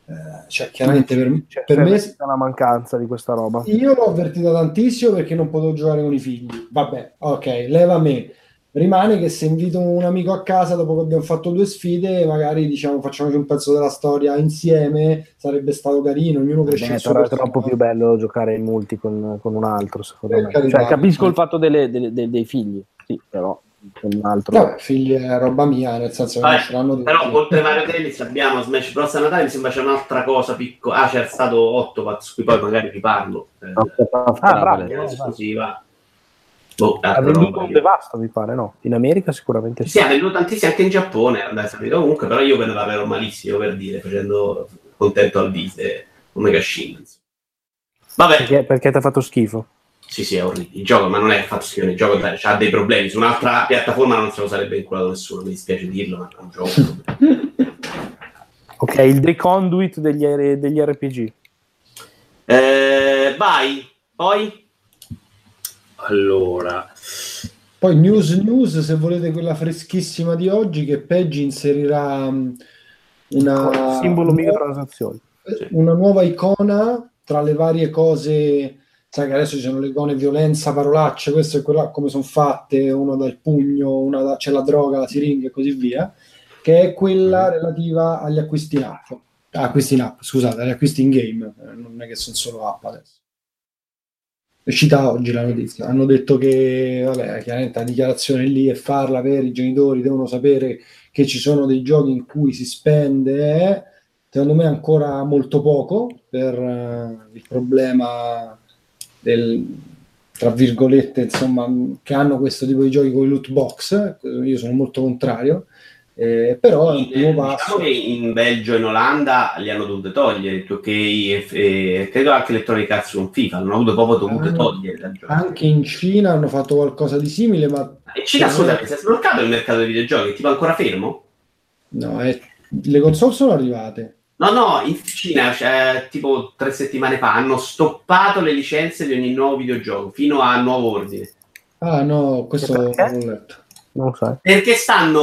[SPEAKER 4] Cioè, chiaramente per me
[SPEAKER 3] è una mancanza di questa roba.
[SPEAKER 4] Io l'ho avvertita tantissimo perché non potevo giocare con i figli. Vabbè, ok, leva me. Rimane che se invito un amico a casa dopo che abbiamo fatto 2 sfide, magari diciamo facciamoci un pezzo della storia insieme, sarebbe stato carino, ognuno cresce il suo
[SPEAKER 3] Però è troppo più bello giocare in multi con un altro, secondo me.
[SPEAKER 4] carità,
[SPEAKER 3] Cioè, capisco il fatto dei figli, sì, però con un altro...
[SPEAKER 4] Vabbè, figli è roba mia, nel senso che conosceranno tutti.
[SPEAKER 5] Però oltre Mario Tennis abbiamo Smash Bros. A Natale, mi sembra c'è un'altra cosa piccola. C'è stato Octopath, su cui poi magari vi parlo.
[SPEAKER 3] bravo.
[SPEAKER 5] Esclusiva.
[SPEAKER 3] Ha venduto un devasto, mi pare, no? In America sicuramente
[SPEAKER 5] sì. Ha venduto tantissimi anche in Giappone, comunque, però io ve ne parlerò malissimo, per dire, facendo contento al Vise Omega Shin. Vabbè.
[SPEAKER 3] Perché ti ha fatto schifo?
[SPEAKER 5] Sì, è orribile. Il gioco, ma non è fatto schifo, il gioco ha dei problemi. Su un'altra piattaforma non se lo sarebbe inculato nessuno, mi dispiace dirlo, ma è un gioco.
[SPEAKER 3] Ok, il The Conduit degli RPG.
[SPEAKER 5] Vai, poi?
[SPEAKER 1] Allora,
[SPEAKER 4] poi news, se volete quella freschissima di oggi, che Peggy inserirà una
[SPEAKER 3] simbolo microtransazioni,
[SPEAKER 4] una nuova icona tra le varie cose. Sai che adesso ci sono le icone violenza, parolacce, questo e quello, come sono fatte, uno dà il pugno, c'è la droga, la siringa e così via, che è quella relativa agli acquisti in app, scusate, agli acquisti in game, non è che sono solo app adesso. È uscita oggi la notizia, hanno detto che, vabbè, chiaramente la dichiarazione lì è farla per i genitori, devono sapere che ci sono dei giochi in cui si spende, secondo me ancora molto poco per il problema tra virgolette, insomma, che hanno questo tipo di giochi con i loot box. Io sono molto contrario, però è un primo passo.
[SPEAKER 5] Diciamo che in Belgio e in Olanda li hanno dovute togliere il 2K e credo anche Electronic Arts con FIFA hanno avuto proprio dovute togliere
[SPEAKER 4] anche in Cina hanno fatto qualcosa di simile, ma
[SPEAKER 5] in Cina scusate, si è sbloccato il mercato dei videogiochi, è tipo ancora fermo?
[SPEAKER 4] No, le console sono arrivate.
[SPEAKER 5] No, in Cina tipo 3 settimane fa hanno stoppato le licenze di ogni nuovo videogioco fino a nuovo ordine.
[SPEAKER 4] Ah no, questo non l'ho letto.
[SPEAKER 3] Non so.
[SPEAKER 5] Perché stanno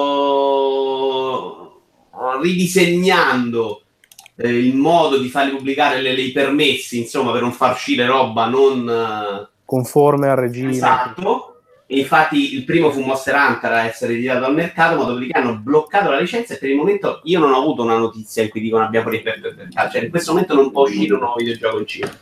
[SPEAKER 5] ridisegnando il modo di farli pubblicare i permessi, insomma, per non far uscire roba non
[SPEAKER 3] conforme al regime.
[SPEAKER 5] Esatto. E infatti il primo fu Monster Hunter a essere ritirato dal mercato, ma dopodiché hanno bloccato la licenza e per il momento io non ho avuto una notizia in cui dicono abbiamo riaperto il mercato, cioè in questo momento non può uscire un nuovo videogioco in Cina.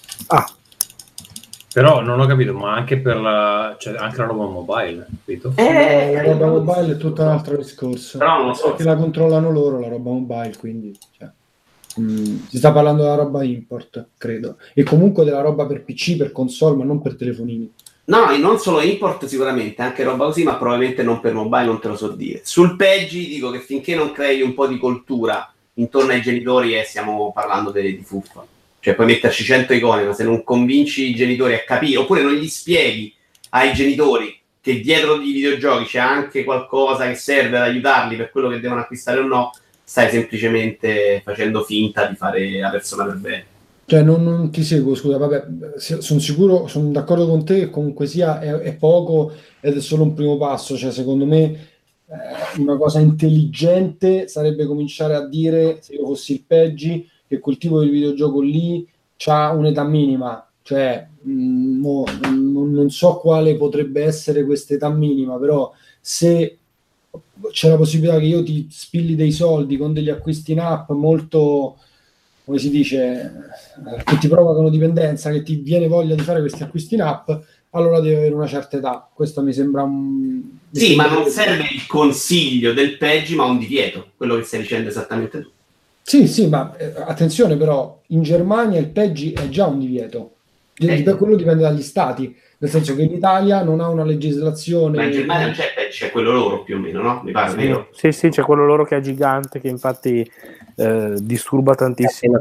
[SPEAKER 1] Però non ho capito, ma anche per anche la roba mobile, capito?
[SPEAKER 4] La roba mobile è tutto un altro discorso.
[SPEAKER 5] Però non lo so.
[SPEAKER 4] Perché la controllano loro la roba mobile, quindi si sta parlando della roba import, credo. E comunque della roba per PC, per console, ma non per telefonini.
[SPEAKER 5] No, non solo import sicuramente, anche roba così, ma probabilmente non per mobile, non te lo so dire. Sul Peggy dico che finché non crei un po' di cultura intorno ai genitori stiamo parlando di fuffa. Cioè puoi metterci 100 icone, ma se non convinci i genitori a capire, oppure non gli spieghi ai genitori che dietro i videogiochi c'è anche qualcosa che serve ad aiutarli per quello che devono acquistare o no, stai semplicemente facendo finta di fare la persona per bene.
[SPEAKER 4] Cioè non ti seguo, scusa, vabbè, sono sicuro, sono d'accordo con te che comunque sia è poco ed è solo un primo passo, cioè secondo me una cosa intelligente sarebbe cominciare a dire, se io fossi il Peggy, che quel tipo di videogioco lì c'ha un'età minima, cioè non so quale potrebbe essere questa età minima, però se c'è la possibilità che io ti spilli dei soldi con degli acquisti in app molto, come si dice, che ti provocano dipendenza, che ti viene voglia di fare questi acquisti in app, allora deve avere una certa età. Questo mi sembra
[SPEAKER 5] Sì, ma non serve il consiglio del Peggy, ma un divieto, quello che stai dicendo esattamente tu.
[SPEAKER 4] Sì, ma attenzione però, in Germania il Peggy è già un divieto. Quello dipende dagli stati, nel senso che in Italia non ha una legislazione.
[SPEAKER 5] Ma in Germania non c'è Peggy, c'è quello loro più o meno, no? Mi pare vero?
[SPEAKER 3] Sì, c'è quello loro che è gigante, che infatti disturba tantissimo.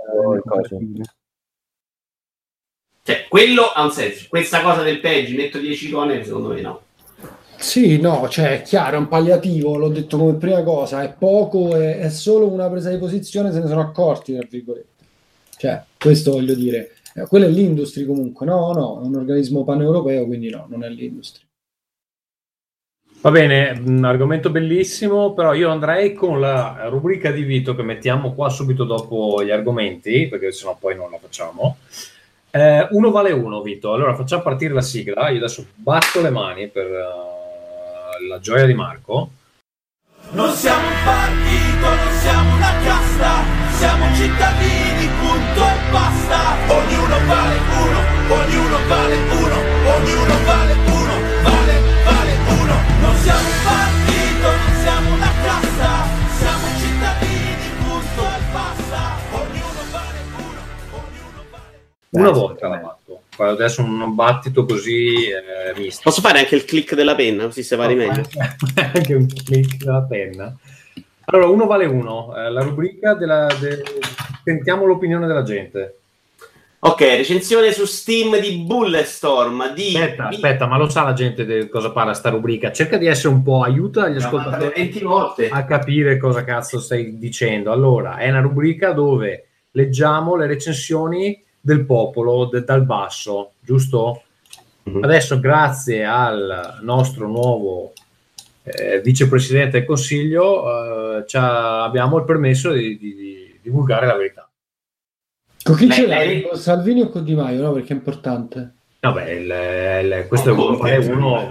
[SPEAKER 5] Cioè, quello ha un senso. Questa cosa del Peggy, metto 10 icone, secondo me no.
[SPEAKER 4] Sì, no, cioè è chiaro, è un palliativo, l'ho detto come prima cosa, è poco, è solo una presa di posizione, se ne sono accorti, tra virgolette. Cioè, questo voglio dire. Quello è l'industria comunque, no, è un organismo paneuropeo, quindi no, non è l'industria.
[SPEAKER 1] Va bene, argomento bellissimo, però io andrei con la rubrica di Vito che mettiamo qua subito dopo gli argomenti, perché sennò poi non la facciamo. Uno vale uno, Vito. Allora facciamo partire la sigla. Io adesso batto le mani per la gioia di Marco.
[SPEAKER 9] Non siamo un partito, non siamo una casta, siamo cittadini, punto e basta. Ognuno vale uno, ognuno vale uno, ognuno vale uno, vale uno. Non siamo un partito, non siamo una casta, siamo cittadini, punto e basta. Ognuno vale uno, ognuno vale uno.
[SPEAKER 1] Una volta la batto. Adesso un battito così misto.
[SPEAKER 5] Posso fare anche il click della penna, così se vari meglio?
[SPEAKER 1] Anche un click della penna. Allora, uno vale uno. La rubrica sentiamo l'opinione della gente.
[SPEAKER 5] Ok, recensione su Steam di Bulletstorm.
[SPEAKER 1] Aspetta, ma lo sa la gente di cosa parla sta rubrica? Cerca di essere un po', aiuta gli ascoltatori
[SPEAKER 5] 20 volte
[SPEAKER 1] a capire cosa cazzo stai dicendo. Allora, è una rubrica dove leggiamo le recensioni del popolo dal basso, giusto? Mm-hmm. Adesso, grazie al nostro nuovo vicepresidente del Consiglio, abbiamo il permesso di divulgare la verità.
[SPEAKER 4] Con chi ce l'hai? Con Salvini o con Di Maio? No, perché è importante.
[SPEAKER 1] Vabbè, questo è uno.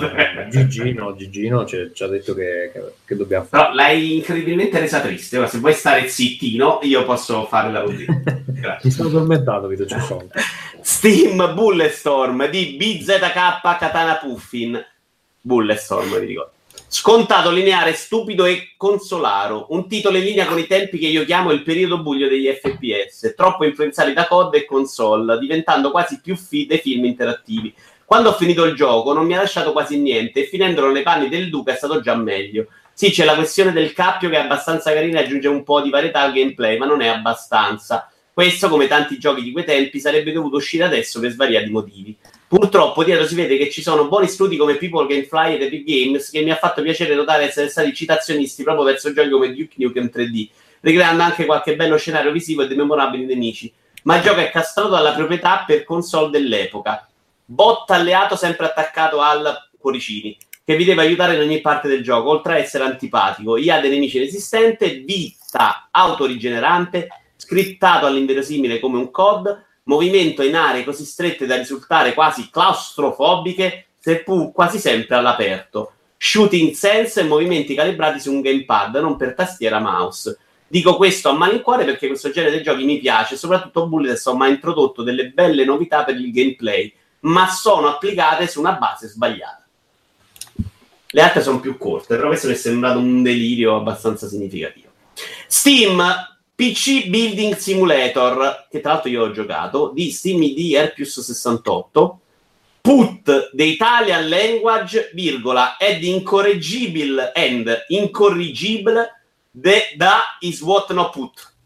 [SPEAKER 1] Gigino ci ha detto che dobbiamo fare.
[SPEAKER 5] Però l'hai incredibilmente resa triste. Ora, se vuoi stare zittino, io posso fare la rubrica.
[SPEAKER 1] Mi sono addormentato, Vito, ci sono.
[SPEAKER 5] Steam Bulletstorm di BZK Katana Puffin. Bulletstorm, vi ricordo. Scontato, lineare, stupido e consolaro. Un titolo in linea con i tempi che io chiamo il periodo buio degli FPS, troppo influenzati da COD e console, diventando quasi più dei film interattivi. Quando ho finito il gioco non mi ha lasciato quasi niente e finendolo nei panni del Duca è stato già meglio. Sì, c'è la questione del cappio che è abbastanza carina e aggiunge un po' di varietà al gameplay, ma non è abbastanza. Questo, come tanti giochi di quei tempi, sarebbe dovuto uscire adesso per svariati motivi. Purtroppo dietro si vede che ci sono buoni studi come People Gamefly ed Epic Games, che mi ha fatto piacere notare essere stati citazionisti proprio verso giochi come Duke Nukem 3D, ricreando anche qualche bello scenario visivo e dei memorabili nemici. Ma il gioco è castrato dalla proprietà per console dell'epoca. Bot alleato sempre attaccato al cuoricini, che vi deve aiutare in ogni parte del gioco, oltre a essere antipatico. IA dei nemici resistente, vita autorigenerante, scriptato all'inverosimile come un COD, movimento in aree così strette da risultare quasi claustrofobiche, seppur quasi sempre all'aperto. Shooting sense e movimenti calibrati su un gamepad, non per tastiera mouse. Dico questo a malincuore perché questo genere di giochi mi piace, soprattutto Bulletstorm ha introdotto delle belle novità per il gameplay, ma sono applicate su una base sbagliata. Le altre sono più corte, però questo mi è sembrato un delirio abbastanza significativo. Steam PC Building Simulator, che tra l'altro io ho giocato, di Steam ID Airpius 68, put the Italian language, virgola, ed incorrigible da is what no put.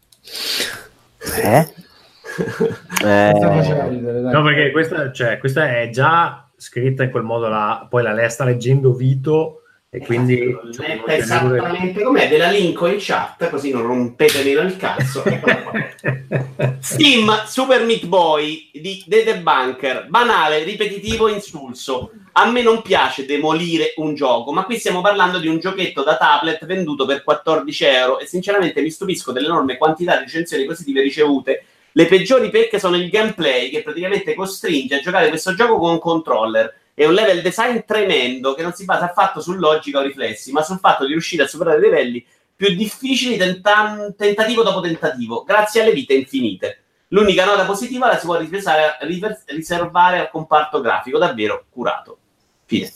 [SPEAKER 1] No, perché questa è già scritta in quel modo là, poi la sta leggendo Vito e quindi
[SPEAKER 5] esattamente com'è, della linko in chat, così non rompetemi il cazzo. Steam Super Meat Boy di The Bunker, banale, ripetitivo, insulso. A me non piace demolire un gioco, ma qui stiamo parlando di un giochetto da tablet venduto per 14 euro e sinceramente mi stupisco dell'enorme quantità di recensioni positive ricevute. Le peggiori pecche sono il gameplay, che praticamente costringe a giocare questo gioco con un controller, e un level design tremendo che non si basa affatto su logica o riflessi, ma sul fatto di riuscire a superare livelli più difficili tentativo dopo tentativo, grazie alle vite infinite. L'unica nota positiva la si può riservare al comparto grafico, davvero curato. Fine.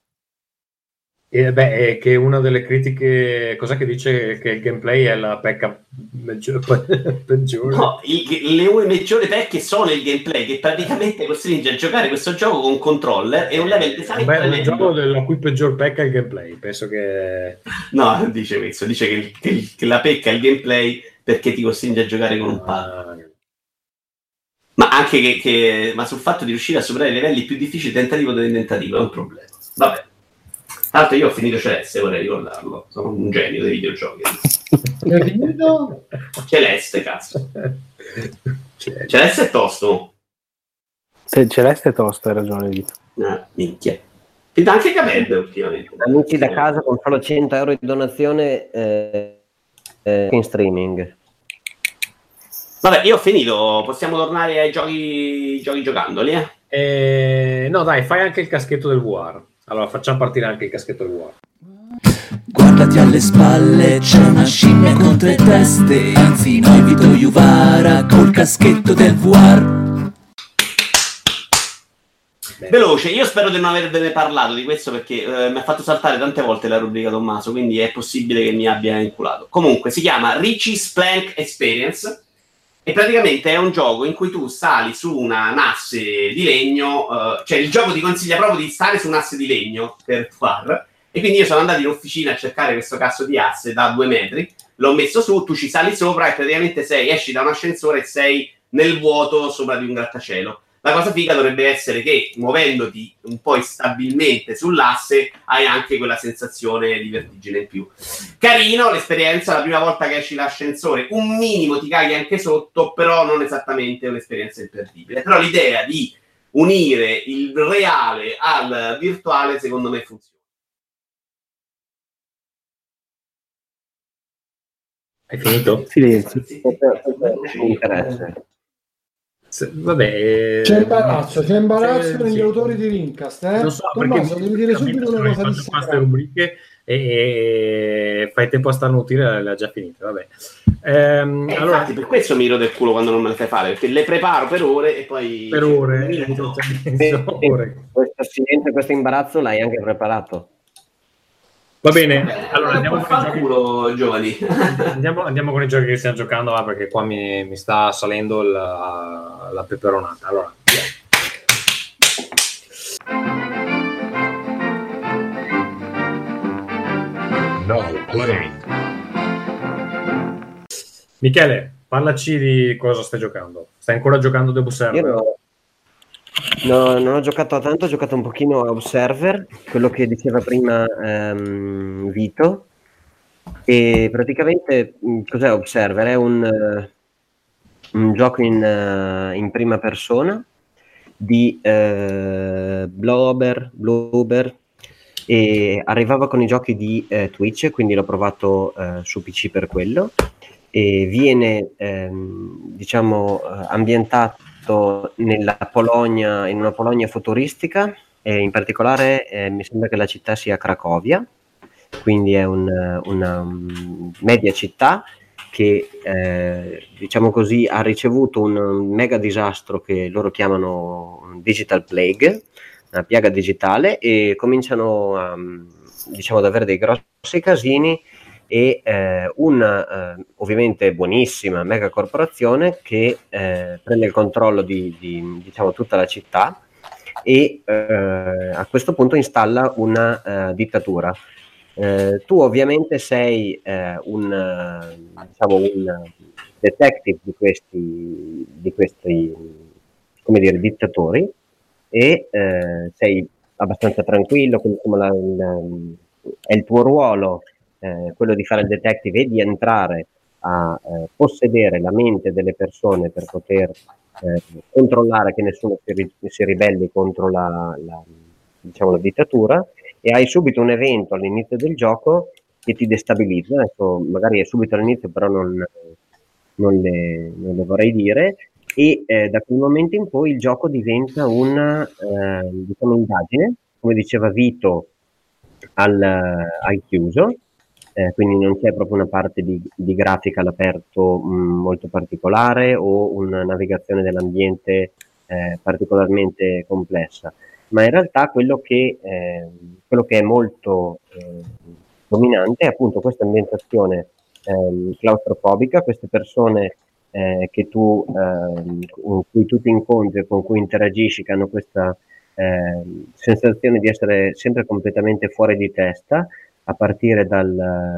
[SPEAKER 1] È che una delle critiche, cosa che dice che il gameplay è la pecca peggiore.
[SPEAKER 5] No, le peggiori pecche sono il gameplay, che praticamente costringe a giocare questo gioco con controller e un level design.
[SPEAKER 1] Beh, un gioco la cui peggior pecca è il gameplay, penso che...
[SPEAKER 5] No, dice questo, dice che la pecca è il gameplay perché ti costringe a giocare con un pad. Ma anche ma sul fatto di riuscire a superare i livelli più difficili tentativo del tentativo è un problema. Vabbè. Tra l'altro io ho finito Celeste, vorrei ricordarlo. Sono un genio dei videogiochi.
[SPEAKER 4] Hai finito?
[SPEAKER 5] Celeste, cazzo. Celeste è tosto.
[SPEAKER 3] Se Celeste è tosto, hai ragione, Vito.
[SPEAKER 5] Minchia. Ti dà anche Cabed ultimamente.
[SPEAKER 8] Amici da casa con solo 100 euro di donazione in streaming.
[SPEAKER 5] Vabbè, io ho finito, possiamo tornare ai giochi giocandoli,
[SPEAKER 1] No, dai, fai anche il caschetto del VR. Allora, facciamo partire anche il caschetto del VR.
[SPEAKER 9] Guardati alle spalle, c'è una scimmia con 3 teste. Anzi, noi Vito Juvara col caschetto del VR.
[SPEAKER 5] Veloce, io spero di non avervene parlato di questo perché mi ha fatto saltare tante volte la rubrica Tommaso, quindi è possibile che mi abbia inculato. Comunque si chiama Richie's Plank Experience e praticamente è un gioco in cui tu sali su una nasse di legno, cioè il gioco ti consiglia proprio di stare su un asse di legno per far, e quindi io sono andato in officina a cercare questo cazzo di asse da 2 metri, l'ho messo su, tu ci sali sopra e praticamente esci da un ascensore e sei nel vuoto sopra di un grattacielo. La cosa figa dovrebbe essere che muovendoti un po' instabilmente sull'asse hai anche quella sensazione di vertigine in più. Carino l'esperienza, la prima volta che esci l'ascensore un minimo ti caghi anche sotto, però non esattamente un'esperienza imperdibile. Però l'idea di unire il reale al virtuale secondo me funziona.
[SPEAKER 1] Hai finito?
[SPEAKER 3] Silenzio.
[SPEAKER 8] Mi interessa.
[SPEAKER 1] Vabbè,
[SPEAKER 4] c'è imbarazzo negli autori di Rincast,
[SPEAKER 1] non so,
[SPEAKER 4] Tommaso,
[SPEAKER 1] perché
[SPEAKER 4] devi dire subito una cosa di
[SPEAKER 1] queste rubriche e fai tempo a starnutire, l'ha già finita, vabbè.
[SPEAKER 5] Allora, infatti per questo mi rode il culo quando non me le fai fare, perché le preparo per ore e poi
[SPEAKER 1] per ore,
[SPEAKER 8] questo imbarazzo l'hai anche preparato.
[SPEAKER 1] Va bene, allora andiamo con
[SPEAKER 5] i giochi, giovani.
[SPEAKER 1] andiamo con i giochi che stiamo giocando, perché qua mi sta salendo la peperonata. Allora,
[SPEAKER 2] Now playing.
[SPEAKER 1] Michele, parlaci di cosa stai giocando. Stai ancora giocando The Observer?
[SPEAKER 8] No, non ho giocato a tanto, ho giocato un pochino a Observer, quello che diceva prima Vito, e praticamente cos'è Observer? È un gioco in prima persona di Bloober, e arrivava con i giochi di Twitch, quindi l'ho provato su PC per quello, e viene ambientato nella Polonia, in una Polonia futuristica, e in particolare mi sembra che la città sia Cracovia, quindi è una media città che diciamo così ha ricevuto un mega disastro che loro chiamano un digital plague, una piaga digitale, e cominciano ad avere dei grossi casini, e una ovviamente buonissima mega corporazione che prende il controllo di tutta la città, e a questo punto installa una dittatura. Tu ovviamente sei un detective di questi come dire, dittatori, e sei abbastanza tranquillo, è il tuo ruolo, quello di fare il detective e di entrare a possedere la mente delle persone per poter controllare che nessuno si ribelli contro la dittatura, e hai subito un evento all'inizio del gioco che ti destabilizza. Adesso magari è subito all'inizio, però non le vorrei dire, e da quel momento in poi il gioco diventa una indagine, come diceva Vito, al chiuso. Quindi non c'è proprio una parte di grafica all'aperto molto particolare, o una navigazione dell'ambiente particolarmente complessa, ma in realtà quello che è molto dominante è appunto questa ambientazione claustrofobica, queste persone con cui tu ti incontri e con cui interagisci, che hanno questa sensazione di essere sempre completamente fuori di testa, a partire da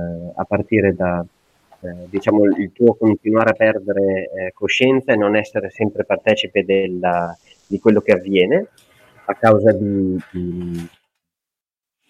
[SPEAKER 8] il tuo continuare a perdere coscienza e non essere sempre partecipe di quello che avviene a causa di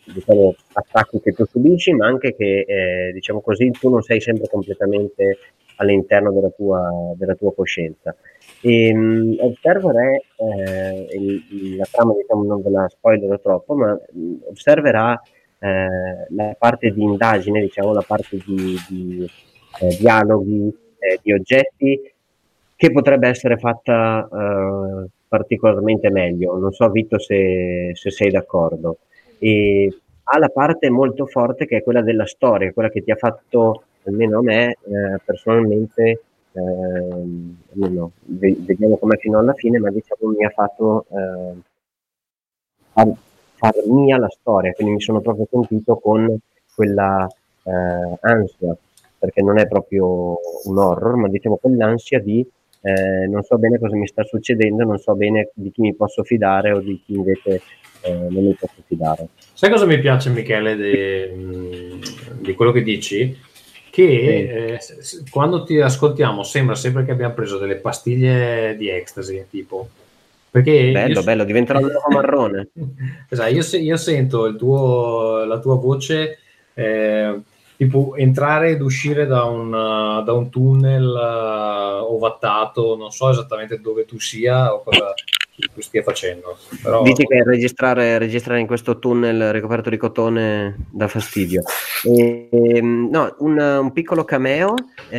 [SPEAKER 8] attacchi che tu subisci, ma anche che tu non sei sempre completamente all'interno della tua coscienza. Observer è la trama, diciamo, non ve la spoilerò troppo, ma Observer ha la parte di indagine, diciamo, la parte di dialoghi, di oggetti, che potrebbe essere fatta particolarmente meglio. Non so, Vito, se sei d'accordo. E ha la parte molto forte che è quella della storia, quella che ti ha fatto, almeno a me, personalmente, vediamo come fino alla fine, ma diciamo mi ha fatto far mia la storia, quindi mi sono proprio sentito con quella ansia, perché non è proprio un horror, ma diciamo quell'ansia di non so bene cosa mi sta succedendo, non so bene di chi mi posso fidare o di chi invece non mi posso fidare.
[SPEAKER 1] Sai cosa mi piace, Michele, di quello che dici? Che quando ti ascoltiamo sembra sempre che abbiamo preso delle pastiglie di ecstasy, tipo. Perché
[SPEAKER 8] bello, diventerà un uomo marrone.
[SPEAKER 1] Esatto, io sento la tua voce tipo entrare ed uscire da un tunnel ovattato, non so esattamente dove tu sia o cosa tu stia facendo. Però...
[SPEAKER 8] Dici che registrare in questo tunnel ricoperto di cotone dà fastidio. No, un piccolo cameo,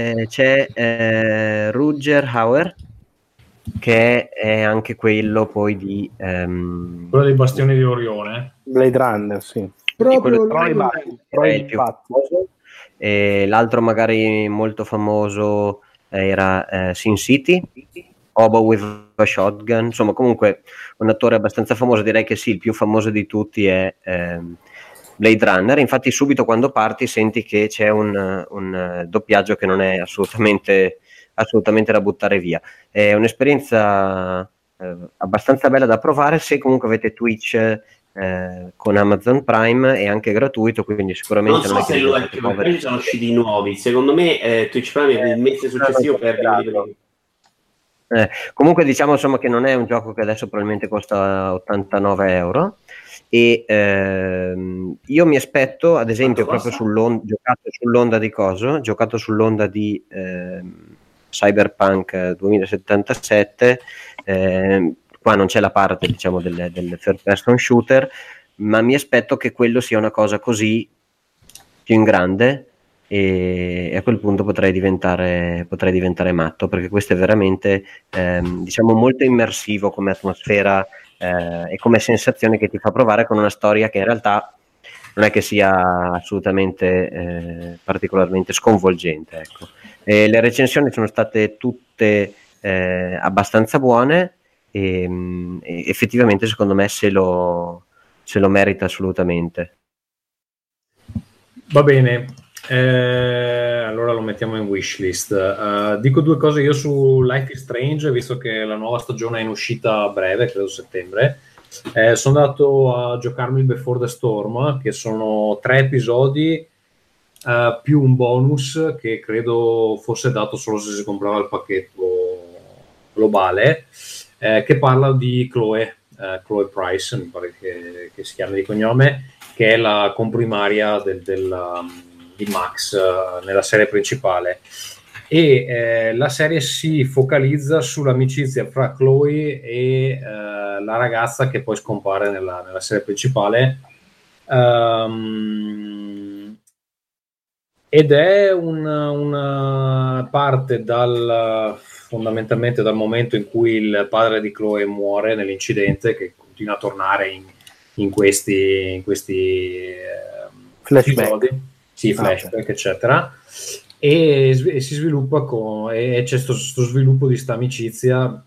[SPEAKER 8] c'è Rutger Hauer, che è anche quello poi di
[SPEAKER 1] quello dei bastioni di Orione,
[SPEAKER 3] Blade Runner, sì,
[SPEAKER 4] proprio
[SPEAKER 8] il più famoso. E l'altro magari molto famoso era Sin City, Hobo with a Shotgun, insomma comunque un attore abbastanza famoso. Direi che sì, il più famoso di tutti è Blade Runner. Infatti subito quando parti senti che c'è un doppiaggio che non è assolutamente da buttare via. È un'esperienza abbastanza bella da provare se comunque avete Twitch con Amazon Prime, è anche gratuito, quindi sicuramente
[SPEAKER 5] non so se lo è, perché magari sono usciti nuovi. Secondo me Twitch Prime è il mese successivo per
[SPEAKER 8] comunque diciamo insomma che non è un gioco che adesso probabilmente costa 89 euro. E io mi aspetto, ad esempio, proprio giocato sull'onda di Cyberpunk 2077, qua non c'è la parte, diciamo, del third person shooter, ma mi aspetto che quello sia una cosa così più in grande, e a quel punto potrei diventare matto, perché questo è veramente diciamo molto immersivo come atmosfera e come sensazione che ti fa provare con una storia che in realtà non è che sia assolutamente particolarmente sconvolgente, ecco. Le recensioni sono state tutte abbastanza buone e effettivamente secondo me se lo merita assolutamente.
[SPEAKER 1] Va bene, allora lo mettiamo in wishlist. Dico due cose io su Life is Strange, visto che la nuova stagione è in uscita a breve, credo settembre. Sono andato a giocarmi Before the Storm, che sono 3 episodi più un bonus che credo fosse dato solo se si comprava il pacchetto globale, che parla di Chloe Price, mi pare che si chiami di cognome, che è la comprimaria di Max nella serie principale, e la serie si focalizza sull'amicizia fra Chloe e la ragazza che poi scompare nella serie principale, ed è una parte fondamentalmente dal momento in cui il padre di Chloe muore nell'incidente, che continua a tornare in questi
[SPEAKER 3] flashback,
[SPEAKER 1] flashback, eccetera, e si sviluppa e c'è questo sviluppo di sta amicizia.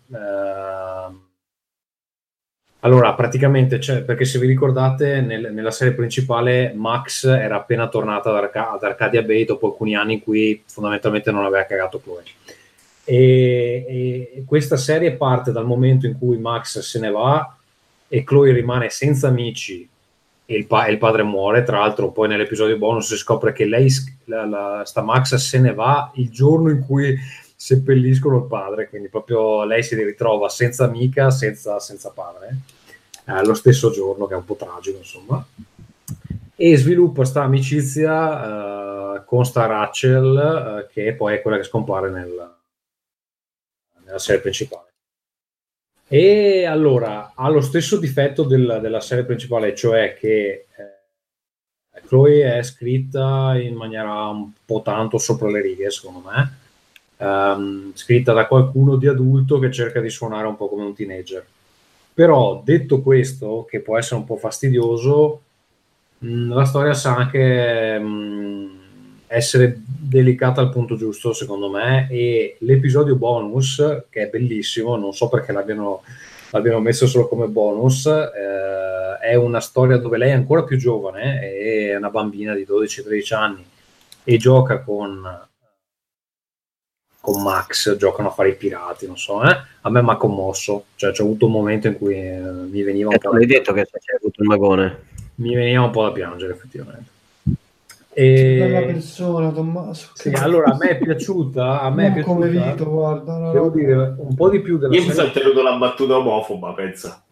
[SPEAKER 1] Allora, praticamente perché se vi ricordate nella serie principale Max era appena tornata ad Arcadia Bay dopo alcuni anni in cui fondamentalmente non aveva cagato Chloe, e questa serie parte dal momento in cui Max se ne va e Chloe rimane senza amici e il padre muore. Tra l'altro poi nell'episodio bonus si scopre che lei, sta Max, se ne va il giorno in cui seppelliscono il padre, quindi proprio lei si ritrova senza amica, senza padre, lo stesso giorno, che è un po' tragico, insomma, e sviluppa sta amicizia con sta Rachel, che poi è quella che scompare nella serie principale. E allora ha lo stesso difetto della serie principale, cioè che Chloe è scritta in maniera un po' tanto sopra le righe, secondo me, scritta da qualcuno di adulto che cerca di suonare un po' come un teenager. Però detto questo, che può essere un po' fastidioso, la storia sa anche essere delicata al punto giusto, secondo me, e l'episodio bonus, che è bellissimo, non so perché l'abbiano messo solo come bonus, è una storia dove lei è ancora più giovane, è una bambina di 12-13 anni e gioca con Max, giocano a fare i pirati, non so, a me mi ha commosso, cioè c'è avuto un momento in cui mi veniva un po'
[SPEAKER 8] l'hai detto che c'è avuto il magone,
[SPEAKER 1] mi veniva un po' da piangere effettivamente.
[SPEAKER 4] Bella persona, Tommaso.
[SPEAKER 1] Sì, allora a me è piaciuta,
[SPEAKER 4] come Vito, guarda,
[SPEAKER 1] devo dire un po' di più della
[SPEAKER 5] io mi sono tenuto la battuta omofoba, pensa.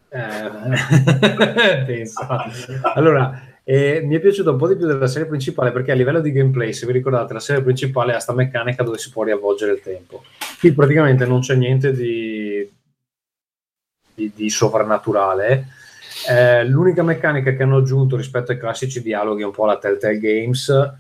[SPEAKER 1] Pensa. Allora mi è piaciuto un po' di più della serie principale, perché a livello di gameplay, se vi ricordate, la serie principale ha sta meccanica dove si può riavvolgere il tempo. Qui praticamente non c'è niente di sovrannaturale. L'unica meccanica che hanno aggiunto rispetto ai classici dialoghi un po' alla Telltale Games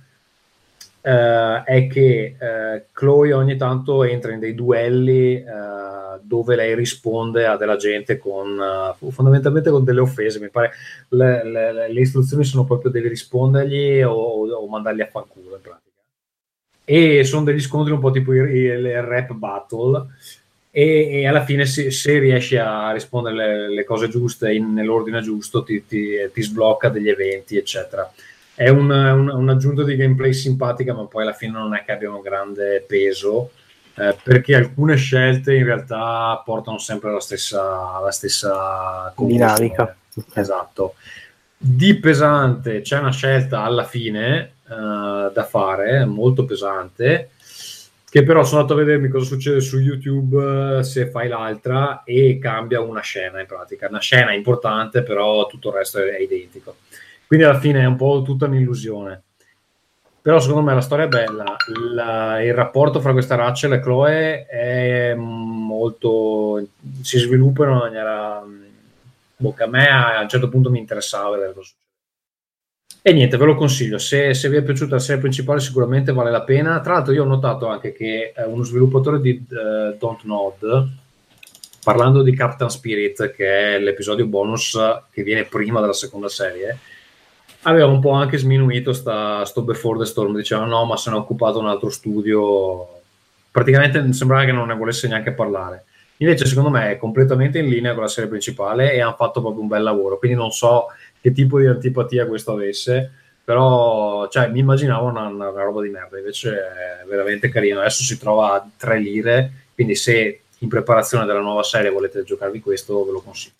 [SPEAKER 1] è che Chloe ogni tanto entra in dei duelli dove lei risponde a della gente fondamentalmente con delle offese. Mi pare le istruzioni sono proprio devi rispondergli o mandarli a fanculo in pratica, e sono degli scontri un po' tipo il rap battle, e alla fine se riesci a rispondere le cose giuste nell'ordine giusto ti sblocca degli eventi eccetera. È un'aggiunta di gameplay simpatica, ma poi alla fine non è che abbia un grande peso, perché alcune scelte in realtà portano sempre alla stessa
[SPEAKER 3] dinamica.
[SPEAKER 1] Esatto. Di pesante c'è una scelta alla fine da fare, molto pesante, che però sono andato a vedermi cosa succede su YouTube se fai l'altra, e cambia una scena in pratica, una scena importante, però tutto il resto è identico. Quindi alla fine è un po' tutta un'illusione. Però secondo me la storia è bella, il rapporto fra questa Rachel e Chloe è molto, si sviluppa in una maniera a me a un certo punto mi interessava vedere cosa succede. E niente, ve lo consiglio, se vi è piaciuta la serie principale sicuramente vale la pena. Tra l'altro io ho notato anche che uno sviluppatore di Don't Nod, parlando di Captain Spirit, che è l'episodio bonus che viene prima della seconda serie, aveva un po' anche sminuito sto Before the Storm, diceva no, ma se ne è occupato un altro studio, praticamente sembrava che non ne volesse neanche parlare. Invece secondo me è completamente in linea con la serie principale e hanno fatto proprio un bel lavoro, quindi non so che tipo di antipatia questo avesse, però mi immaginavo una roba di merda, invece è veramente carino. Adesso si trova a 3 lire, quindi se in preparazione della nuova serie volete giocarvi questo, ve lo consiglio.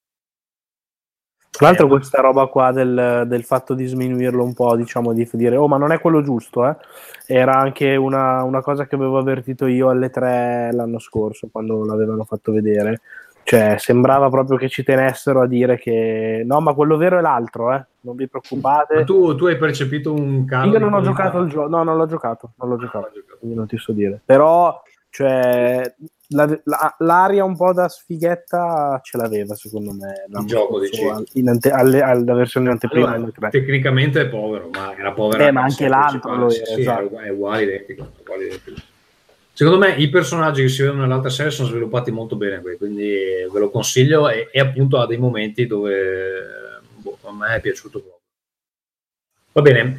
[SPEAKER 3] Tra l'altro questa roba qua del fatto di sminuirlo un po', diciamo, di dire oh ma non è quello giusto, era anche una cosa che avevo avvertito io alle 3 l'anno scorso quando l'avevano fatto vedere, cioè sembrava proprio che ci tenessero a dire che no, ma quello vero è l'altro, non vi preoccupate. Ma
[SPEAKER 1] tu hai percepito un calo?
[SPEAKER 3] Io non ho giocato il gioco, no, non l'ho giocato, quindi non ti so dire, però cioè l'aria un po' da sfighetta ce l'aveva secondo me
[SPEAKER 1] il gioco, dici?
[SPEAKER 3] Alla versione anteprima.
[SPEAKER 1] Allora, tecnicamente è povero, ma era povero
[SPEAKER 3] ma anche l'altro
[SPEAKER 1] esatto. È uguale identico. Secondo me i personaggi che si vedono nell'altra serie sono sviluppati molto bene qui, quindi ve lo consiglio, e appunto ha dei momenti dove a me è piaciuto proprio. Va bene,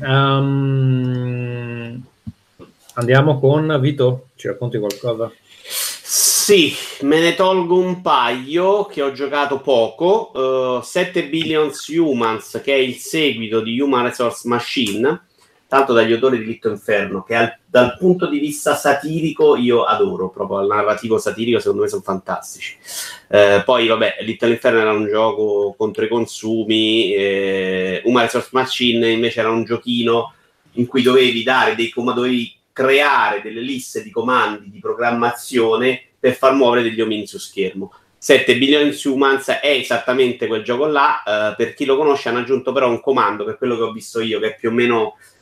[SPEAKER 1] andiamo con Vito, ci racconti qualcosa?
[SPEAKER 5] Sì, me ne tolgo un paio che ho giocato poco. 7 Billion Humans, che è il seguito di Human Resource Machine, tanto dagli autori di Little Inferno, che dal punto di vista satirico io adoro, proprio il narrativo satirico secondo me sono fantastici. Poi vabbè, Little Inferno era un gioco contro i consumi, Human Resource Machine invece era un giochino in cui dovevi creare delle liste di comandi di programmazione per far muovere degli omini su schermo. 7 Billion Humans è esattamente quel gioco là. Per chi lo conosce hanno aggiunto però un comando, per quello che ho visto io, che è più o meno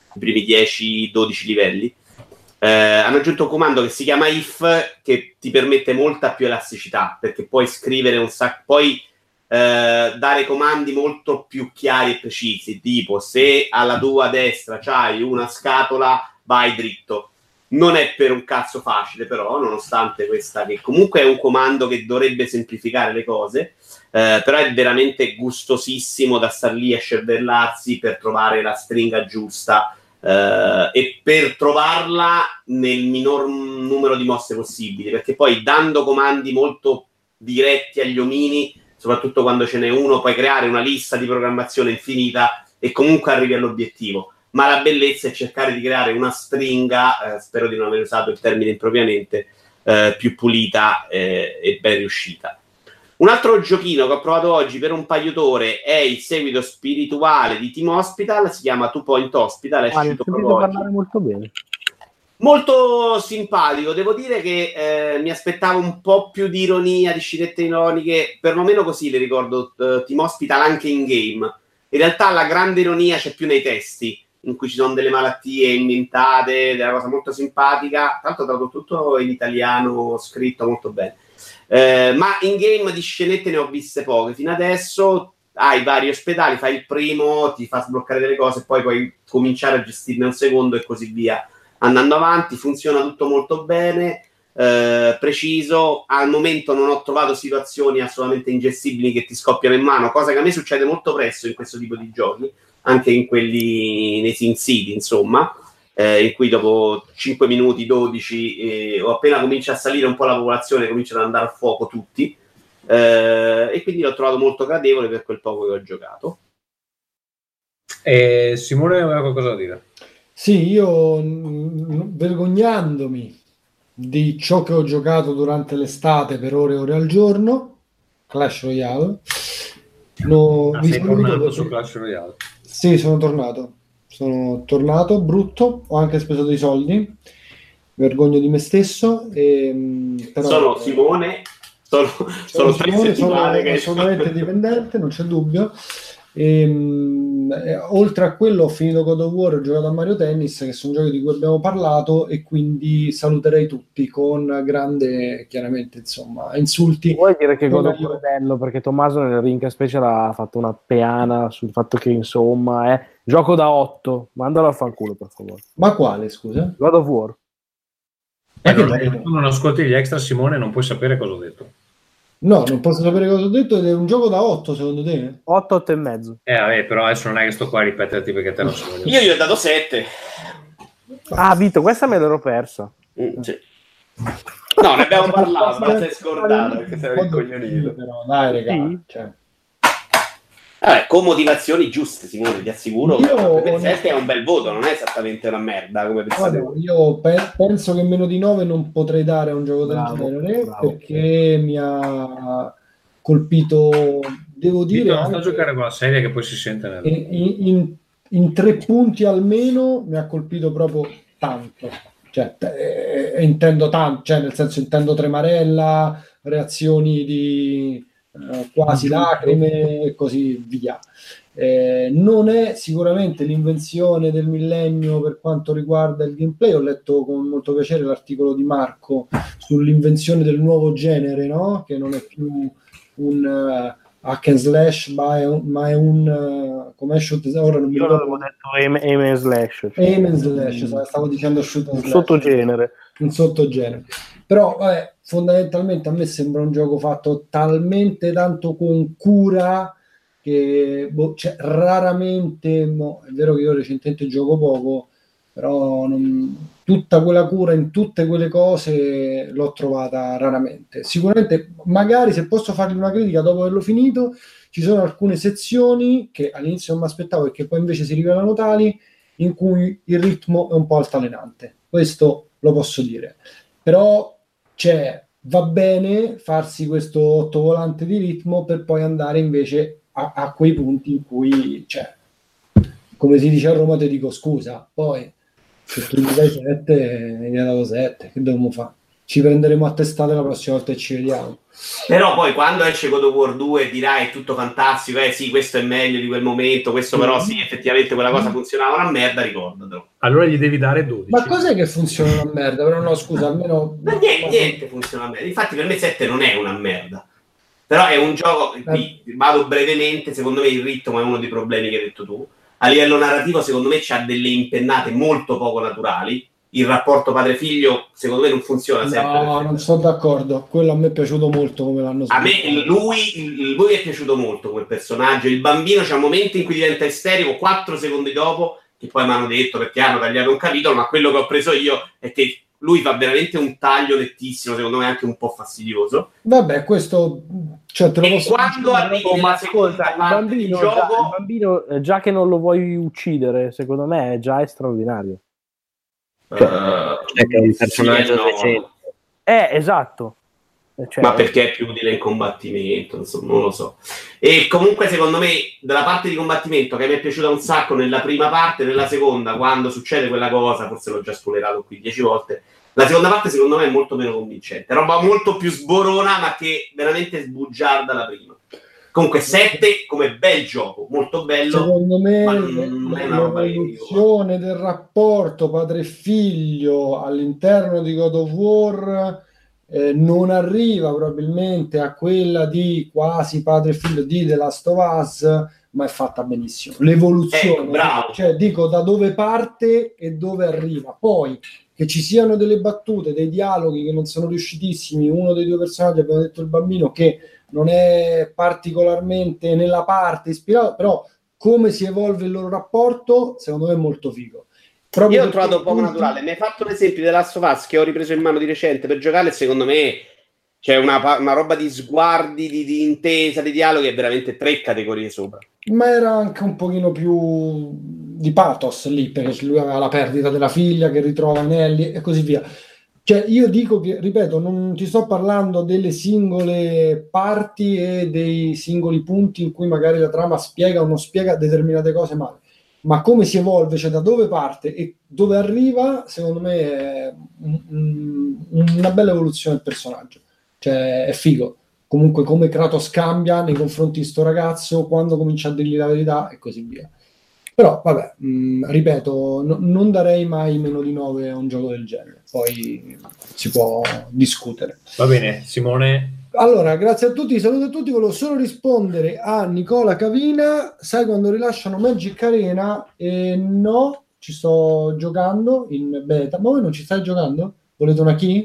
[SPEAKER 5] i primi 10-12 livelli. Hanno aggiunto un comando che si chiama if, che ti permette molta più elasticità, perché puoi scrivere un sacco, poi dare comandi molto più chiari e precisi, tipo se alla tua destra c'hai una scatola vai dritto. Non è per un cazzo facile, però, nonostante questa, che comunque è un comando che dovrebbe semplificare le cose, però è veramente gustosissimo da star lì a scervellarsi per trovare la stringa giusta e per trovarla nel minor numero di mosse possibili, perché poi dando comandi molto diretti agli omini, soprattutto quando ce n'è uno, puoi creare una lista di programmazione infinita e comunque arrivi all'obiettivo. Ma la bellezza è cercare di creare una stringa, spero di non aver usato il termine impropriamente, più pulita e ben riuscita. Un altro giochino che ho provato oggi per un paio d'ore è il seguito spirituale di Team Hospital, si chiama Two Point Hospital, è uscito proprio oggi.
[SPEAKER 3] Parlare molto bene.
[SPEAKER 5] Molto simpatico, devo dire che mi aspettavo un po' più di ironia, di scenette ironiche, perlomeno così le ricordo Team Hospital anche in game. In realtà la grande ironia c'è più nei testi, in cui ci sono delle malattie inventate, della cosa molto simpatica, tanto tradotto tutto in italiano, scritto molto bene. Ma in game di scenette ne ho viste poche fino adesso. Hai vari ospedali, fai il primo, ti fa sbloccare delle cose, poi puoi cominciare a gestirne un secondo e così via. Andando avanti, funziona tutto molto bene, preciso. Al momento non ho trovato situazioni assolutamente ingestibili che ti scoppiano in mano, cosa che a me succede molto presto in questo tipo di giochi, anche in quelli nei Sin City, insomma, in cui dopo 5 minuti, 12, o appena comincia a salire un po' la popolazione, cominciano ad andare a fuoco tutti, e quindi l'ho trovato molto gradevole per quel poco che ho giocato.
[SPEAKER 1] Simone aveva qualcosa da dire?
[SPEAKER 4] Sì, io vergognandomi di ciò che ho giocato durante l'estate per ore e ore al giorno, Clash Royale.
[SPEAKER 1] Sei tornato su Clash Royale?
[SPEAKER 4] Sì, sono tornato, brutto, ho anche speso dei soldi, vergogno di me stesso. Però,
[SPEAKER 5] sono Simone, sono
[SPEAKER 4] Simone, sono assolutamente dipendente, non c'è dubbio. Oltre a quello ho finito God of War, ho giocato a Mario Tennis, che sono giochi di cui abbiamo parlato, e quindi saluterei tutti con grande, chiaramente, insomma, insulti.
[SPEAKER 3] Vuoi dire che God of War è bello perché Tommaso nel Rinca Special ha fatto una peana sul fatto che insomma è gioco da 8, mandalo a fanculo per favore.
[SPEAKER 4] Ma quale, scusa?
[SPEAKER 3] God of War.
[SPEAKER 1] Tu non ascolti gli extra, Simone, non puoi sapere cosa ho detto.
[SPEAKER 4] No, non posso sapere cosa ho detto, ed è un gioco da 8 secondo te?
[SPEAKER 3] 8 e mezzo.
[SPEAKER 1] Vabbè, però adesso non è che sto qua a ripeterti perché te lo so.
[SPEAKER 5] Io gli ho dato 7.
[SPEAKER 3] Ah, Vito, questa me l'ero persa.
[SPEAKER 5] Sì. No, ne abbiamo parlato, ma sei scordato perché sei un coglionito.
[SPEAKER 4] Però dai, raga,
[SPEAKER 3] sì.
[SPEAKER 4] Cioè.
[SPEAKER 5] Con motivazioni giuste, Simone, ti assicuro. Per 7 è un bel voto, non è esattamente una merda come pensate.
[SPEAKER 4] Io penso che meno di 9 non potrei dare a un gioco del genere, perché mi ha colpito, devo dire,
[SPEAKER 1] non sta a giocare con la serie che poi si sente
[SPEAKER 4] in 3 punti almeno mi ha colpito proprio tanto, cioè intendo tanto, cioè nel senso intendo tremarella, reazioni di quasi lacrime e così via. Non è sicuramente l'invenzione del millennio per quanto riguarda il gameplay. Ho letto con molto piacere l'articolo di Marco sull'invenzione del nuovo genere, no? Che non è più un hack and slash, ma è un come shoot, ora non mi ricordo.
[SPEAKER 3] Io avevo detto aim and slash, cioè.
[SPEAKER 4] Aim and slash, stavo dicendo shoot and slash,
[SPEAKER 3] un
[SPEAKER 4] sottogenere. Però vabbè, fondamentalmente a me sembra un gioco fatto talmente tanto con cura che cioè, raramente, è vero che io recentemente gioco poco, però tutta quella cura in tutte quelle cose l'ho trovata raramente. Sicuramente, magari se posso fargli una critica dopo averlo finito, ci sono alcune sezioni che all'inizio non mi aspettavo e che poi invece si rivelano tali, in cui il ritmo è un po' altalenante. Questo lo posso dire. Però va bene farsi questo ottovolante di ritmo per poi andare invece a quei punti in cui, cioè, come si dice a Roma, ti dico scusa, poi se tu gli dai 7, gli hai dato 7, che dobbiamo fare? ci prenderemo a testate la prossima volta che ci vediamo.
[SPEAKER 5] Però poi quando esce God of War 2 dirai è tutto fantastico, sì, questo è meglio di quel momento, questo però sì, effettivamente quella cosa funzionava una merda, ricordatelo.
[SPEAKER 1] Allora gli devi dare 12.
[SPEAKER 4] Ma cos'è che funziona una merda? Però no, scusa, almeno...
[SPEAKER 5] Ma niente funziona una merda. Infatti per me 7 non è una merda. Però è un gioco, qui vado brevemente, secondo me il ritmo è uno dei problemi che hai detto tu. A livello narrativo secondo me c'ha delle impennate molto poco naturali. Il rapporto padre-figlio secondo me non funziona sempre.
[SPEAKER 4] No, non sono d'accordo. Quello a me è piaciuto molto come l'hanno
[SPEAKER 5] sviluppato. A me lui è piaciuto molto come personaggio. Il bambino c'ha momenti in cui diventa isterico 4 secondi dopo, che poi mi hanno detto perché hanno tagliato un capitolo, ma quello che ho preso io è che lui fa veramente un taglio nettissimo, secondo me anche un po' fastidioso.
[SPEAKER 4] Vabbè, questo cioè, te lo posso
[SPEAKER 5] quando arrivi
[SPEAKER 3] ma ascolta, il bambino già che non lo vuoi uccidere, secondo me è già straordinario.
[SPEAKER 8] Che è un personaggio decente.
[SPEAKER 3] Esatto.
[SPEAKER 5] Cioè, ma perché è più utile in combattimento, insomma, non lo so. E comunque secondo me della parte di combattimento che mi è piaciuta un sacco nella prima parte, nella seconda quando succede quella cosa, forse l'ho già spoilerato qui 10 volte, la seconda parte secondo me è molto meno convincente, roba molto più sborona ma che veramente sbugiarda la prima. Comunque 7 come bel gioco, molto bello.
[SPEAKER 4] Secondo me l'evoluzione del rapporto padre e figlio all'interno di God of War non arriva probabilmente a quella di quasi padre e figlio di The Last of Us, ma è fatta benissimo. L'evoluzione, cioè dico da dove parte e dove arriva. Poi che ci siano delle battute, dei dialoghi che non sono riuscitissimi, uno dei due personaggi, abbiamo detto il bambino, che non è particolarmente nella parte ispirato, però come si evolve il loro rapporto secondo me è molto figo.
[SPEAKER 5] Io ho trovato poco naturale. Mi hai fatto l'esempio della Last of Us che ho ripreso in mano di recente per giocare e secondo me c'è una roba di sguardi, di intesa, di dialoghi, è veramente 3 categorie sopra.
[SPEAKER 4] Ma era anche un pochino più di pathos lì, perché lui aveva la perdita della figlia che ritrova Nelly e così via. Cioè io dico che, ripeto, non ti sto parlando delle singole parti e dei singoli punti in cui magari la trama spiega o non spiega determinate cose male, ma come si evolve, cioè da dove parte e dove arriva, secondo me è una bella evoluzione del personaggio, cioè è figo. Comunque come Kratos cambia nei confronti di sto ragazzo quando comincia a dirgli la verità e così via. Però vabbè, ripeto, non darei mai meno di 9 a un gioco del genere, poi si può discutere.
[SPEAKER 1] Va bene, Simone.
[SPEAKER 4] Allora, grazie a tutti, saluto a tutti, volevo solo rispondere a Nicola Cavina, sai quando rilasciano Magic Arena? No, ci sto giocando in beta, ma voi non ci stai giocando? Volete una key?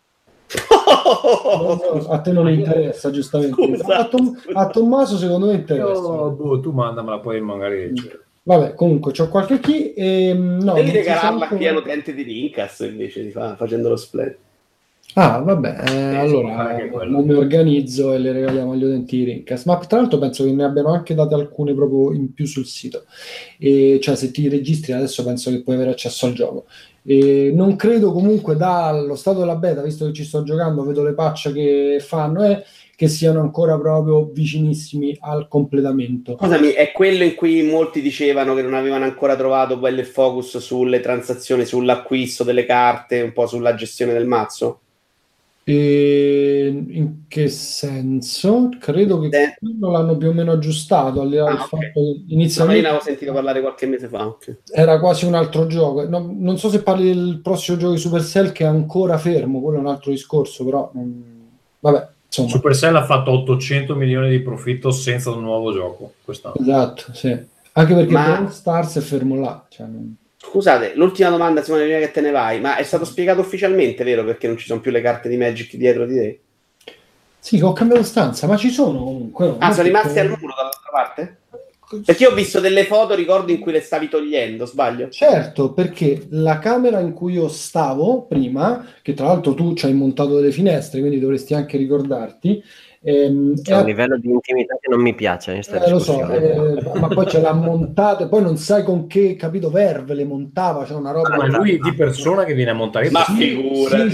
[SPEAKER 4] No, a te non interessa, giustamente. A Tommaso secondo me interessa.
[SPEAKER 1] Tu mandamela poi magari...
[SPEAKER 4] Vabbè, comunque c'ho qualche key e no,
[SPEAKER 5] devi regalarla a chi è utente di Rincast invece di facendo lo split.
[SPEAKER 4] Ah, vabbè, allora mi organizzo e le regaliamo agli utenti di Rincast. Ma tra l'altro penso che ne abbiano anche date alcune proprio in più sul sito. E, cioè, se ti registri adesso penso che puoi avere accesso al gioco. E non credo comunque dallo stato della beta, visto che ci sto giocando, vedo le patch che fanno che siano ancora proprio vicinissimi al completamento.
[SPEAKER 5] Scusami, è quello in cui molti dicevano che non avevano ancora trovato bello il focus sulle transazioni, sull'acquisto delle carte, un po' sulla gestione del mazzo?
[SPEAKER 4] In che senso? Credo che quello l'hanno più o meno aggiustato al fatto che inizialmente
[SPEAKER 5] ne avevo sentito parlare qualche mese fa. Okay.
[SPEAKER 4] Era quasi un altro gioco. Non so se parli del prossimo gioco di Supercell che è ancora fermo, quello è un altro discorso, però vabbè. Insomma.
[SPEAKER 1] Supercell ha fatto 800 milioni di profitto senza un nuovo gioco quest'anno.
[SPEAKER 4] Esatto, sì. Anche perché Brawl Stars è fermo là. Cioè
[SPEAKER 5] Scusate, l'ultima domanda, Simone, prima che te ne vai, ma è stato spiegato ufficialmente, vero? Perché non ci sono più le carte di Magic dietro di te?
[SPEAKER 4] Sì, ho cambiato stanza, ma ci sono comunque.
[SPEAKER 5] Sono rimasti al muro dall'altra parte? Perché io ho visto delle foto, ricordo, in cui le stavi togliendo, sbaglio?
[SPEAKER 4] Certo, perché la camera in cui io stavo prima, che tra l'altro tu ci hai montato delle finestre, quindi dovresti anche ricordarti.
[SPEAKER 8] C'è un livello di intimità che non mi piace.
[SPEAKER 4] Lo so, ma poi ce l'ha montate, poi non sai con che, capito, verve le montava, c'è una roba.
[SPEAKER 1] Ma lui di persona che viene a montare.
[SPEAKER 5] Ma figura.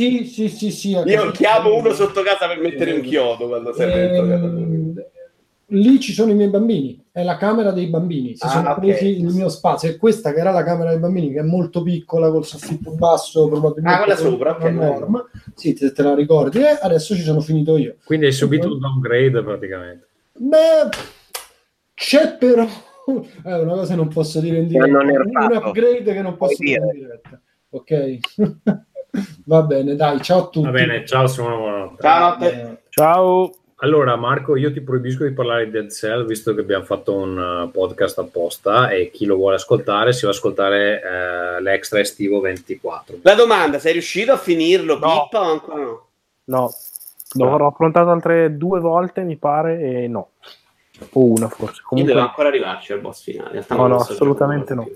[SPEAKER 4] Sì.
[SPEAKER 5] Io chiamo uno sotto casa per mettere un chiodo quando serve.
[SPEAKER 4] lì ci sono i miei bambini, è la camera dei bambini, si sono presi il mio spazio, e questa che era la camera dei bambini, che è molto piccola, col soffitto basso, probabilmente
[SPEAKER 5] quella sopra, ok,
[SPEAKER 4] norma, sì, te la ricordi, e adesso ci sono finito io.
[SPEAKER 1] Quindi hai subito un downgrade praticamente.
[SPEAKER 4] Beh, c'è però una cosa che non posso dire in diretta, un upgrade che non posso dire in diretta, ok? Va bene, dai, ciao a tutti.
[SPEAKER 1] Va bene, ciao Simone, buonanotte.
[SPEAKER 5] Ciao a te.
[SPEAKER 3] Ciao.
[SPEAKER 1] Allora Marco, io ti proibisco di parlare di Dead Cell, visto che abbiamo fatto un podcast apposta, e chi lo vuole ascoltare si va a ascoltare l'extra estivo 24.
[SPEAKER 5] La domanda, sei riuscito a finirlo, no. Pippa, o ancora no?
[SPEAKER 3] No, l'ho affrontato altre 2 volte mi pare, e no, o una forse. Comunque...
[SPEAKER 5] Io devo ancora arrivarci al boss finale.
[SPEAKER 3] No, assolutamente no.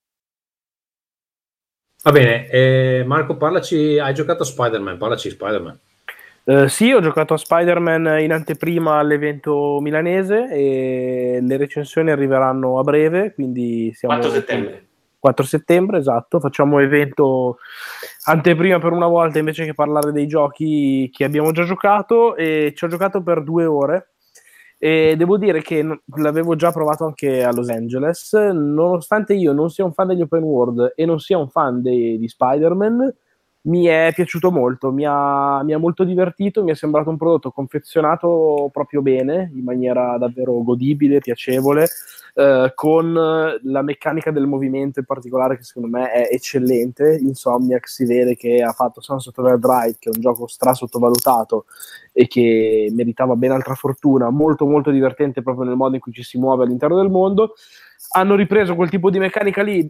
[SPEAKER 1] Va bene, Marco, parlaci, hai giocato a Spider-Man, parlaci di Spider-Man.
[SPEAKER 3] Sì, ho giocato a Spider-Man in anteprima all'evento milanese e le recensioni arriveranno a breve, quindi siamo
[SPEAKER 5] 4 settembre.
[SPEAKER 3] 4 settembre, esatto, facciamo evento anteprima per una volta invece che parlare dei giochi che abbiamo già giocato, e ci ho giocato per 2 ore e devo dire che l'avevo già provato anche a Los Angeles, nonostante io non sia un fan degli open world e non sia un fan di Spider-Man. Mi è piaciuto molto, mi ha molto divertito, mi è sembrato un prodotto confezionato proprio bene, in maniera davvero godibile, piacevole, con la meccanica del movimento in particolare che secondo me è eccellente. Insomniac si vede che ha fatto Sunset Overdrive, che è un gioco sottovalutato e che meritava ben altra fortuna, molto molto divertente proprio nel modo in cui ci si muove all'interno del mondo. Hanno ripreso quel tipo di meccanica lì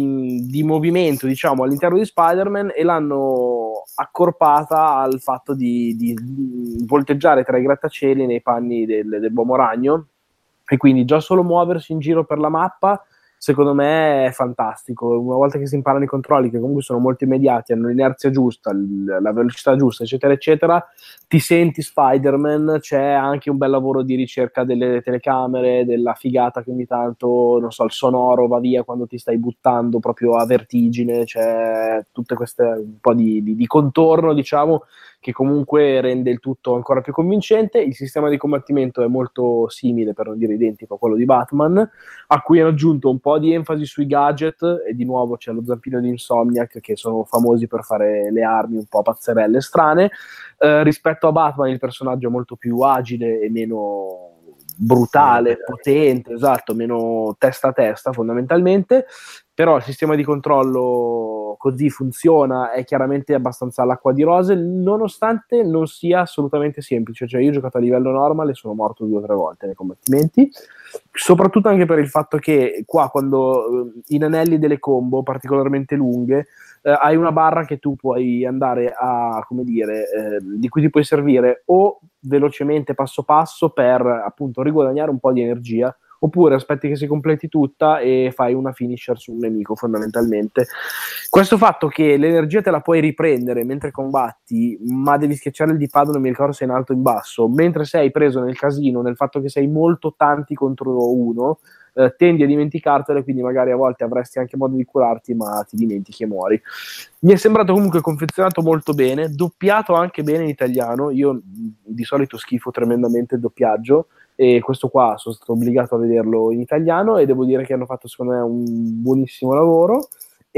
[SPEAKER 3] di movimento, diciamo, all'interno di Spider-Man e l'hanno accorpata al fatto di volteggiare tra i grattacieli nei panni del Uomo Ragno, e quindi già solo muoversi in giro per la mappa secondo me è fantastico. Una volta che si imparano i controlli, che comunque sono molto immediati, hanno l'inerzia giusta, la velocità giusta, eccetera eccetera, ti senti Spider-Man. C'è anche un bel lavoro di ricerca delle telecamere, della figata che ogni tanto, non so, il sonoro va via quando ti stai buttando proprio a vertigine, c'è tutte queste un po' di contorno, diciamo, che comunque rende il tutto ancora più convincente. Il sistema di combattimento è molto simile, per non dire identico, a quello di Batman, a cui hanno aggiunto un po' di enfasi sui gadget, e di nuovo c'è lo zampino di Insomniac, che sono famosi per fare le armi un po' pazzerelle strane. Rispetto a Batman il personaggio è molto più agile e meno brutale, potente, esatto, meno testa a testa fondamentalmente, però il sistema di controllo così funziona, è chiaramente abbastanza all'acqua di rose, nonostante non sia assolutamente semplice. Cioè io ho giocato a livello normale e sono morto 2 o 3 volte nei combattimenti, soprattutto anche per il fatto che qua, quando in anelli delle combo particolarmente lunghe, hai una barra che tu puoi andare a, come dire, di cui ti puoi servire o velocemente passo passo per appunto riguadagnare un po' di energia, oppure aspetti che si completi tutta e fai una finisher su un nemico fondamentalmente. Questo fatto che l'energia te la puoi riprendere mentre combatti, ma devi schiacciare il D-pad, non mi ricordo se in alto o in basso, mentre sei preso nel casino, nel fatto che sei molto tanti contro uno, tendi a dimenticartelo, quindi magari a volte avresti anche modo di curarti ma ti dimentichi e muori. Mi è sembrato comunque confezionato molto bene, doppiato anche bene in italiano. Io di solito schifo tremendamente il doppiaggio e questo qua sono stato obbligato a vederlo in italiano e devo dire che hanno fatto secondo me un buonissimo lavoro.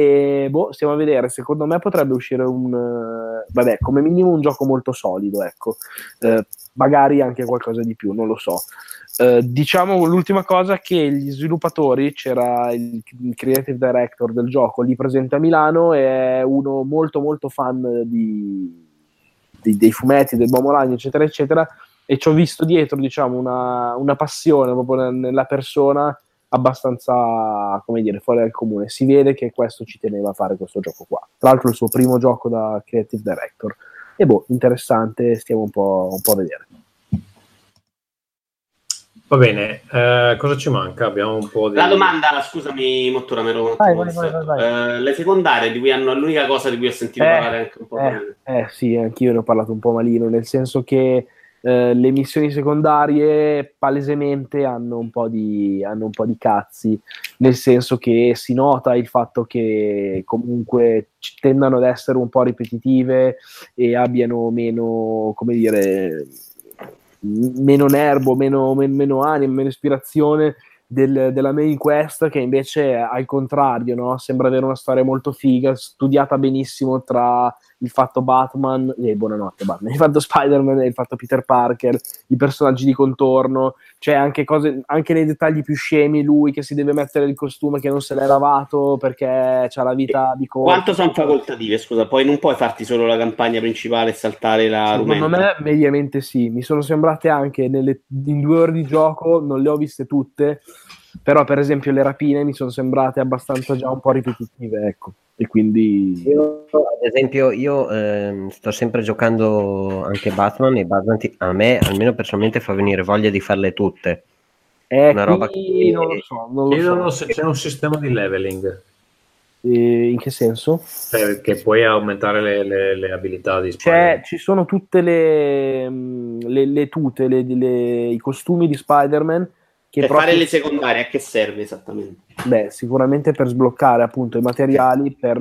[SPEAKER 3] E stiamo a vedere, secondo me potrebbe uscire come minimo un gioco molto solido, ecco, magari anche qualcosa di più, non lo so. Diciamo l'ultima cosa, che gli sviluppatori, c'era il creative director del gioco lì presente a Milano, è uno molto molto fan dei fumetti del Uomo Ragno eccetera eccetera, e ci ho visto dietro, diciamo, una passione proprio nella persona abbastanza, come dire, fuori dal comune. Si vede che questo ci teneva a fare questo gioco qua, tra l'altro il suo primo gioco da creative director, e interessante, stiamo un po' a vedere.
[SPEAKER 1] Va bene, cosa ci manca? Abbiamo un po' di...
[SPEAKER 5] La domanda, scusami Mottura, mi ero
[SPEAKER 3] vai.
[SPEAKER 5] Le secondarie di cui hanno, l'unica cosa di cui ho sentito parlare anche un po'
[SPEAKER 3] sì, anch'io ne ho parlato un po' malino, nel senso che le missioni secondarie palesemente hanno un po' di cazzi, nel senso che si nota il fatto che comunque tendano ad essere un po' ripetitive e abbiano meno, come dire, meno nervo, meno anima, meno ispirazione della main quest, che invece al contrario, no? Sembra avere una storia molto figa, studiata benissimo tra il fatto Batman, buonanotte Batman, il fatto Spider-Man e il fatto Peter Parker, i personaggi di contorno, c'è anche cose, anche nei dettagli più scemi, lui che si deve mettere il costume che non se l'è lavato perché c'ha la vita di corpo.
[SPEAKER 5] Quanto sono facoltative, scusa, poi non puoi farti solo la campagna principale e saltare la rumenta?
[SPEAKER 3] Secondo me mediamente sì, mi sono sembrate anche in 2 ore di gioco, non le ho viste tutte, però per esempio le rapine mi sono sembrate abbastanza già un po' ripetitive, ecco. E quindi
[SPEAKER 8] ad esempio sto sempre giocando anche Batman, e Batman a me almeno personalmente fa venire voglia di farle tutte.
[SPEAKER 3] Una roba che non lo so.
[SPEAKER 1] Chiedono se c'è un sistema di leveling.
[SPEAKER 3] In che senso?
[SPEAKER 1] Perché puoi aumentare le abilità di Spider-Man.
[SPEAKER 3] Ci sono tutte le tute, i costumi di Spider-Man.
[SPEAKER 5] Per fare le secondarie, a che serve esattamente?
[SPEAKER 3] Beh, sicuramente per sbloccare appunto i materiali per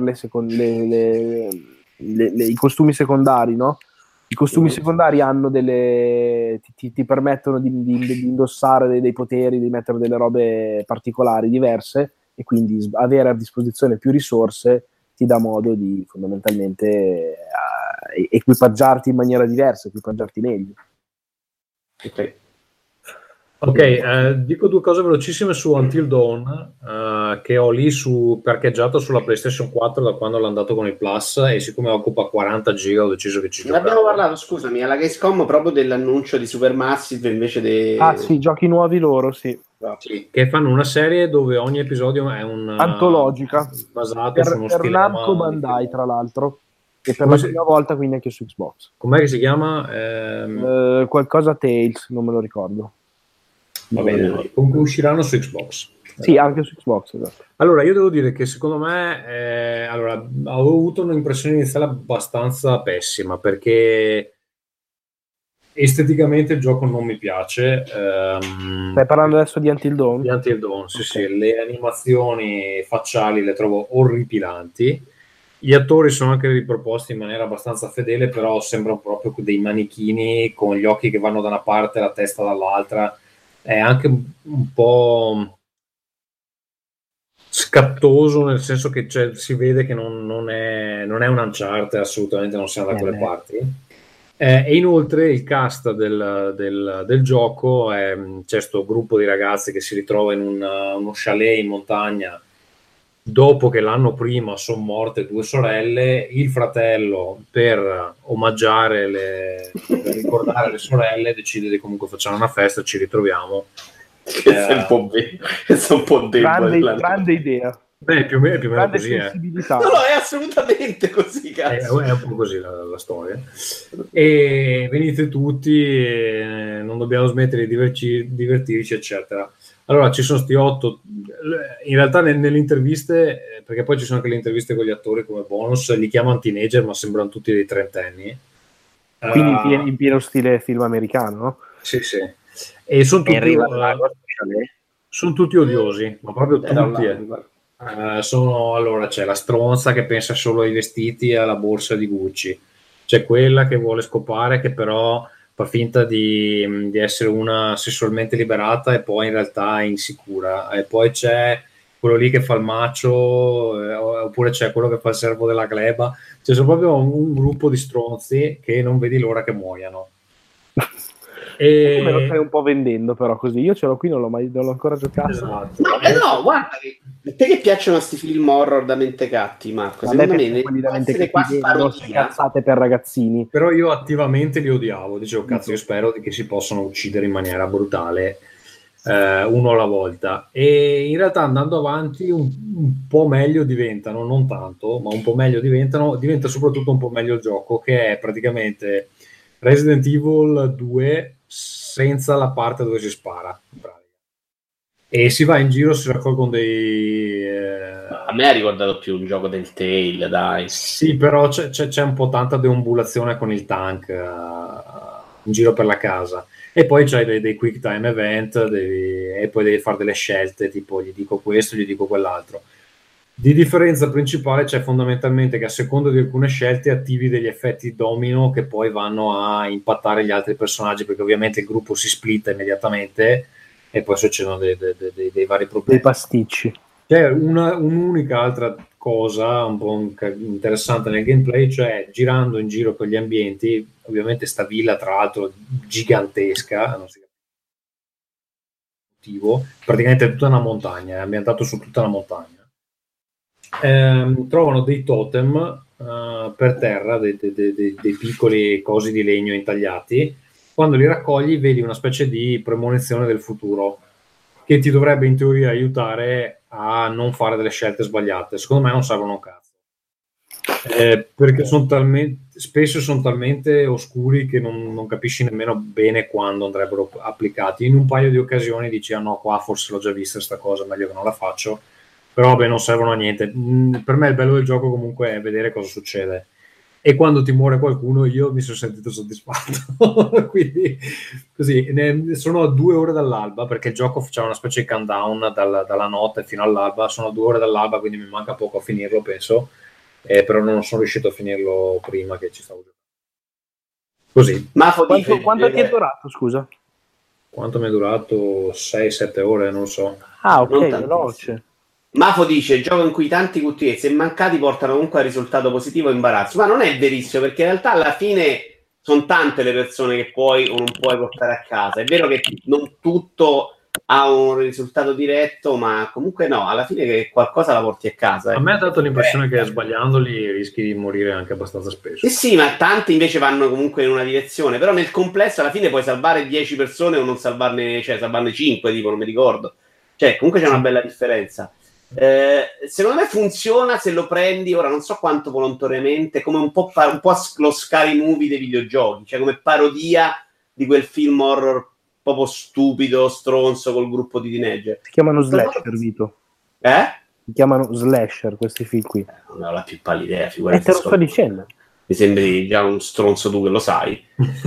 [SPEAKER 3] i costumi secondari, no? I costumi secondari hanno ti permettono di indossare dei poteri, di mettere delle robe particolari diverse, e quindi avere a disposizione più risorse ti dà modo di fondamentalmente equipaggiarti in maniera diversa, equipaggiarti meglio.
[SPEAKER 1] Ok, dico 2 cose velocissime su Until Dawn, che ho lì parcheggiato sulla PlayStation 4 da quando l'ho andato con il Plus, e siccome occupa 40 giga ho deciso che ci giocavo.
[SPEAKER 5] Ne abbiamo parlato, scusami, alla Gamescom proprio dell'annuncio di Supermassive invece dei...
[SPEAKER 3] Ah sì, giochi nuovi loro, sì.
[SPEAKER 1] Sì, che fanno una serie dove ogni episodio è
[SPEAKER 3] antologica,
[SPEAKER 1] basato su uno stile
[SPEAKER 3] Namco Bandai, tra l'altro, e per la prima volta quindi anche su Xbox.
[SPEAKER 1] Com'è che si chiama?
[SPEAKER 3] Qualcosa Tales, non me lo ricordo.
[SPEAKER 1] Va bene, comunque usciranno su Xbox.
[SPEAKER 3] Sì, anche su Xbox, esatto.
[SPEAKER 1] Allora, io devo dire che secondo me avevo avuto un'impressione iniziale abbastanza pessima, perché esteticamente il gioco non mi piace.
[SPEAKER 3] Stai parlando adesso di Until Dawn?
[SPEAKER 1] Di Until Dawn, sì, okay. Sì, le animazioni facciali le trovo orripilanti. Gli attori sono anche riproposti in maniera abbastanza fedele, però sembrano proprio dei manichini con gli occhi che vanno da una parte e la testa dall'altra. È anche un po' scattoso, nel senso che si vede che non è un Uncharted, assolutamente non siamo da quelle parti. E inoltre il cast del gioco c'è questo gruppo di ragazzi che si ritrova in uno chalet in montagna dopo che l'anno prima sono morte 2 sorelle. Il fratello, per omaggiare per ricordare le sorelle, decide di comunque facciamo una festa, ci ritroviamo.
[SPEAKER 5] È un po' debole.
[SPEAKER 3] Grande idea.
[SPEAKER 1] Beh, più o meno così è.
[SPEAKER 5] No, è assolutamente così, cazzo.
[SPEAKER 1] È un po' così la storia. E venite tutti, non dobbiamo smettere di divertirci, eccetera. Allora, ci sono sti 8, in realtà nelle interviste, perché poi ci sono anche le interviste con gli attori come bonus, li chiamano teenager, ma sembrano tutti dei 30enni.
[SPEAKER 3] Quindi in pieno stile film americano, no?
[SPEAKER 1] Sì, sì. E sono tutti odiosi, ma proprio tutti. Allora, c'è la stronza che pensa solo ai vestiti e alla borsa di Gucci. C'è quella che vuole scopare, che però fa finta di essere una sessualmente liberata e poi in realtà è insicura. E poi c'è quello lì che fa il macho, oppure c'è quello che fa il servo della gleba. Cioè sono proprio un gruppo di stronzi che non vedi l'ora che muoiano.
[SPEAKER 3] E me lo stai un po' vendendo, però così io ce l'ho qui, non l'ho ancora giocato.
[SPEAKER 5] Esatto. No, guarda, a te che piacciono questi film horror da mentecatti, Marco? Secondo me
[SPEAKER 3] quelli da mentecatti cazzate per ragazzini.
[SPEAKER 1] Però io attivamente li odiavo, dicevo cazzo, io spero che si possano uccidere in maniera brutale, uno alla volta. E in realtà andando avanti un po' meglio diventano, non tanto, ma un po' meglio diventa soprattutto un po' meglio il gioco, che è praticamente Resident Evil 2 senza la parte dove si spara, e si va in giro, si raccolgono dei
[SPEAKER 5] a me ha ricordato più un gioco del Telltale, dai.
[SPEAKER 1] Sì, però c'è un po' tanta deambulazione con il tank in giro per la casa, e poi c'hai dei quick time event, e poi devi fare delle scelte tipo gli dico questo, gli dico quell'altro. Di differenza principale c'è fondamentalmente che a seconda di alcune scelte attivi degli effetti domino che poi vanno a impattare gli altri personaggi, perché ovviamente il gruppo si splitta immediatamente e poi succedono dei vari problemi.
[SPEAKER 3] Dei pasticci.
[SPEAKER 1] C'è un'unica altra cosa un po' interessante nel gameplay, cioè girando in giro per gli ambienti, ovviamente sta villa tra l'altro gigantesca, non si capisce, praticamente tutta una montagna, è ambientato su tutta una montagna. Trovano dei totem per terra, dei piccoli cosi di legno intagliati. Quando li raccogli vedi una specie di premonizione del futuro che ti dovrebbe in teoria aiutare a non fare delle scelte sbagliate. Secondo me non servono un cazzo, perché spesso sono talmente oscuri che non capisci nemmeno bene quando andrebbero applicati. In un paio di occasioni dici no, qua forse l'ho già vista sta cosa, meglio che non la faccio. Però vabbè, non servono a niente. Per me il bello del gioco comunque è vedere cosa succede. E quando ti muore qualcuno io mi sono sentito soddisfatto. Quindi così, sono a 2 ore dall'alba, perché il gioco faceva una specie di countdown dalla notte fino all'alba. Sono a 2 ore dall'alba, quindi mi manca poco a finirlo, penso. Però non sono riuscito a finirlo prima che ci stavo giocando. Così.
[SPEAKER 3] Ma quanto ti è durato, scusa?
[SPEAKER 1] Quanto mi è durato? 6-7 ore, non so.
[SPEAKER 3] Ah, ok, veloce.
[SPEAKER 5] Mafo dice: gioco in cui tanti QTE se mancati portano comunque al risultato positivo e imbarazzo. Ma non è verissimo, perché in realtà alla fine sono tante le persone che puoi o non puoi portare a casa. È vero che non tutto ha un risultato diretto, ma comunque no, alla fine che qualcosa la porti a casa.
[SPEAKER 1] A me ha dato l'impressione che sbagliandoli rischi di morire anche abbastanza spesso.
[SPEAKER 5] Sì, ma tanti invece vanno comunque in una direzione, però nel complesso alla fine puoi salvare 10 persone o non salvarne, cioè salvarne 5, tipo, non mi ricordo. Cioè, comunque c'è una bella differenza. Secondo me funziona se lo prendi, ora non so quanto volontariamente, come un po' lo Scary Movie dei videogiochi, cioè come parodia di quel film horror proprio stupido, stronzo col gruppo di teenager.
[SPEAKER 3] Si chiamano slasher, Vito. Si chiamano slasher questi film qui.
[SPEAKER 5] Non ho la più pallida idea, figurati.
[SPEAKER 3] Te lo sto dicendo.
[SPEAKER 5] Mi sembri già un stronzo tu che lo sai.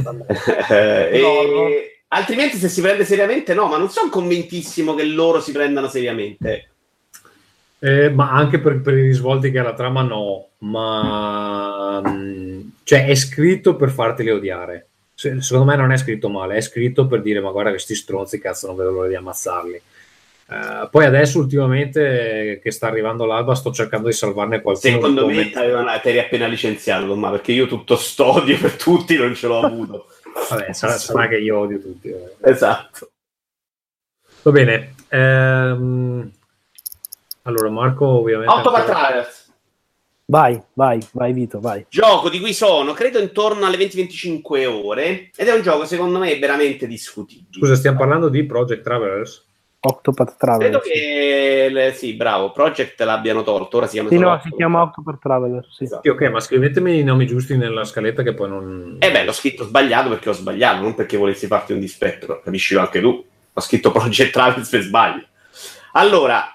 [SPEAKER 5] Altrimenti se si prende seriamente no, ma non sono convintissimo che loro si prendano seriamente.
[SPEAKER 1] Ma anche per i risvolti che ha la trama no, ma cioè è scritto per farteli odiare. Secondo me non è scritto male, è scritto per dire ma guarda questi stronzi, cazzo, non vedo l'ora di ammazzarli. Poi adesso ultimamente che sta arrivando l'alba sto cercando di salvarne qualcuno.
[SPEAKER 5] Secondo me ti eri appena licenziato, ma perché io tutto st'odio per tutti non ce l'ho avuto.
[SPEAKER 1] Vabbè, sarà che io odio tutti.
[SPEAKER 5] Esatto.
[SPEAKER 1] Va bene. Allora Marco ovviamente...
[SPEAKER 5] Octopath Traveler.
[SPEAKER 3] Vai Vito, vai.
[SPEAKER 5] Gioco di cui sono, credo, intorno alle 20-25 ore, ed è un gioco secondo me veramente discutibile.
[SPEAKER 1] Scusa, stiamo parlando di Project Travelers?
[SPEAKER 3] Octopath Traveler.
[SPEAKER 5] Credo che sì, bravo, Project l'abbiano tolto, ora si chiama
[SPEAKER 3] si chiama Octopath Traveler, sì.
[SPEAKER 5] Esatto.
[SPEAKER 1] Sì, ok, ma scrivetemi i nomi giusti nella scaletta che poi non...
[SPEAKER 5] L'ho scritto sbagliato perché ho sbagliato, non perché volessi farti un dispetto, capisci anche tu. Ho scritto Project Travelers per sbaglio. Allora,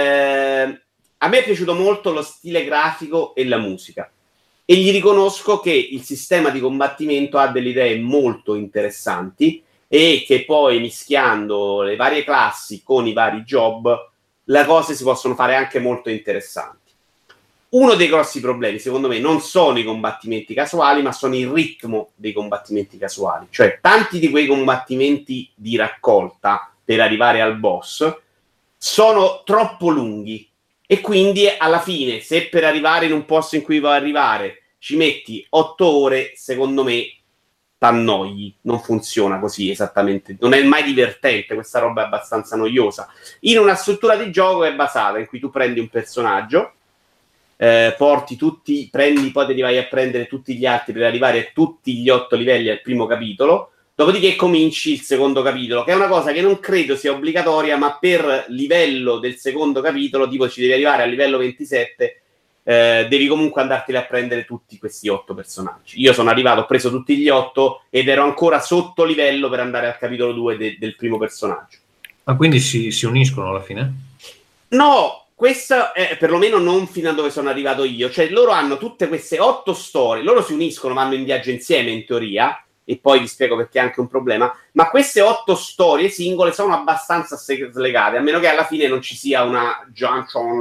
[SPEAKER 5] a me è piaciuto molto lo stile grafico e la musica, e gli riconosco che il sistema di combattimento ha delle idee molto interessanti e che poi mischiando le varie classi con i vari job le cose si possono fare anche molto interessanti. Uno dei grossi problemi secondo me non sono i combattimenti casuali, ma sono il ritmo dei combattimenti casuali, cioè tanti di quei combattimenti di raccolta per arrivare al boss sono troppo lunghi, e quindi alla fine se per arrivare in un posto in cui vuoi arrivare ci metti 8 ore, secondo me t'annoi, non funziona così esattamente, non è mai divertente, questa roba è abbastanza noiosa. In una struttura di gioco è basata in cui tu prendi un personaggio, porti tutti, poi te li vai a prendere tutti gli altri per arrivare a tutti gli 8 livelli al primo capitolo. Dopodiché cominci il secondo capitolo, che è una cosa che non credo sia obbligatoria, ma per livello del secondo capitolo, tipo ci devi arrivare al livello 27, devi comunque andarteli a prendere tutti questi 8 personaggi. Io sono arrivato, ho preso tutti gli 8 ed ero ancora sotto livello per andare al capitolo 2 del primo personaggio.
[SPEAKER 1] Ma quindi si uniscono alla fine?
[SPEAKER 5] No, questa è perlomeno non fino a dove sono arrivato io. Cioè loro hanno tutte queste 8 storie, loro si uniscono, vanno in viaggio insieme in teoria, e poi vi spiego perché è anche un problema, ma queste 8 storie singole sono abbastanza slegate, a meno che alla fine non ci sia una junction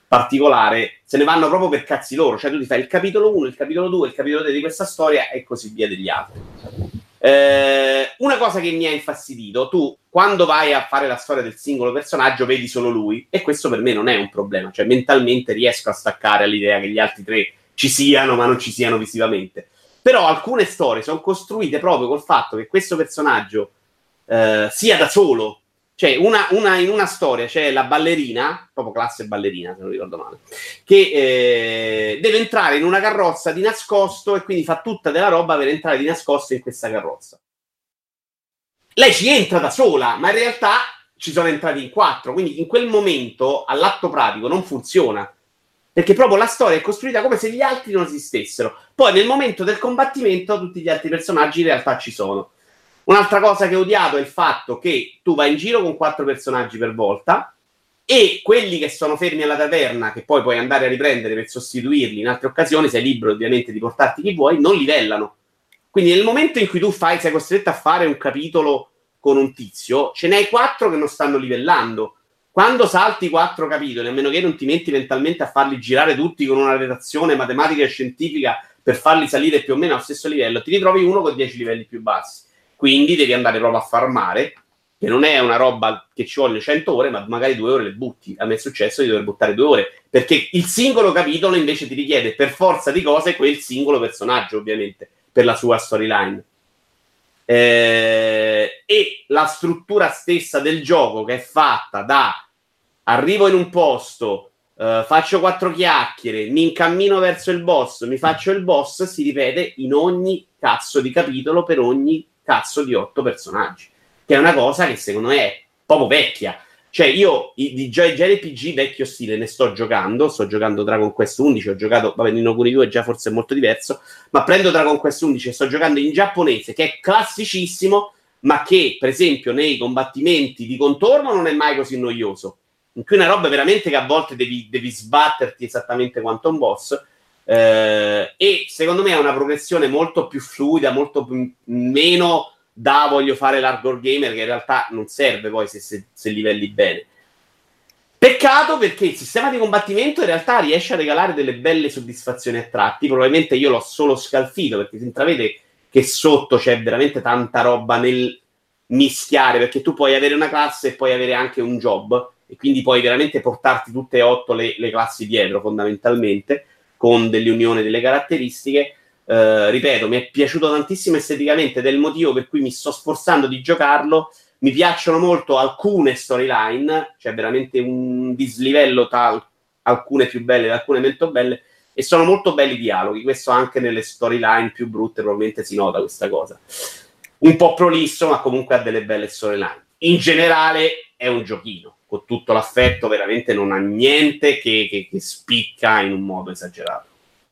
[SPEAKER 5] particolare, se ne vanno proprio per cazzi loro, cioè tu ti fai il capitolo 1, il capitolo 2, il capitolo 3 di questa storia e così via degli altri. Una cosa che mi ha infastidito, tu quando vai a fare la storia del singolo personaggio vedi solo lui, e questo per me non è un problema, cioè mentalmente riesco a staccare all'idea che gli altri tre ci siano ma non ci siano visivamente. Però alcune storie sono costruite proprio col fatto che questo personaggio sia da solo. Cioè, in una storia c'è la ballerina, proprio classe ballerina, se non ricordo male, che deve entrare in una carrozza di nascosto e quindi fa tutta della roba per entrare di nascosto in questa carrozza. Lei ci entra da sola, ma in realtà ci sono entrati in 4, quindi in quel momento, all'atto pratico, non funziona. Perché proprio la storia è costruita come se gli altri non esistessero. Poi nel momento del combattimento tutti gli altri personaggi in realtà ci sono. Un'altra cosa che ho odiato è il fatto che tu vai in giro con 4 personaggi per volta e quelli che sono fermi alla taverna, che poi puoi andare a riprendere per sostituirli in altre occasioni, sei libero ovviamente di portarti chi vuoi, non livellano. Quindi nel momento in cui tu sei costretto a fare un capitolo con un tizio, ce n'hai 4 che non stanno livellando. Quando salti 4 capitoli, a meno che non ti metti mentalmente a farli girare tutti con una redazione matematica e scientifica per farli salire più o meno allo stesso livello, ti ritrovi uno con 10 livelli più bassi. Quindi devi andare proprio a farmare, che non è una roba che ci vogliono 100 ore, ma magari 2 ore le butti. A me è successo di dover buttare 2 ore, perché il singolo capitolo invece ti richiede per forza di cose quel singolo personaggio, ovviamente, per la sua storyline. E la struttura stessa del gioco, che è fatta da arrivo in un posto, faccio 4 chiacchiere, mi incammino verso il boss, mi faccio il boss, si ripete in ogni cazzo di capitolo per ogni cazzo di 8 personaggi, che è una cosa che secondo me è proprio vecchia. Cioè io di JRPG vecchio stile ne sto giocando Dragon Quest 11, ho giocato, vabbè, Ni no Kuni 2 già forse è molto diverso, ma prendo Dragon Quest 11 e sto giocando in giapponese, che è classicissimo, ma che per esempio nei combattimenti di contorno non è mai così noioso, in cui una roba veramente che a volte devi sbatterti esattamente quanto un boss. E secondo me è una progressione molto più fluida, molto meno da voglio fare l'hardcore gamer, che in realtà non serve poi se livelli bene. Peccato, perché il sistema di combattimento in realtà riesce a regalare delle belle soddisfazioni a tratti. Probabilmente io l'ho solo scalfito, perché si intravede che sotto c'è veramente tanta roba nel mischiare, perché tu puoi avere una classe e puoi avere anche un job, e quindi puoi veramente portarti tutte e 8 le classi dietro, fondamentalmente, con delle unioni delle caratteristiche. Ripeto, mi è piaciuto tantissimo esteticamente, del motivo per cui mi sto sforzando di giocarlo. Mi piacciono molto alcune storyline, cioè veramente un dislivello tra alcune più belle e alcune meno belle, e sono molto belli i dialoghi. Questo anche nelle storyline più brutte probabilmente si nota questa cosa. Un po' prolisso, ma comunque ha delle belle storyline. In generale è un giochino, con tutto l'affetto, veramente non ha niente che spicca in un modo esagerato.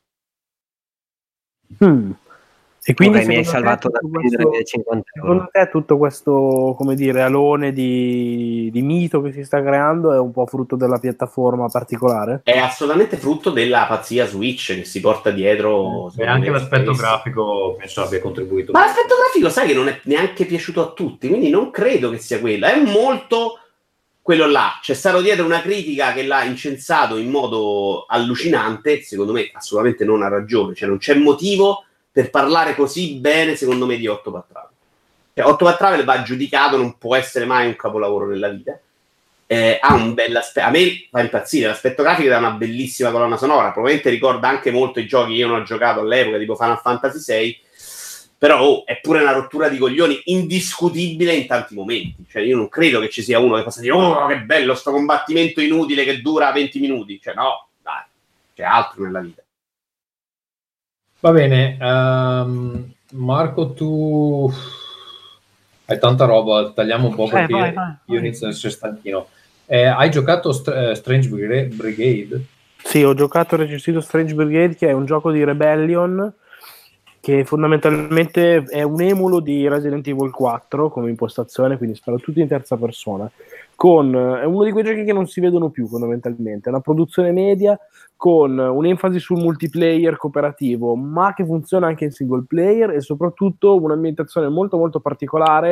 [SPEAKER 3] E quindi
[SPEAKER 8] mi hai salvato da prendere 50 euro.
[SPEAKER 3] Secondo te tutto questo, come dire, alone di mito che si sta creando è un po' frutto della piattaforma particolare?
[SPEAKER 5] È assolutamente frutto della pazzia Switch che si porta dietro.
[SPEAKER 1] E anche l'aspetto grafico penso abbia contribuito.
[SPEAKER 5] Ma l'aspetto grafico sai che non è neanche piaciuto a tutti, quindi non credo che sia quello. È molto quello là. C'è stato dietro una critica che l'ha incensato in modo allucinante, secondo me assolutamente non ha ragione, cioè non c'è motivo per parlare così bene, secondo me, di 8 Patrave. Cioè, 8 Patrave va giudicato, non può essere mai un capolavoro nella vita. Ha un bel aspetto, a me fa impazzire l'aspetto grafico, da una bellissima colonna sonora, probabilmente ricorda anche molto i giochi che io non ho giocato all'epoca, tipo Final Fantasy VI, però è pure una rottura di coglioni indiscutibile in tanti momenti. Cioè io non credo che ci sia uno che possa dire oh che bello sto combattimento inutile che dura 20 minuti, cioè no, dai, c'è altro nella vita.
[SPEAKER 1] Va bene, Marco, tu hai tanta roba, tagliamo un po' perché vai. Io inizio ad essere stanchino. Hai giocato Strange Brigade?
[SPEAKER 3] Sì, ho giocato e recensito Strange Brigade, che è un gioco di Rebellion che fondamentalmente è un emulo di Resident Evil 4 come impostazione, quindi spara tutto in terza persona. È uno di quei giochi che non si vedono più fondamentalmente, è una produzione media con un'enfasi sul multiplayer cooperativo, ma che funziona anche in single player, e soprattutto un'ambientazione molto molto particolare,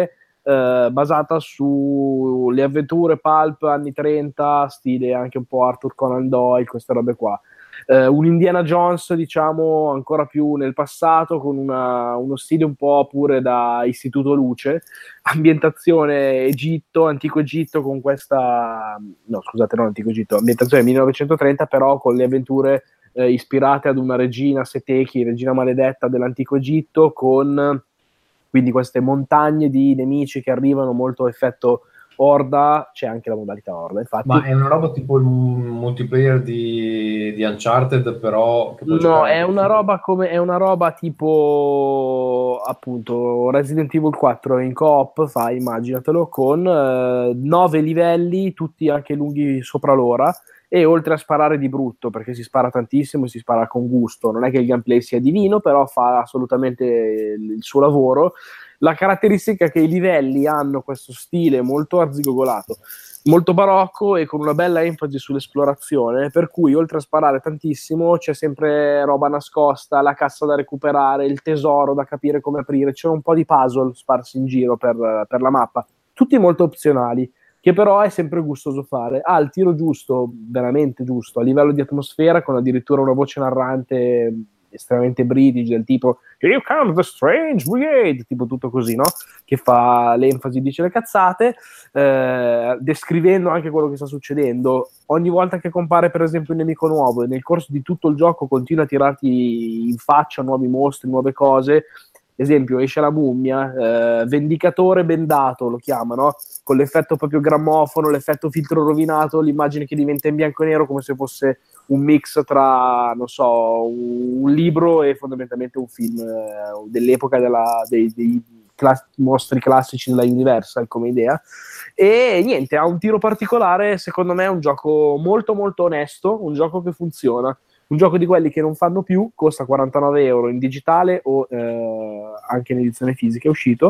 [SPEAKER 3] basata sulle avventure pulp anni 30, stile anche un po' Arthur Conan Doyle, queste robe qua. Un Indiana Jones, diciamo, ancora più nel passato, con uno stile un po' pure da Istituto Luce, ambientazione Egitto, antico Egitto, con questa, no scusate, non antico Egitto, ambientazione 1930, però con le avventure ispirate ad una regina Seteki, regina maledetta dell'antico Egitto, con quindi queste montagne di nemici che arrivano, molto effetto Horda, c'è anche la modalità Horda, infatti.
[SPEAKER 1] Ma è una roba tipo il multiplayer di Uncharted, però che puoi
[SPEAKER 3] No,
[SPEAKER 1] giocare
[SPEAKER 3] è una roba come è una roba tipo appunto Resident Evil 4 in co-op, fai, immaginatelo, con 9 livelli, tutti anche lunghi sopra l'ora, e oltre a sparare di brutto, perché si spara tantissimo e si spara con gusto, non è che il gameplay sia divino, però fa assolutamente il suo lavoro. La caratteristica è che i livelli hanno questo stile molto arzigogolato, molto barocco e con una bella enfasi sull'esplorazione, per cui oltre a sparare tantissimo c'è sempre roba nascosta, la cassa da recuperare, il tesoro da capire come aprire, c'è un po' di puzzle sparsi in giro per la mappa, tutti molto opzionali, che però è sempre gustoso fare. Ha il tiro giusto, veramente giusto, a livello di atmosfera, con addirittura una voce narrante estremamente british, del tipo "Here comes the strange brigade", tipo tutto così, no? Che fa l'enfasi, dice le cazzate, descrivendo anche quello che sta succedendo. Ogni volta che compare per esempio un nemico nuovo e nel corso di tutto il gioco continua a tirarti in faccia nuovi mostri, nuove cose. Esempio, esce la mummia, vendicatore bendato lo chiamano, con l'effetto proprio grammofono, l'effetto filtro rovinato, l'immagine che diventa in bianco e nero come se fosse un mix tra, non so, un libro e fondamentalmente un film dell'epoca dei mostri classici della Universal come idea. E niente, ha un tiro particolare, secondo me è un gioco molto molto onesto, un gioco che funziona. Un gioco di quelli che non fanno più, costa 49 euro in digitale o anche in edizione fisica, è uscito,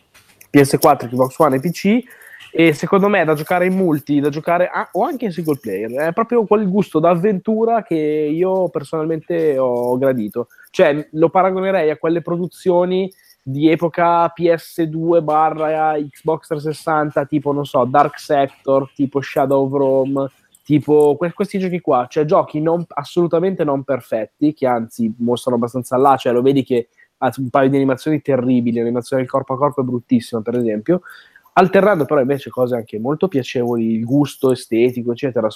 [SPEAKER 3] PS4, Xbox One e PC, e secondo me è da giocare in multi, da giocare o anche in single player, è proprio quel gusto d'avventura che io personalmente ho gradito, cioè lo paragonerei a quelle produzioni di epoca PS2 barra Xbox 360, tipo non so, Dark Sector, tipo Shadow of Rome, tipo questi giochi qua, cioè giochi assolutamente non perfetti, che anzi mostrano abbastanza là, cioè lo vedi che ha un paio di animazioni terribili, l'animazione del corpo a corpo è bruttissima per esempio, alternando però invece cose anche molto piacevoli, il gusto estetico eccetera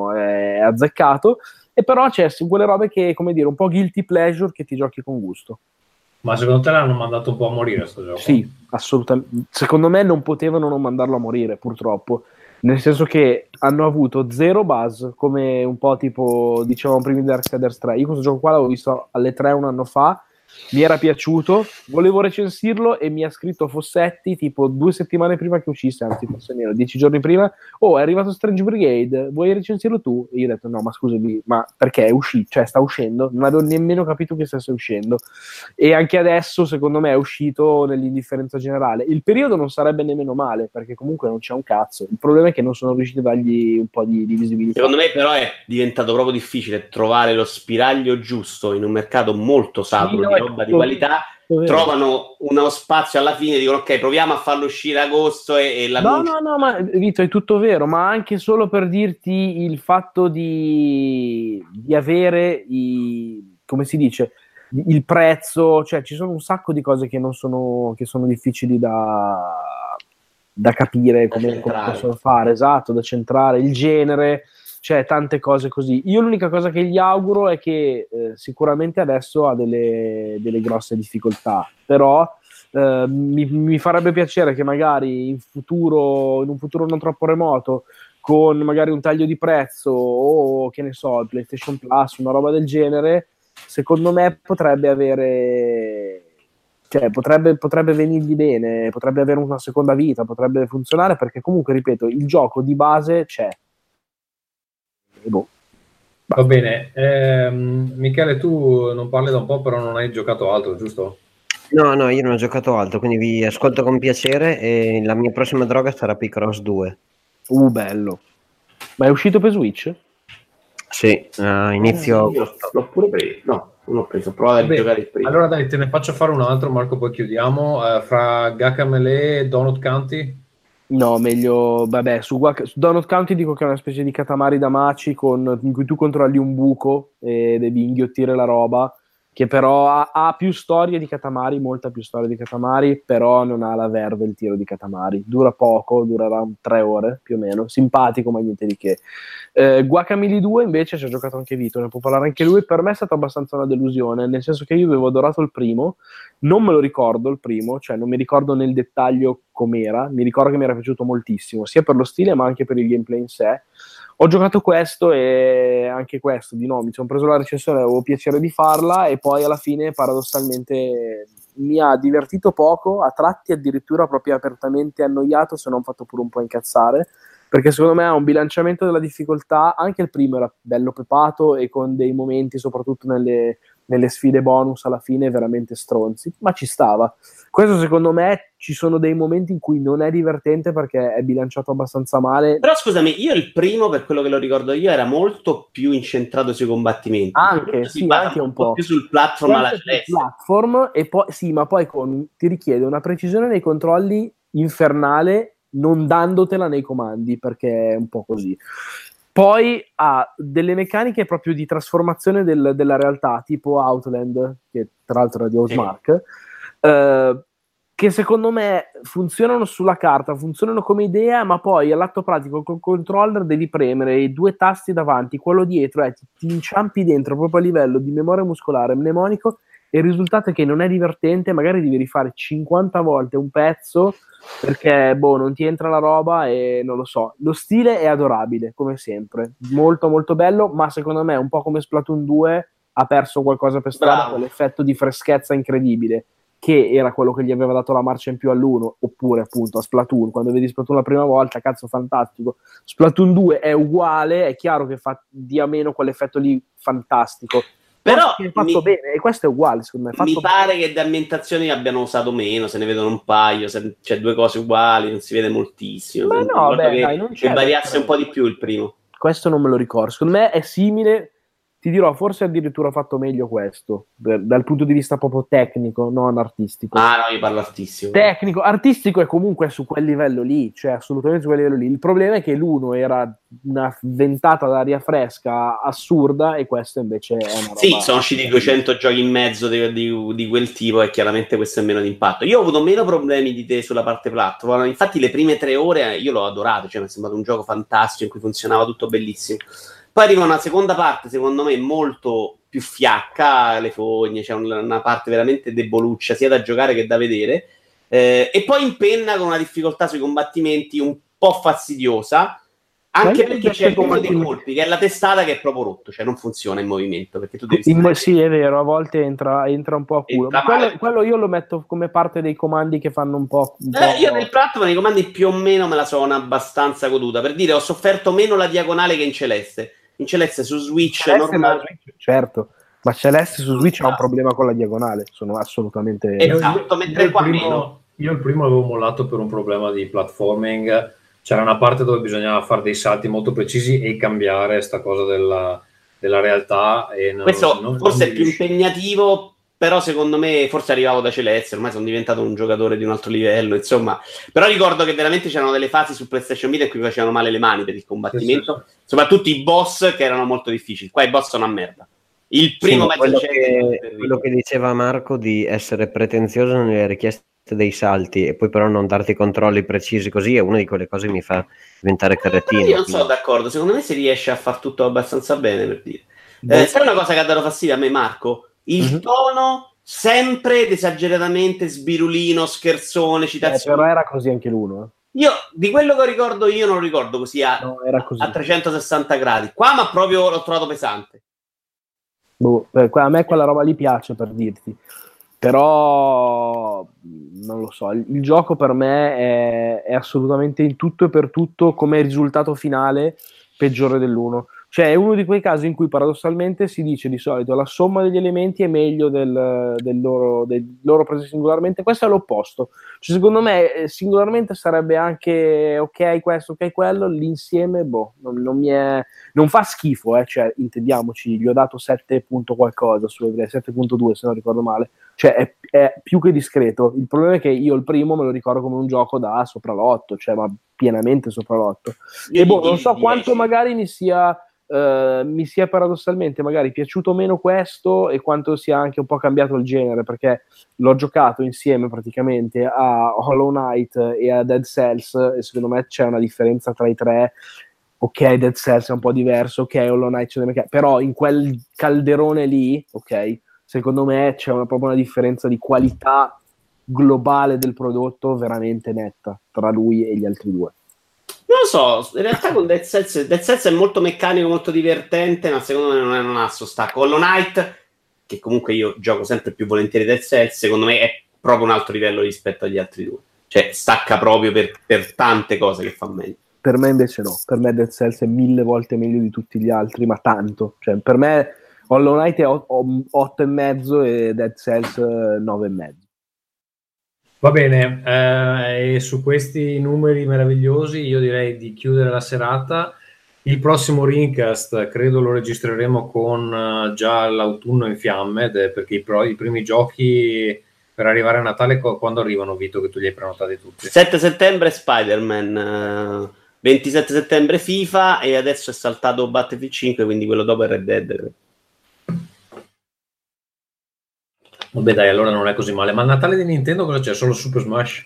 [SPEAKER 3] è azzeccato, e però c'è quelle robe che, come dire, un po' guilty pleasure che ti giochi con gusto.
[SPEAKER 1] Ma secondo te l'hanno mandato un po' a morire sto gioco?
[SPEAKER 3] Sì, assolutamente, secondo me non potevano non mandarlo a morire purtroppo, nel senso che hanno avuto zero buzz, come un po' tipo dicevamo prima di Darksiders 3. Io questo gioco qua l'avevo visto alle 3 un anno fa, mi era piaciuto, volevo recensirlo e mi ha scritto Fossetti tipo 2 settimane prima che uscisse, anzi forse meno, 10 giorni prima: "Oh, è arrivato Strange Brigade, vuoi recensirlo tu?" E io ho detto no, ma scusami, ma perché è uscito? Cioè sta uscendo? Non avevo nemmeno capito che stesse uscendo, e anche adesso secondo me è uscito nell'indifferenza generale. Il periodo non sarebbe nemmeno male, perché comunque non c'è un cazzo, il problema è che non sono riusciti a dargli un po' di visibilità.
[SPEAKER 5] Secondo me però è diventato proprio difficile trovare lo spiraglio giusto in un mercato molto saturo,
[SPEAKER 3] Sì,
[SPEAKER 5] di roba di qualità. Trovano uno spazio alla fine, dicono ok, proviamo a farlo uscire agosto e l'annuncio.
[SPEAKER 3] No, ma Vito, è tutto vero, ma anche solo per dirti il fatto di avere come si dice, il prezzo, cioè ci sono un sacco di cose che sono difficili da capire come possono fare, esatto, da centrare, il genere, cioè tante cose così. Io l'unica cosa che gli auguro è che sicuramente adesso ha delle grosse difficoltà, però mi farebbe piacere che magari in un futuro non troppo remoto, con magari un taglio di prezzo o che ne so, il PlayStation Plus, una roba del genere, secondo me potrebbe avere, cioè potrebbe venirgli bene, potrebbe avere una seconda vita, potrebbe funzionare, perché comunque ripeto, il gioco di base c'è.
[SPEAKER 1] Va bene, Michele, tu non parli da un po', però non hai giocato altro, giusto?
[SPEAKER 8] No, io non ho giocato altro, quindi vi ascolto con piacere, e la mia prossima droga sarà Picross 2.
[SPEAKER 3] Bello. Ma è uscito per Switch?
[SPEAKER 8] Sì, inizio agosto.
[SPEAKER 7] L'ho pure preso. No,
[SPEAKER 5] non ho preso, provate a
[SPEAKER 1] Beh,
[SPEAKER 5] giocare il primo.
[SPEAKER 1] allora dai, te ne faccio fare un altro, Marco, poi chiudiamo. Fra Guacamelee e Donut County?
[SPEAKER 3] No, meglio, vabbè, su Donut County dico che è una specie di Katamari Damacy in cui tu controlli un buco e devi inghiottire la roba, che però ha più storie di Katamari, molta più storia di Katamari, però non ha la verve il tiro di Katamari. Dura poco, durerà 3 ore più o meno, simpatico ma niente di che. Guacamelee 2 invece ci ha giocato anche Vito, ne può parlare anche lui. Per me è stata abbastanza una delusione, nel senso che io avevo adorato il primo, non me lo ricordo il primo, cioè non mi ricordo nel dettaglio com'era, mi ricordo che mi era piaciuto moltissimo, sia per lo stile ma anche per il gameplay in sé. Ho giocato questo e anche questo di no, mi sono preso la recensione, avevo piacere di farla e poi alla fine paradossalmente mi ha divertito poco, a tratti addirittura proprio apertamente annoiato, se non fatto pure un po' incazzare, perché secondo me ha un bilanciamento della difficoltà. Anche il primo era bello pepato e con dei momenti soprattutto nelle sfide bonus alla fine veramente stronzi, ma ci stava. Questo secondo me ci sono dei momenti in cui non è divertente perché è bilanciato abbastanza male.
[SPEAKER 5] Però scusami, io il primo, per quello che lo ricordo io, era molto più incentrato sui combattimenti.
[SPEAKER 3] Anche, sì, anche un po'
[SPEAKER 5] più sul platform alla celeste.
[SPEAKER 3] Platform, e poi, sì, ma poi ti richiede una precisione nei controlli infernale, non dandotela nei comandi, perché è un po' così. Poi ha delle meccaniche proprio di trasformazione della realtà, tipo Outland, che tra l'altro era di Housemarque, che secondo me funzionano sulla carta, funzionano come idea, ma poi all'atto pratico col controller devi premere i 2 tasti davanti, quello dietro, ti inciampi dentro proprio a livello di memoria muscolare, mnemonico, e il risultato è che non è divertente, magari devi rifare 50 volte un pezzo perché non ti entra la roba e non lo so. Lo stile è adorabile, come sempre, molto molto bello, ma secondo me un po' come Splatoon 2 ha perso qualcosa per strada, quell'effetto di freschezza incredibile che era quello che gli aveva dato la marcia in più all'1, oppure appunto a Splatoon. Quando vedi Splatoon la prima volta, cazzo, fantastico. Splatoon 2 è uguale, è chiaro che dia meno quell'effetto lì fantastico, però è fatto bene, e questo è uguale secondo me.
[SPEAKER 5] Mi pare che le ambientazioni abbiano usato meno, se ne vedono un paio, c'è 2 cose uguali, non si vede moltissimo.
[SPEAKER 3] Ma no, dai, non c'è,
[SPEAKER 5] che variasse un po' di più il primo.
[SPEAKER 3] Questo non me lo ricordo, secondo me è simile. Ti dirò, forse addirittura fatto meglio questo, dal punto di vista proprio tecnico, non artistico.
[SPEAKER 5] Ah no, io parlo artistico.
[SPEAKER 3] Artistico è comunque su quel livello lì, cioè assolutamente su quel livello lì. Il problema è che l'uno era una ventata d'aria fresca assurda e questo invece è una roba...
[SPEAKER 5] Sì, sono usciti 200 giochi in mezzo di quel tipo e chiaramente questo è meno d'impatto. Io ho avuto meno problemi di te sulla parte platform, infatti le prime 3 ore io l'ho adorato, cioè mi è sembrato un gioco fantastico in cui funzionava tutto bellissimo. Poi arriva una seconda parte, secondo me, molto più fiacca, le fogne, c'è una parte veramente deboluccia, sia da giocare che da vedere, e poi impenna con una difficoltà sui combattimenti un po' fastidiosa, anche perché c'è uno dei colpi, che è la testata, che è proprio rotto, cioè non funziona in movimento, perché tu devi
[SPEAKER 3] sì, è vero, a volte entra un po' a culo. Quello io lo metto come parte dei comandi che fanno un po'...
[SPEAKER 5] Io nel platform nei comandi più o meno me la sono abbastanza goduta, per dire, ho sofferto meno la diagonale che in Celeste. In Celeste su Switch normale.
[SPEAKER 3] Certo, ma Celeste su Switch ha un problema con la diagonale, sono assolutamente...
[SPEAKER 5] Esatto, mentre qua meno.
[SPEAKER 1] Io il primo avevo mollato per un problema di platforming, c'era una parte dove bisognava fare dei salti molto precisi e cambiare sta cosa della realtà. E
[SPEAKER 5] questo forse è più impegnativo, però secondo me forse arrivavo da Celeste, ormai sono diventato un giocatore di un altro livello, insomma. Però ricordo che veramente c'erano delle fasi su PlayStation Vita in cui facevano male le mani per il combattimento, sì. Soprattutto i boss che erano molto difficili. Qua i boss sono a merda. Il primo
[SPEAKER 8] quello che diceva Marco di essere pretenzioso nelle richieste dei salti e poi però non darti controlli precisi così è una di quelle cose che mi fa diventare carrettino.
[SPEAKER 5] Io non sono d'accordo, secondo me si riesce a far tutto abbastanza bene, per dire. Sai una cosa che ha dato fastidio a me, Marco? Il tono sempre esageratamente sbirulino, scherzone, citazione.
[SPEAKER 3] Però era così anche l'uno.
[SPEAKER 5] Io di quello che ricordo io non lo ricordo così a 360 gradi. Qua ma proprio l'ho trovato pesante.
[SPEAKER 3] A me quella roba lì piace, per dirti. Però non lo so, il gioco per me è assolutamente in tutto e per tutto come risultato finale peggiore dell'1. Cioè è uno di quei casi in cui paradossalmente si dice di solito la somma degli elementi è meglio del loro presi singolarmente. Questo è l'opposto. Cioè, secondo me singolarmente sarebbe anche ok questo, ok quello, l'insieme non fa schifo, cioè intendiamoci, gli ho dato 7 punto qualcosa su 7.2 se non ricordo male, cioè è più che discreto. Il problema è che io il primo me lo ricordo come un gioco da sopra l'8, cioè ma pienamente sopra l'8, e non so quanto magari mi sia paradossalmente magari piaciuto meno questo e quanto sia anche un po' cambiato il genere, perché l'ho giocato insieme praticamente a Hollow Knight e a Dead Cells e secondo me c'è una differenza tra i tre. Ok, Dead Cells è un po' diverso, ok, Hollow Knight c'è però in quel calderone lì, ok, secondo me c'è proprio una differenza di qualità globale del prodotto veramente netta tra lui e gli altri due.
[SPEAKER 5] Non lo so, in realtà con Dead Cells è molto meccanico, molto divertente, ma secondo me non ha sto stacco. Hollow Knight, che comunque io gioco sempre più volentieri Dead Cells, secondo me è proprio un altro livello rispetto agli altri due. Cioè stacca proprio per tante cose che fa meglio.
[SPEAKER 3] Per me invece no, per me Dead Cells è 1000 volte meglio di tutti gli altri, ma tanto. Cioè, per me Hollow Knight è 8,5 e Dead Cells 9,5.
[SPEAKER 1] Va bene, e su questi numeri meravigliosi io direi di chiudere la serata. Il prossimo Rincast credo lo registreremo con già l'autunno in fiamme, perché i primi giochi per arrivare a Natale quando arrivano, Vito, che tu li hai prenotati tutti?
[SPEAKER 5] 7 settembre Spider-Man, 27 settembre FIFA e adesso è saltato Battlefield 5, quindi quello dopo è Red Dead.
[SPEAKER 1] Vabbè dai, allora non è così male. Ma al Natale di Nintendo cosa c'è? Solo Super Smash?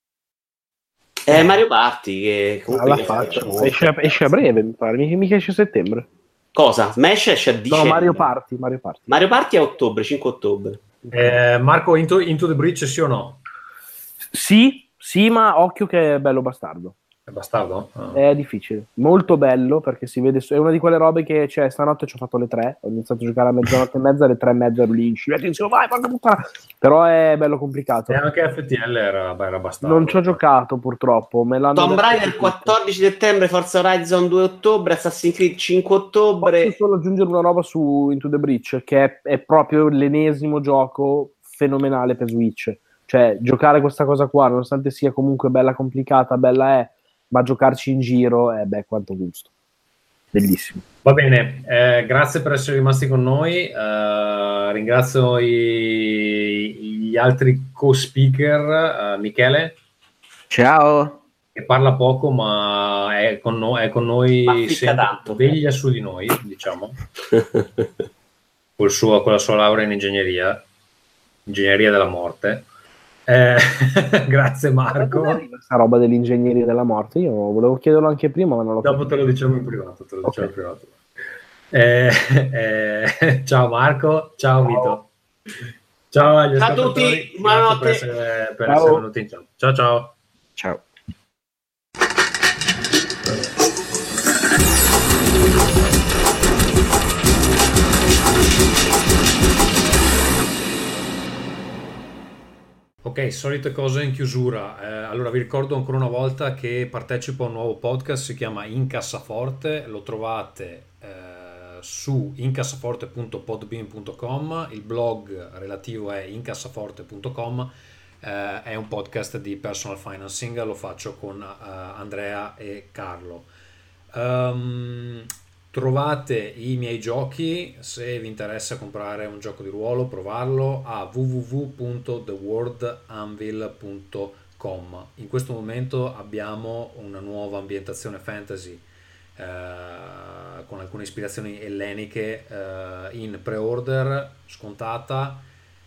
[SPEAKER 5] Mario Party che
[SPEAKER 3] alla faccia. Esce a breve, mi pare. Mica esce a settembre.
[SPEAKER 5] Cosa? Smash esce a dicembre.
[SPEAKER 3] No, Mario Party.
[SPEAKER 5] Mario Party è a ottobre, 5 ottobre.
[SPEAKER 1] Marco, Into the Breach sì o no?
[SPEAKER 3] Sì, ma occhio che è bello bastardo.
[SPEAKER 1] È bastardo? Oh.
[SPEAKER 3] È difficile, molto bello, perché si vede, è una di quelle robe che stanotte ci ho fatto le 3, ho iniziato a giocare a mezzanotte e mezza, alle 3:30 ero lì, vai, però è bello complicato.
[SPEAKER 1] E anche FTL era bastardo.
[SPEAKER 3] Non ci ho giocato purtroppo, me l'hanno
[SPEAKER 5] Tomb Raider 14 settembre, Forza Horizon 2 ottobre, Assassin's Creed 5 ottobre.
[SPEAKER 3] Posso solo aggiungere una roba su Into the Breach, che è proprio l'ennesimo gioco fenomenale per Switch, cioè giocare questa cosa qua, nonostante sia comunque bella complicata, bella è, ma giocarci in giro, quanto gusto. Bellissimo.
[SPEAKER 1] Va bene, grazie per essere rimasti con noi. Ringrazio gli altri co-speaker. Michele.
[SPEAKER 8] Ciao.
[SPEAKER 1] Che parla poco, ma è con noi sempre, veglia su di noi, diciamo. con la sua laurea in ingegneria della morte. Grazie Marco.
[SPEAKER 3] Questa roba dell'ingegneria della morte, io volevo chiederlo anche prima, ma non l'ho
[SPEAKER 1] dopo
[SPEAKER 3] capito.
[SPEAKER 1] te lo diciamo in privato, ciao Marco, ciao Vito, ciao agli ascoltatori,
[SPEAKER 5] buonanotte
[SPEAKER 1] per essere venuti in chat. Ciao. Ok, solite cose in chiusura. Allora vi ricordo ancora una volta che partecipo a un nuovo podcast, si chiama In Cassaforte, lo trovate su incassaforte.podbean.com, il blog relativo è incassaforte.com, è un podcast di personal financing, lo faccio con Andrea e Carlo. Trovate i miei giochi, se vi interessa comprare un gioco di ruolo, provarlo a www.theworldanvil.com. In questo momento abbiamo una nuova ambientazione fantasy con alcune ispirazioni elleniche in pre-order scontata,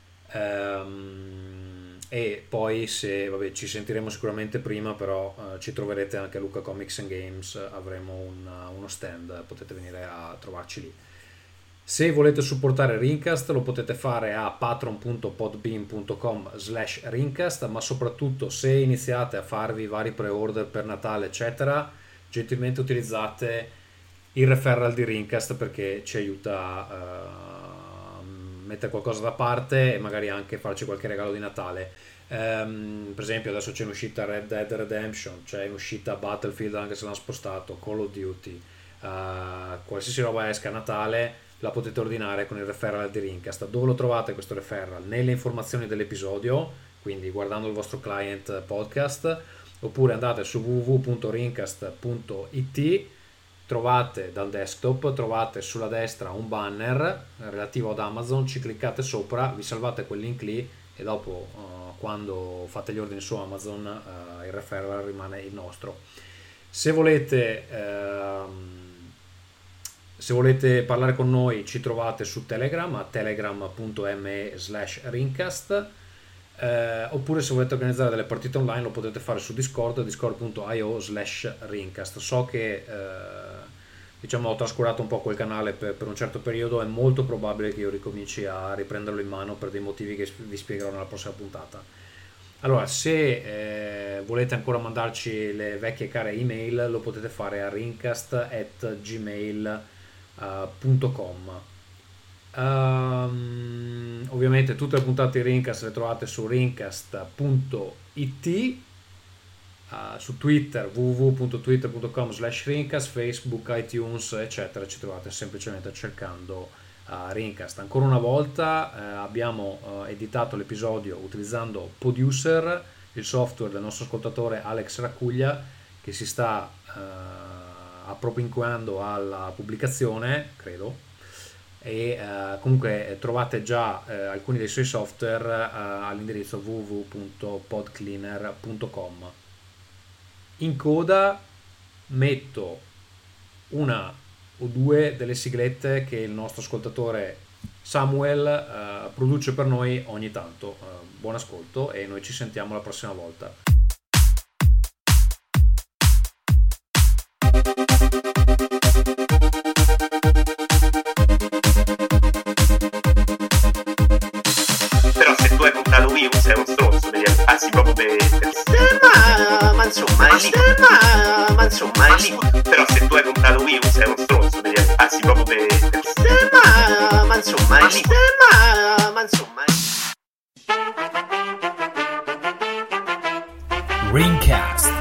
[SPEAKER 1] e poi ci sentiremo sicuramente prima, però ci troverete anche a Lucca Comics and Games, avremo uno stand, potete venire a trovarci lì. Se volete supportare Rincast lo potete fare a patreon.podbean.com/Rincast, ma soprattutto se iniziate a farvi vari pre-order per Natale eccetera, gentilmente utilizzate il referral di Rincast, perché ci aiuta a mettere qualcosa da parte e magari anche farci qualche regalo di Natale. Per esempio adesso c'è in uscita Red Dead Redemption, c'è in uscita Battlefield anche se l'hanno spostato, Call of Duty, qualsiasi roba esca a Natale la potete ordinare con il referral di Rincast. Dove lo trovate questo referral? Nelle informazioni dell'episodio, quindi guardando il vostro client podcast, oppure andate su www.rincast.it, trovate dal desktop, trovate sulla destra un banner relativo ad Amazon, ci cliccate sopra, vi salvate quel link lì e dopo quando fate gli ordini su Amazon il referral rimane il nostro. Se volete parlare con noi ci trovate su Telegram a telegram.me/Rincast, oppure se volete organizzare delle partite online lo potete fare su Discord, discord.io/Rincast. So che ho trascurato un po' quel canale per un certo periodo, è molto probabile che io ricominci a riprenderlo in mano per dei motivi che vi spiegherò nella prossima puntata. Allora, se volete ancora mandarci le vecchie care email lo potete fare a rincast@gmail.com. Ovviamente tutte le puntate di Rincast le trovate su rincast.it, su Twitter www.twitter.com/Rincast, Facebook, iTunes eccetera, ci trovate semplicemente cercando Rincast. Ancora una volta abbiamo editato l'episodio utilizzando Producer, il software del nostro ascoltatore Alex Raccuglia, che si sta appropinquando alla pubblicazione, credo, e comunque trovate già alcuni dei suoi software all'indirizzo www.podcleaner.com. In coda metto una o due delle siglette che il nostro ascoltatore Samuel produce per noi ogni tanto. Buon ascolto e noi ci sentiamo la prossima volta.
[SPEAKER 5] Però se tu hai comprato Wii U sei uno stronzo, devi passi proprio per ma insomma è lì. Ma insomma è lì. Però se tu hai comprato Wii U sei uno stronzo, devi passi proprio per ma insomma è lì. Ma insomma è lì.
[SPEAKER 9] Rincast.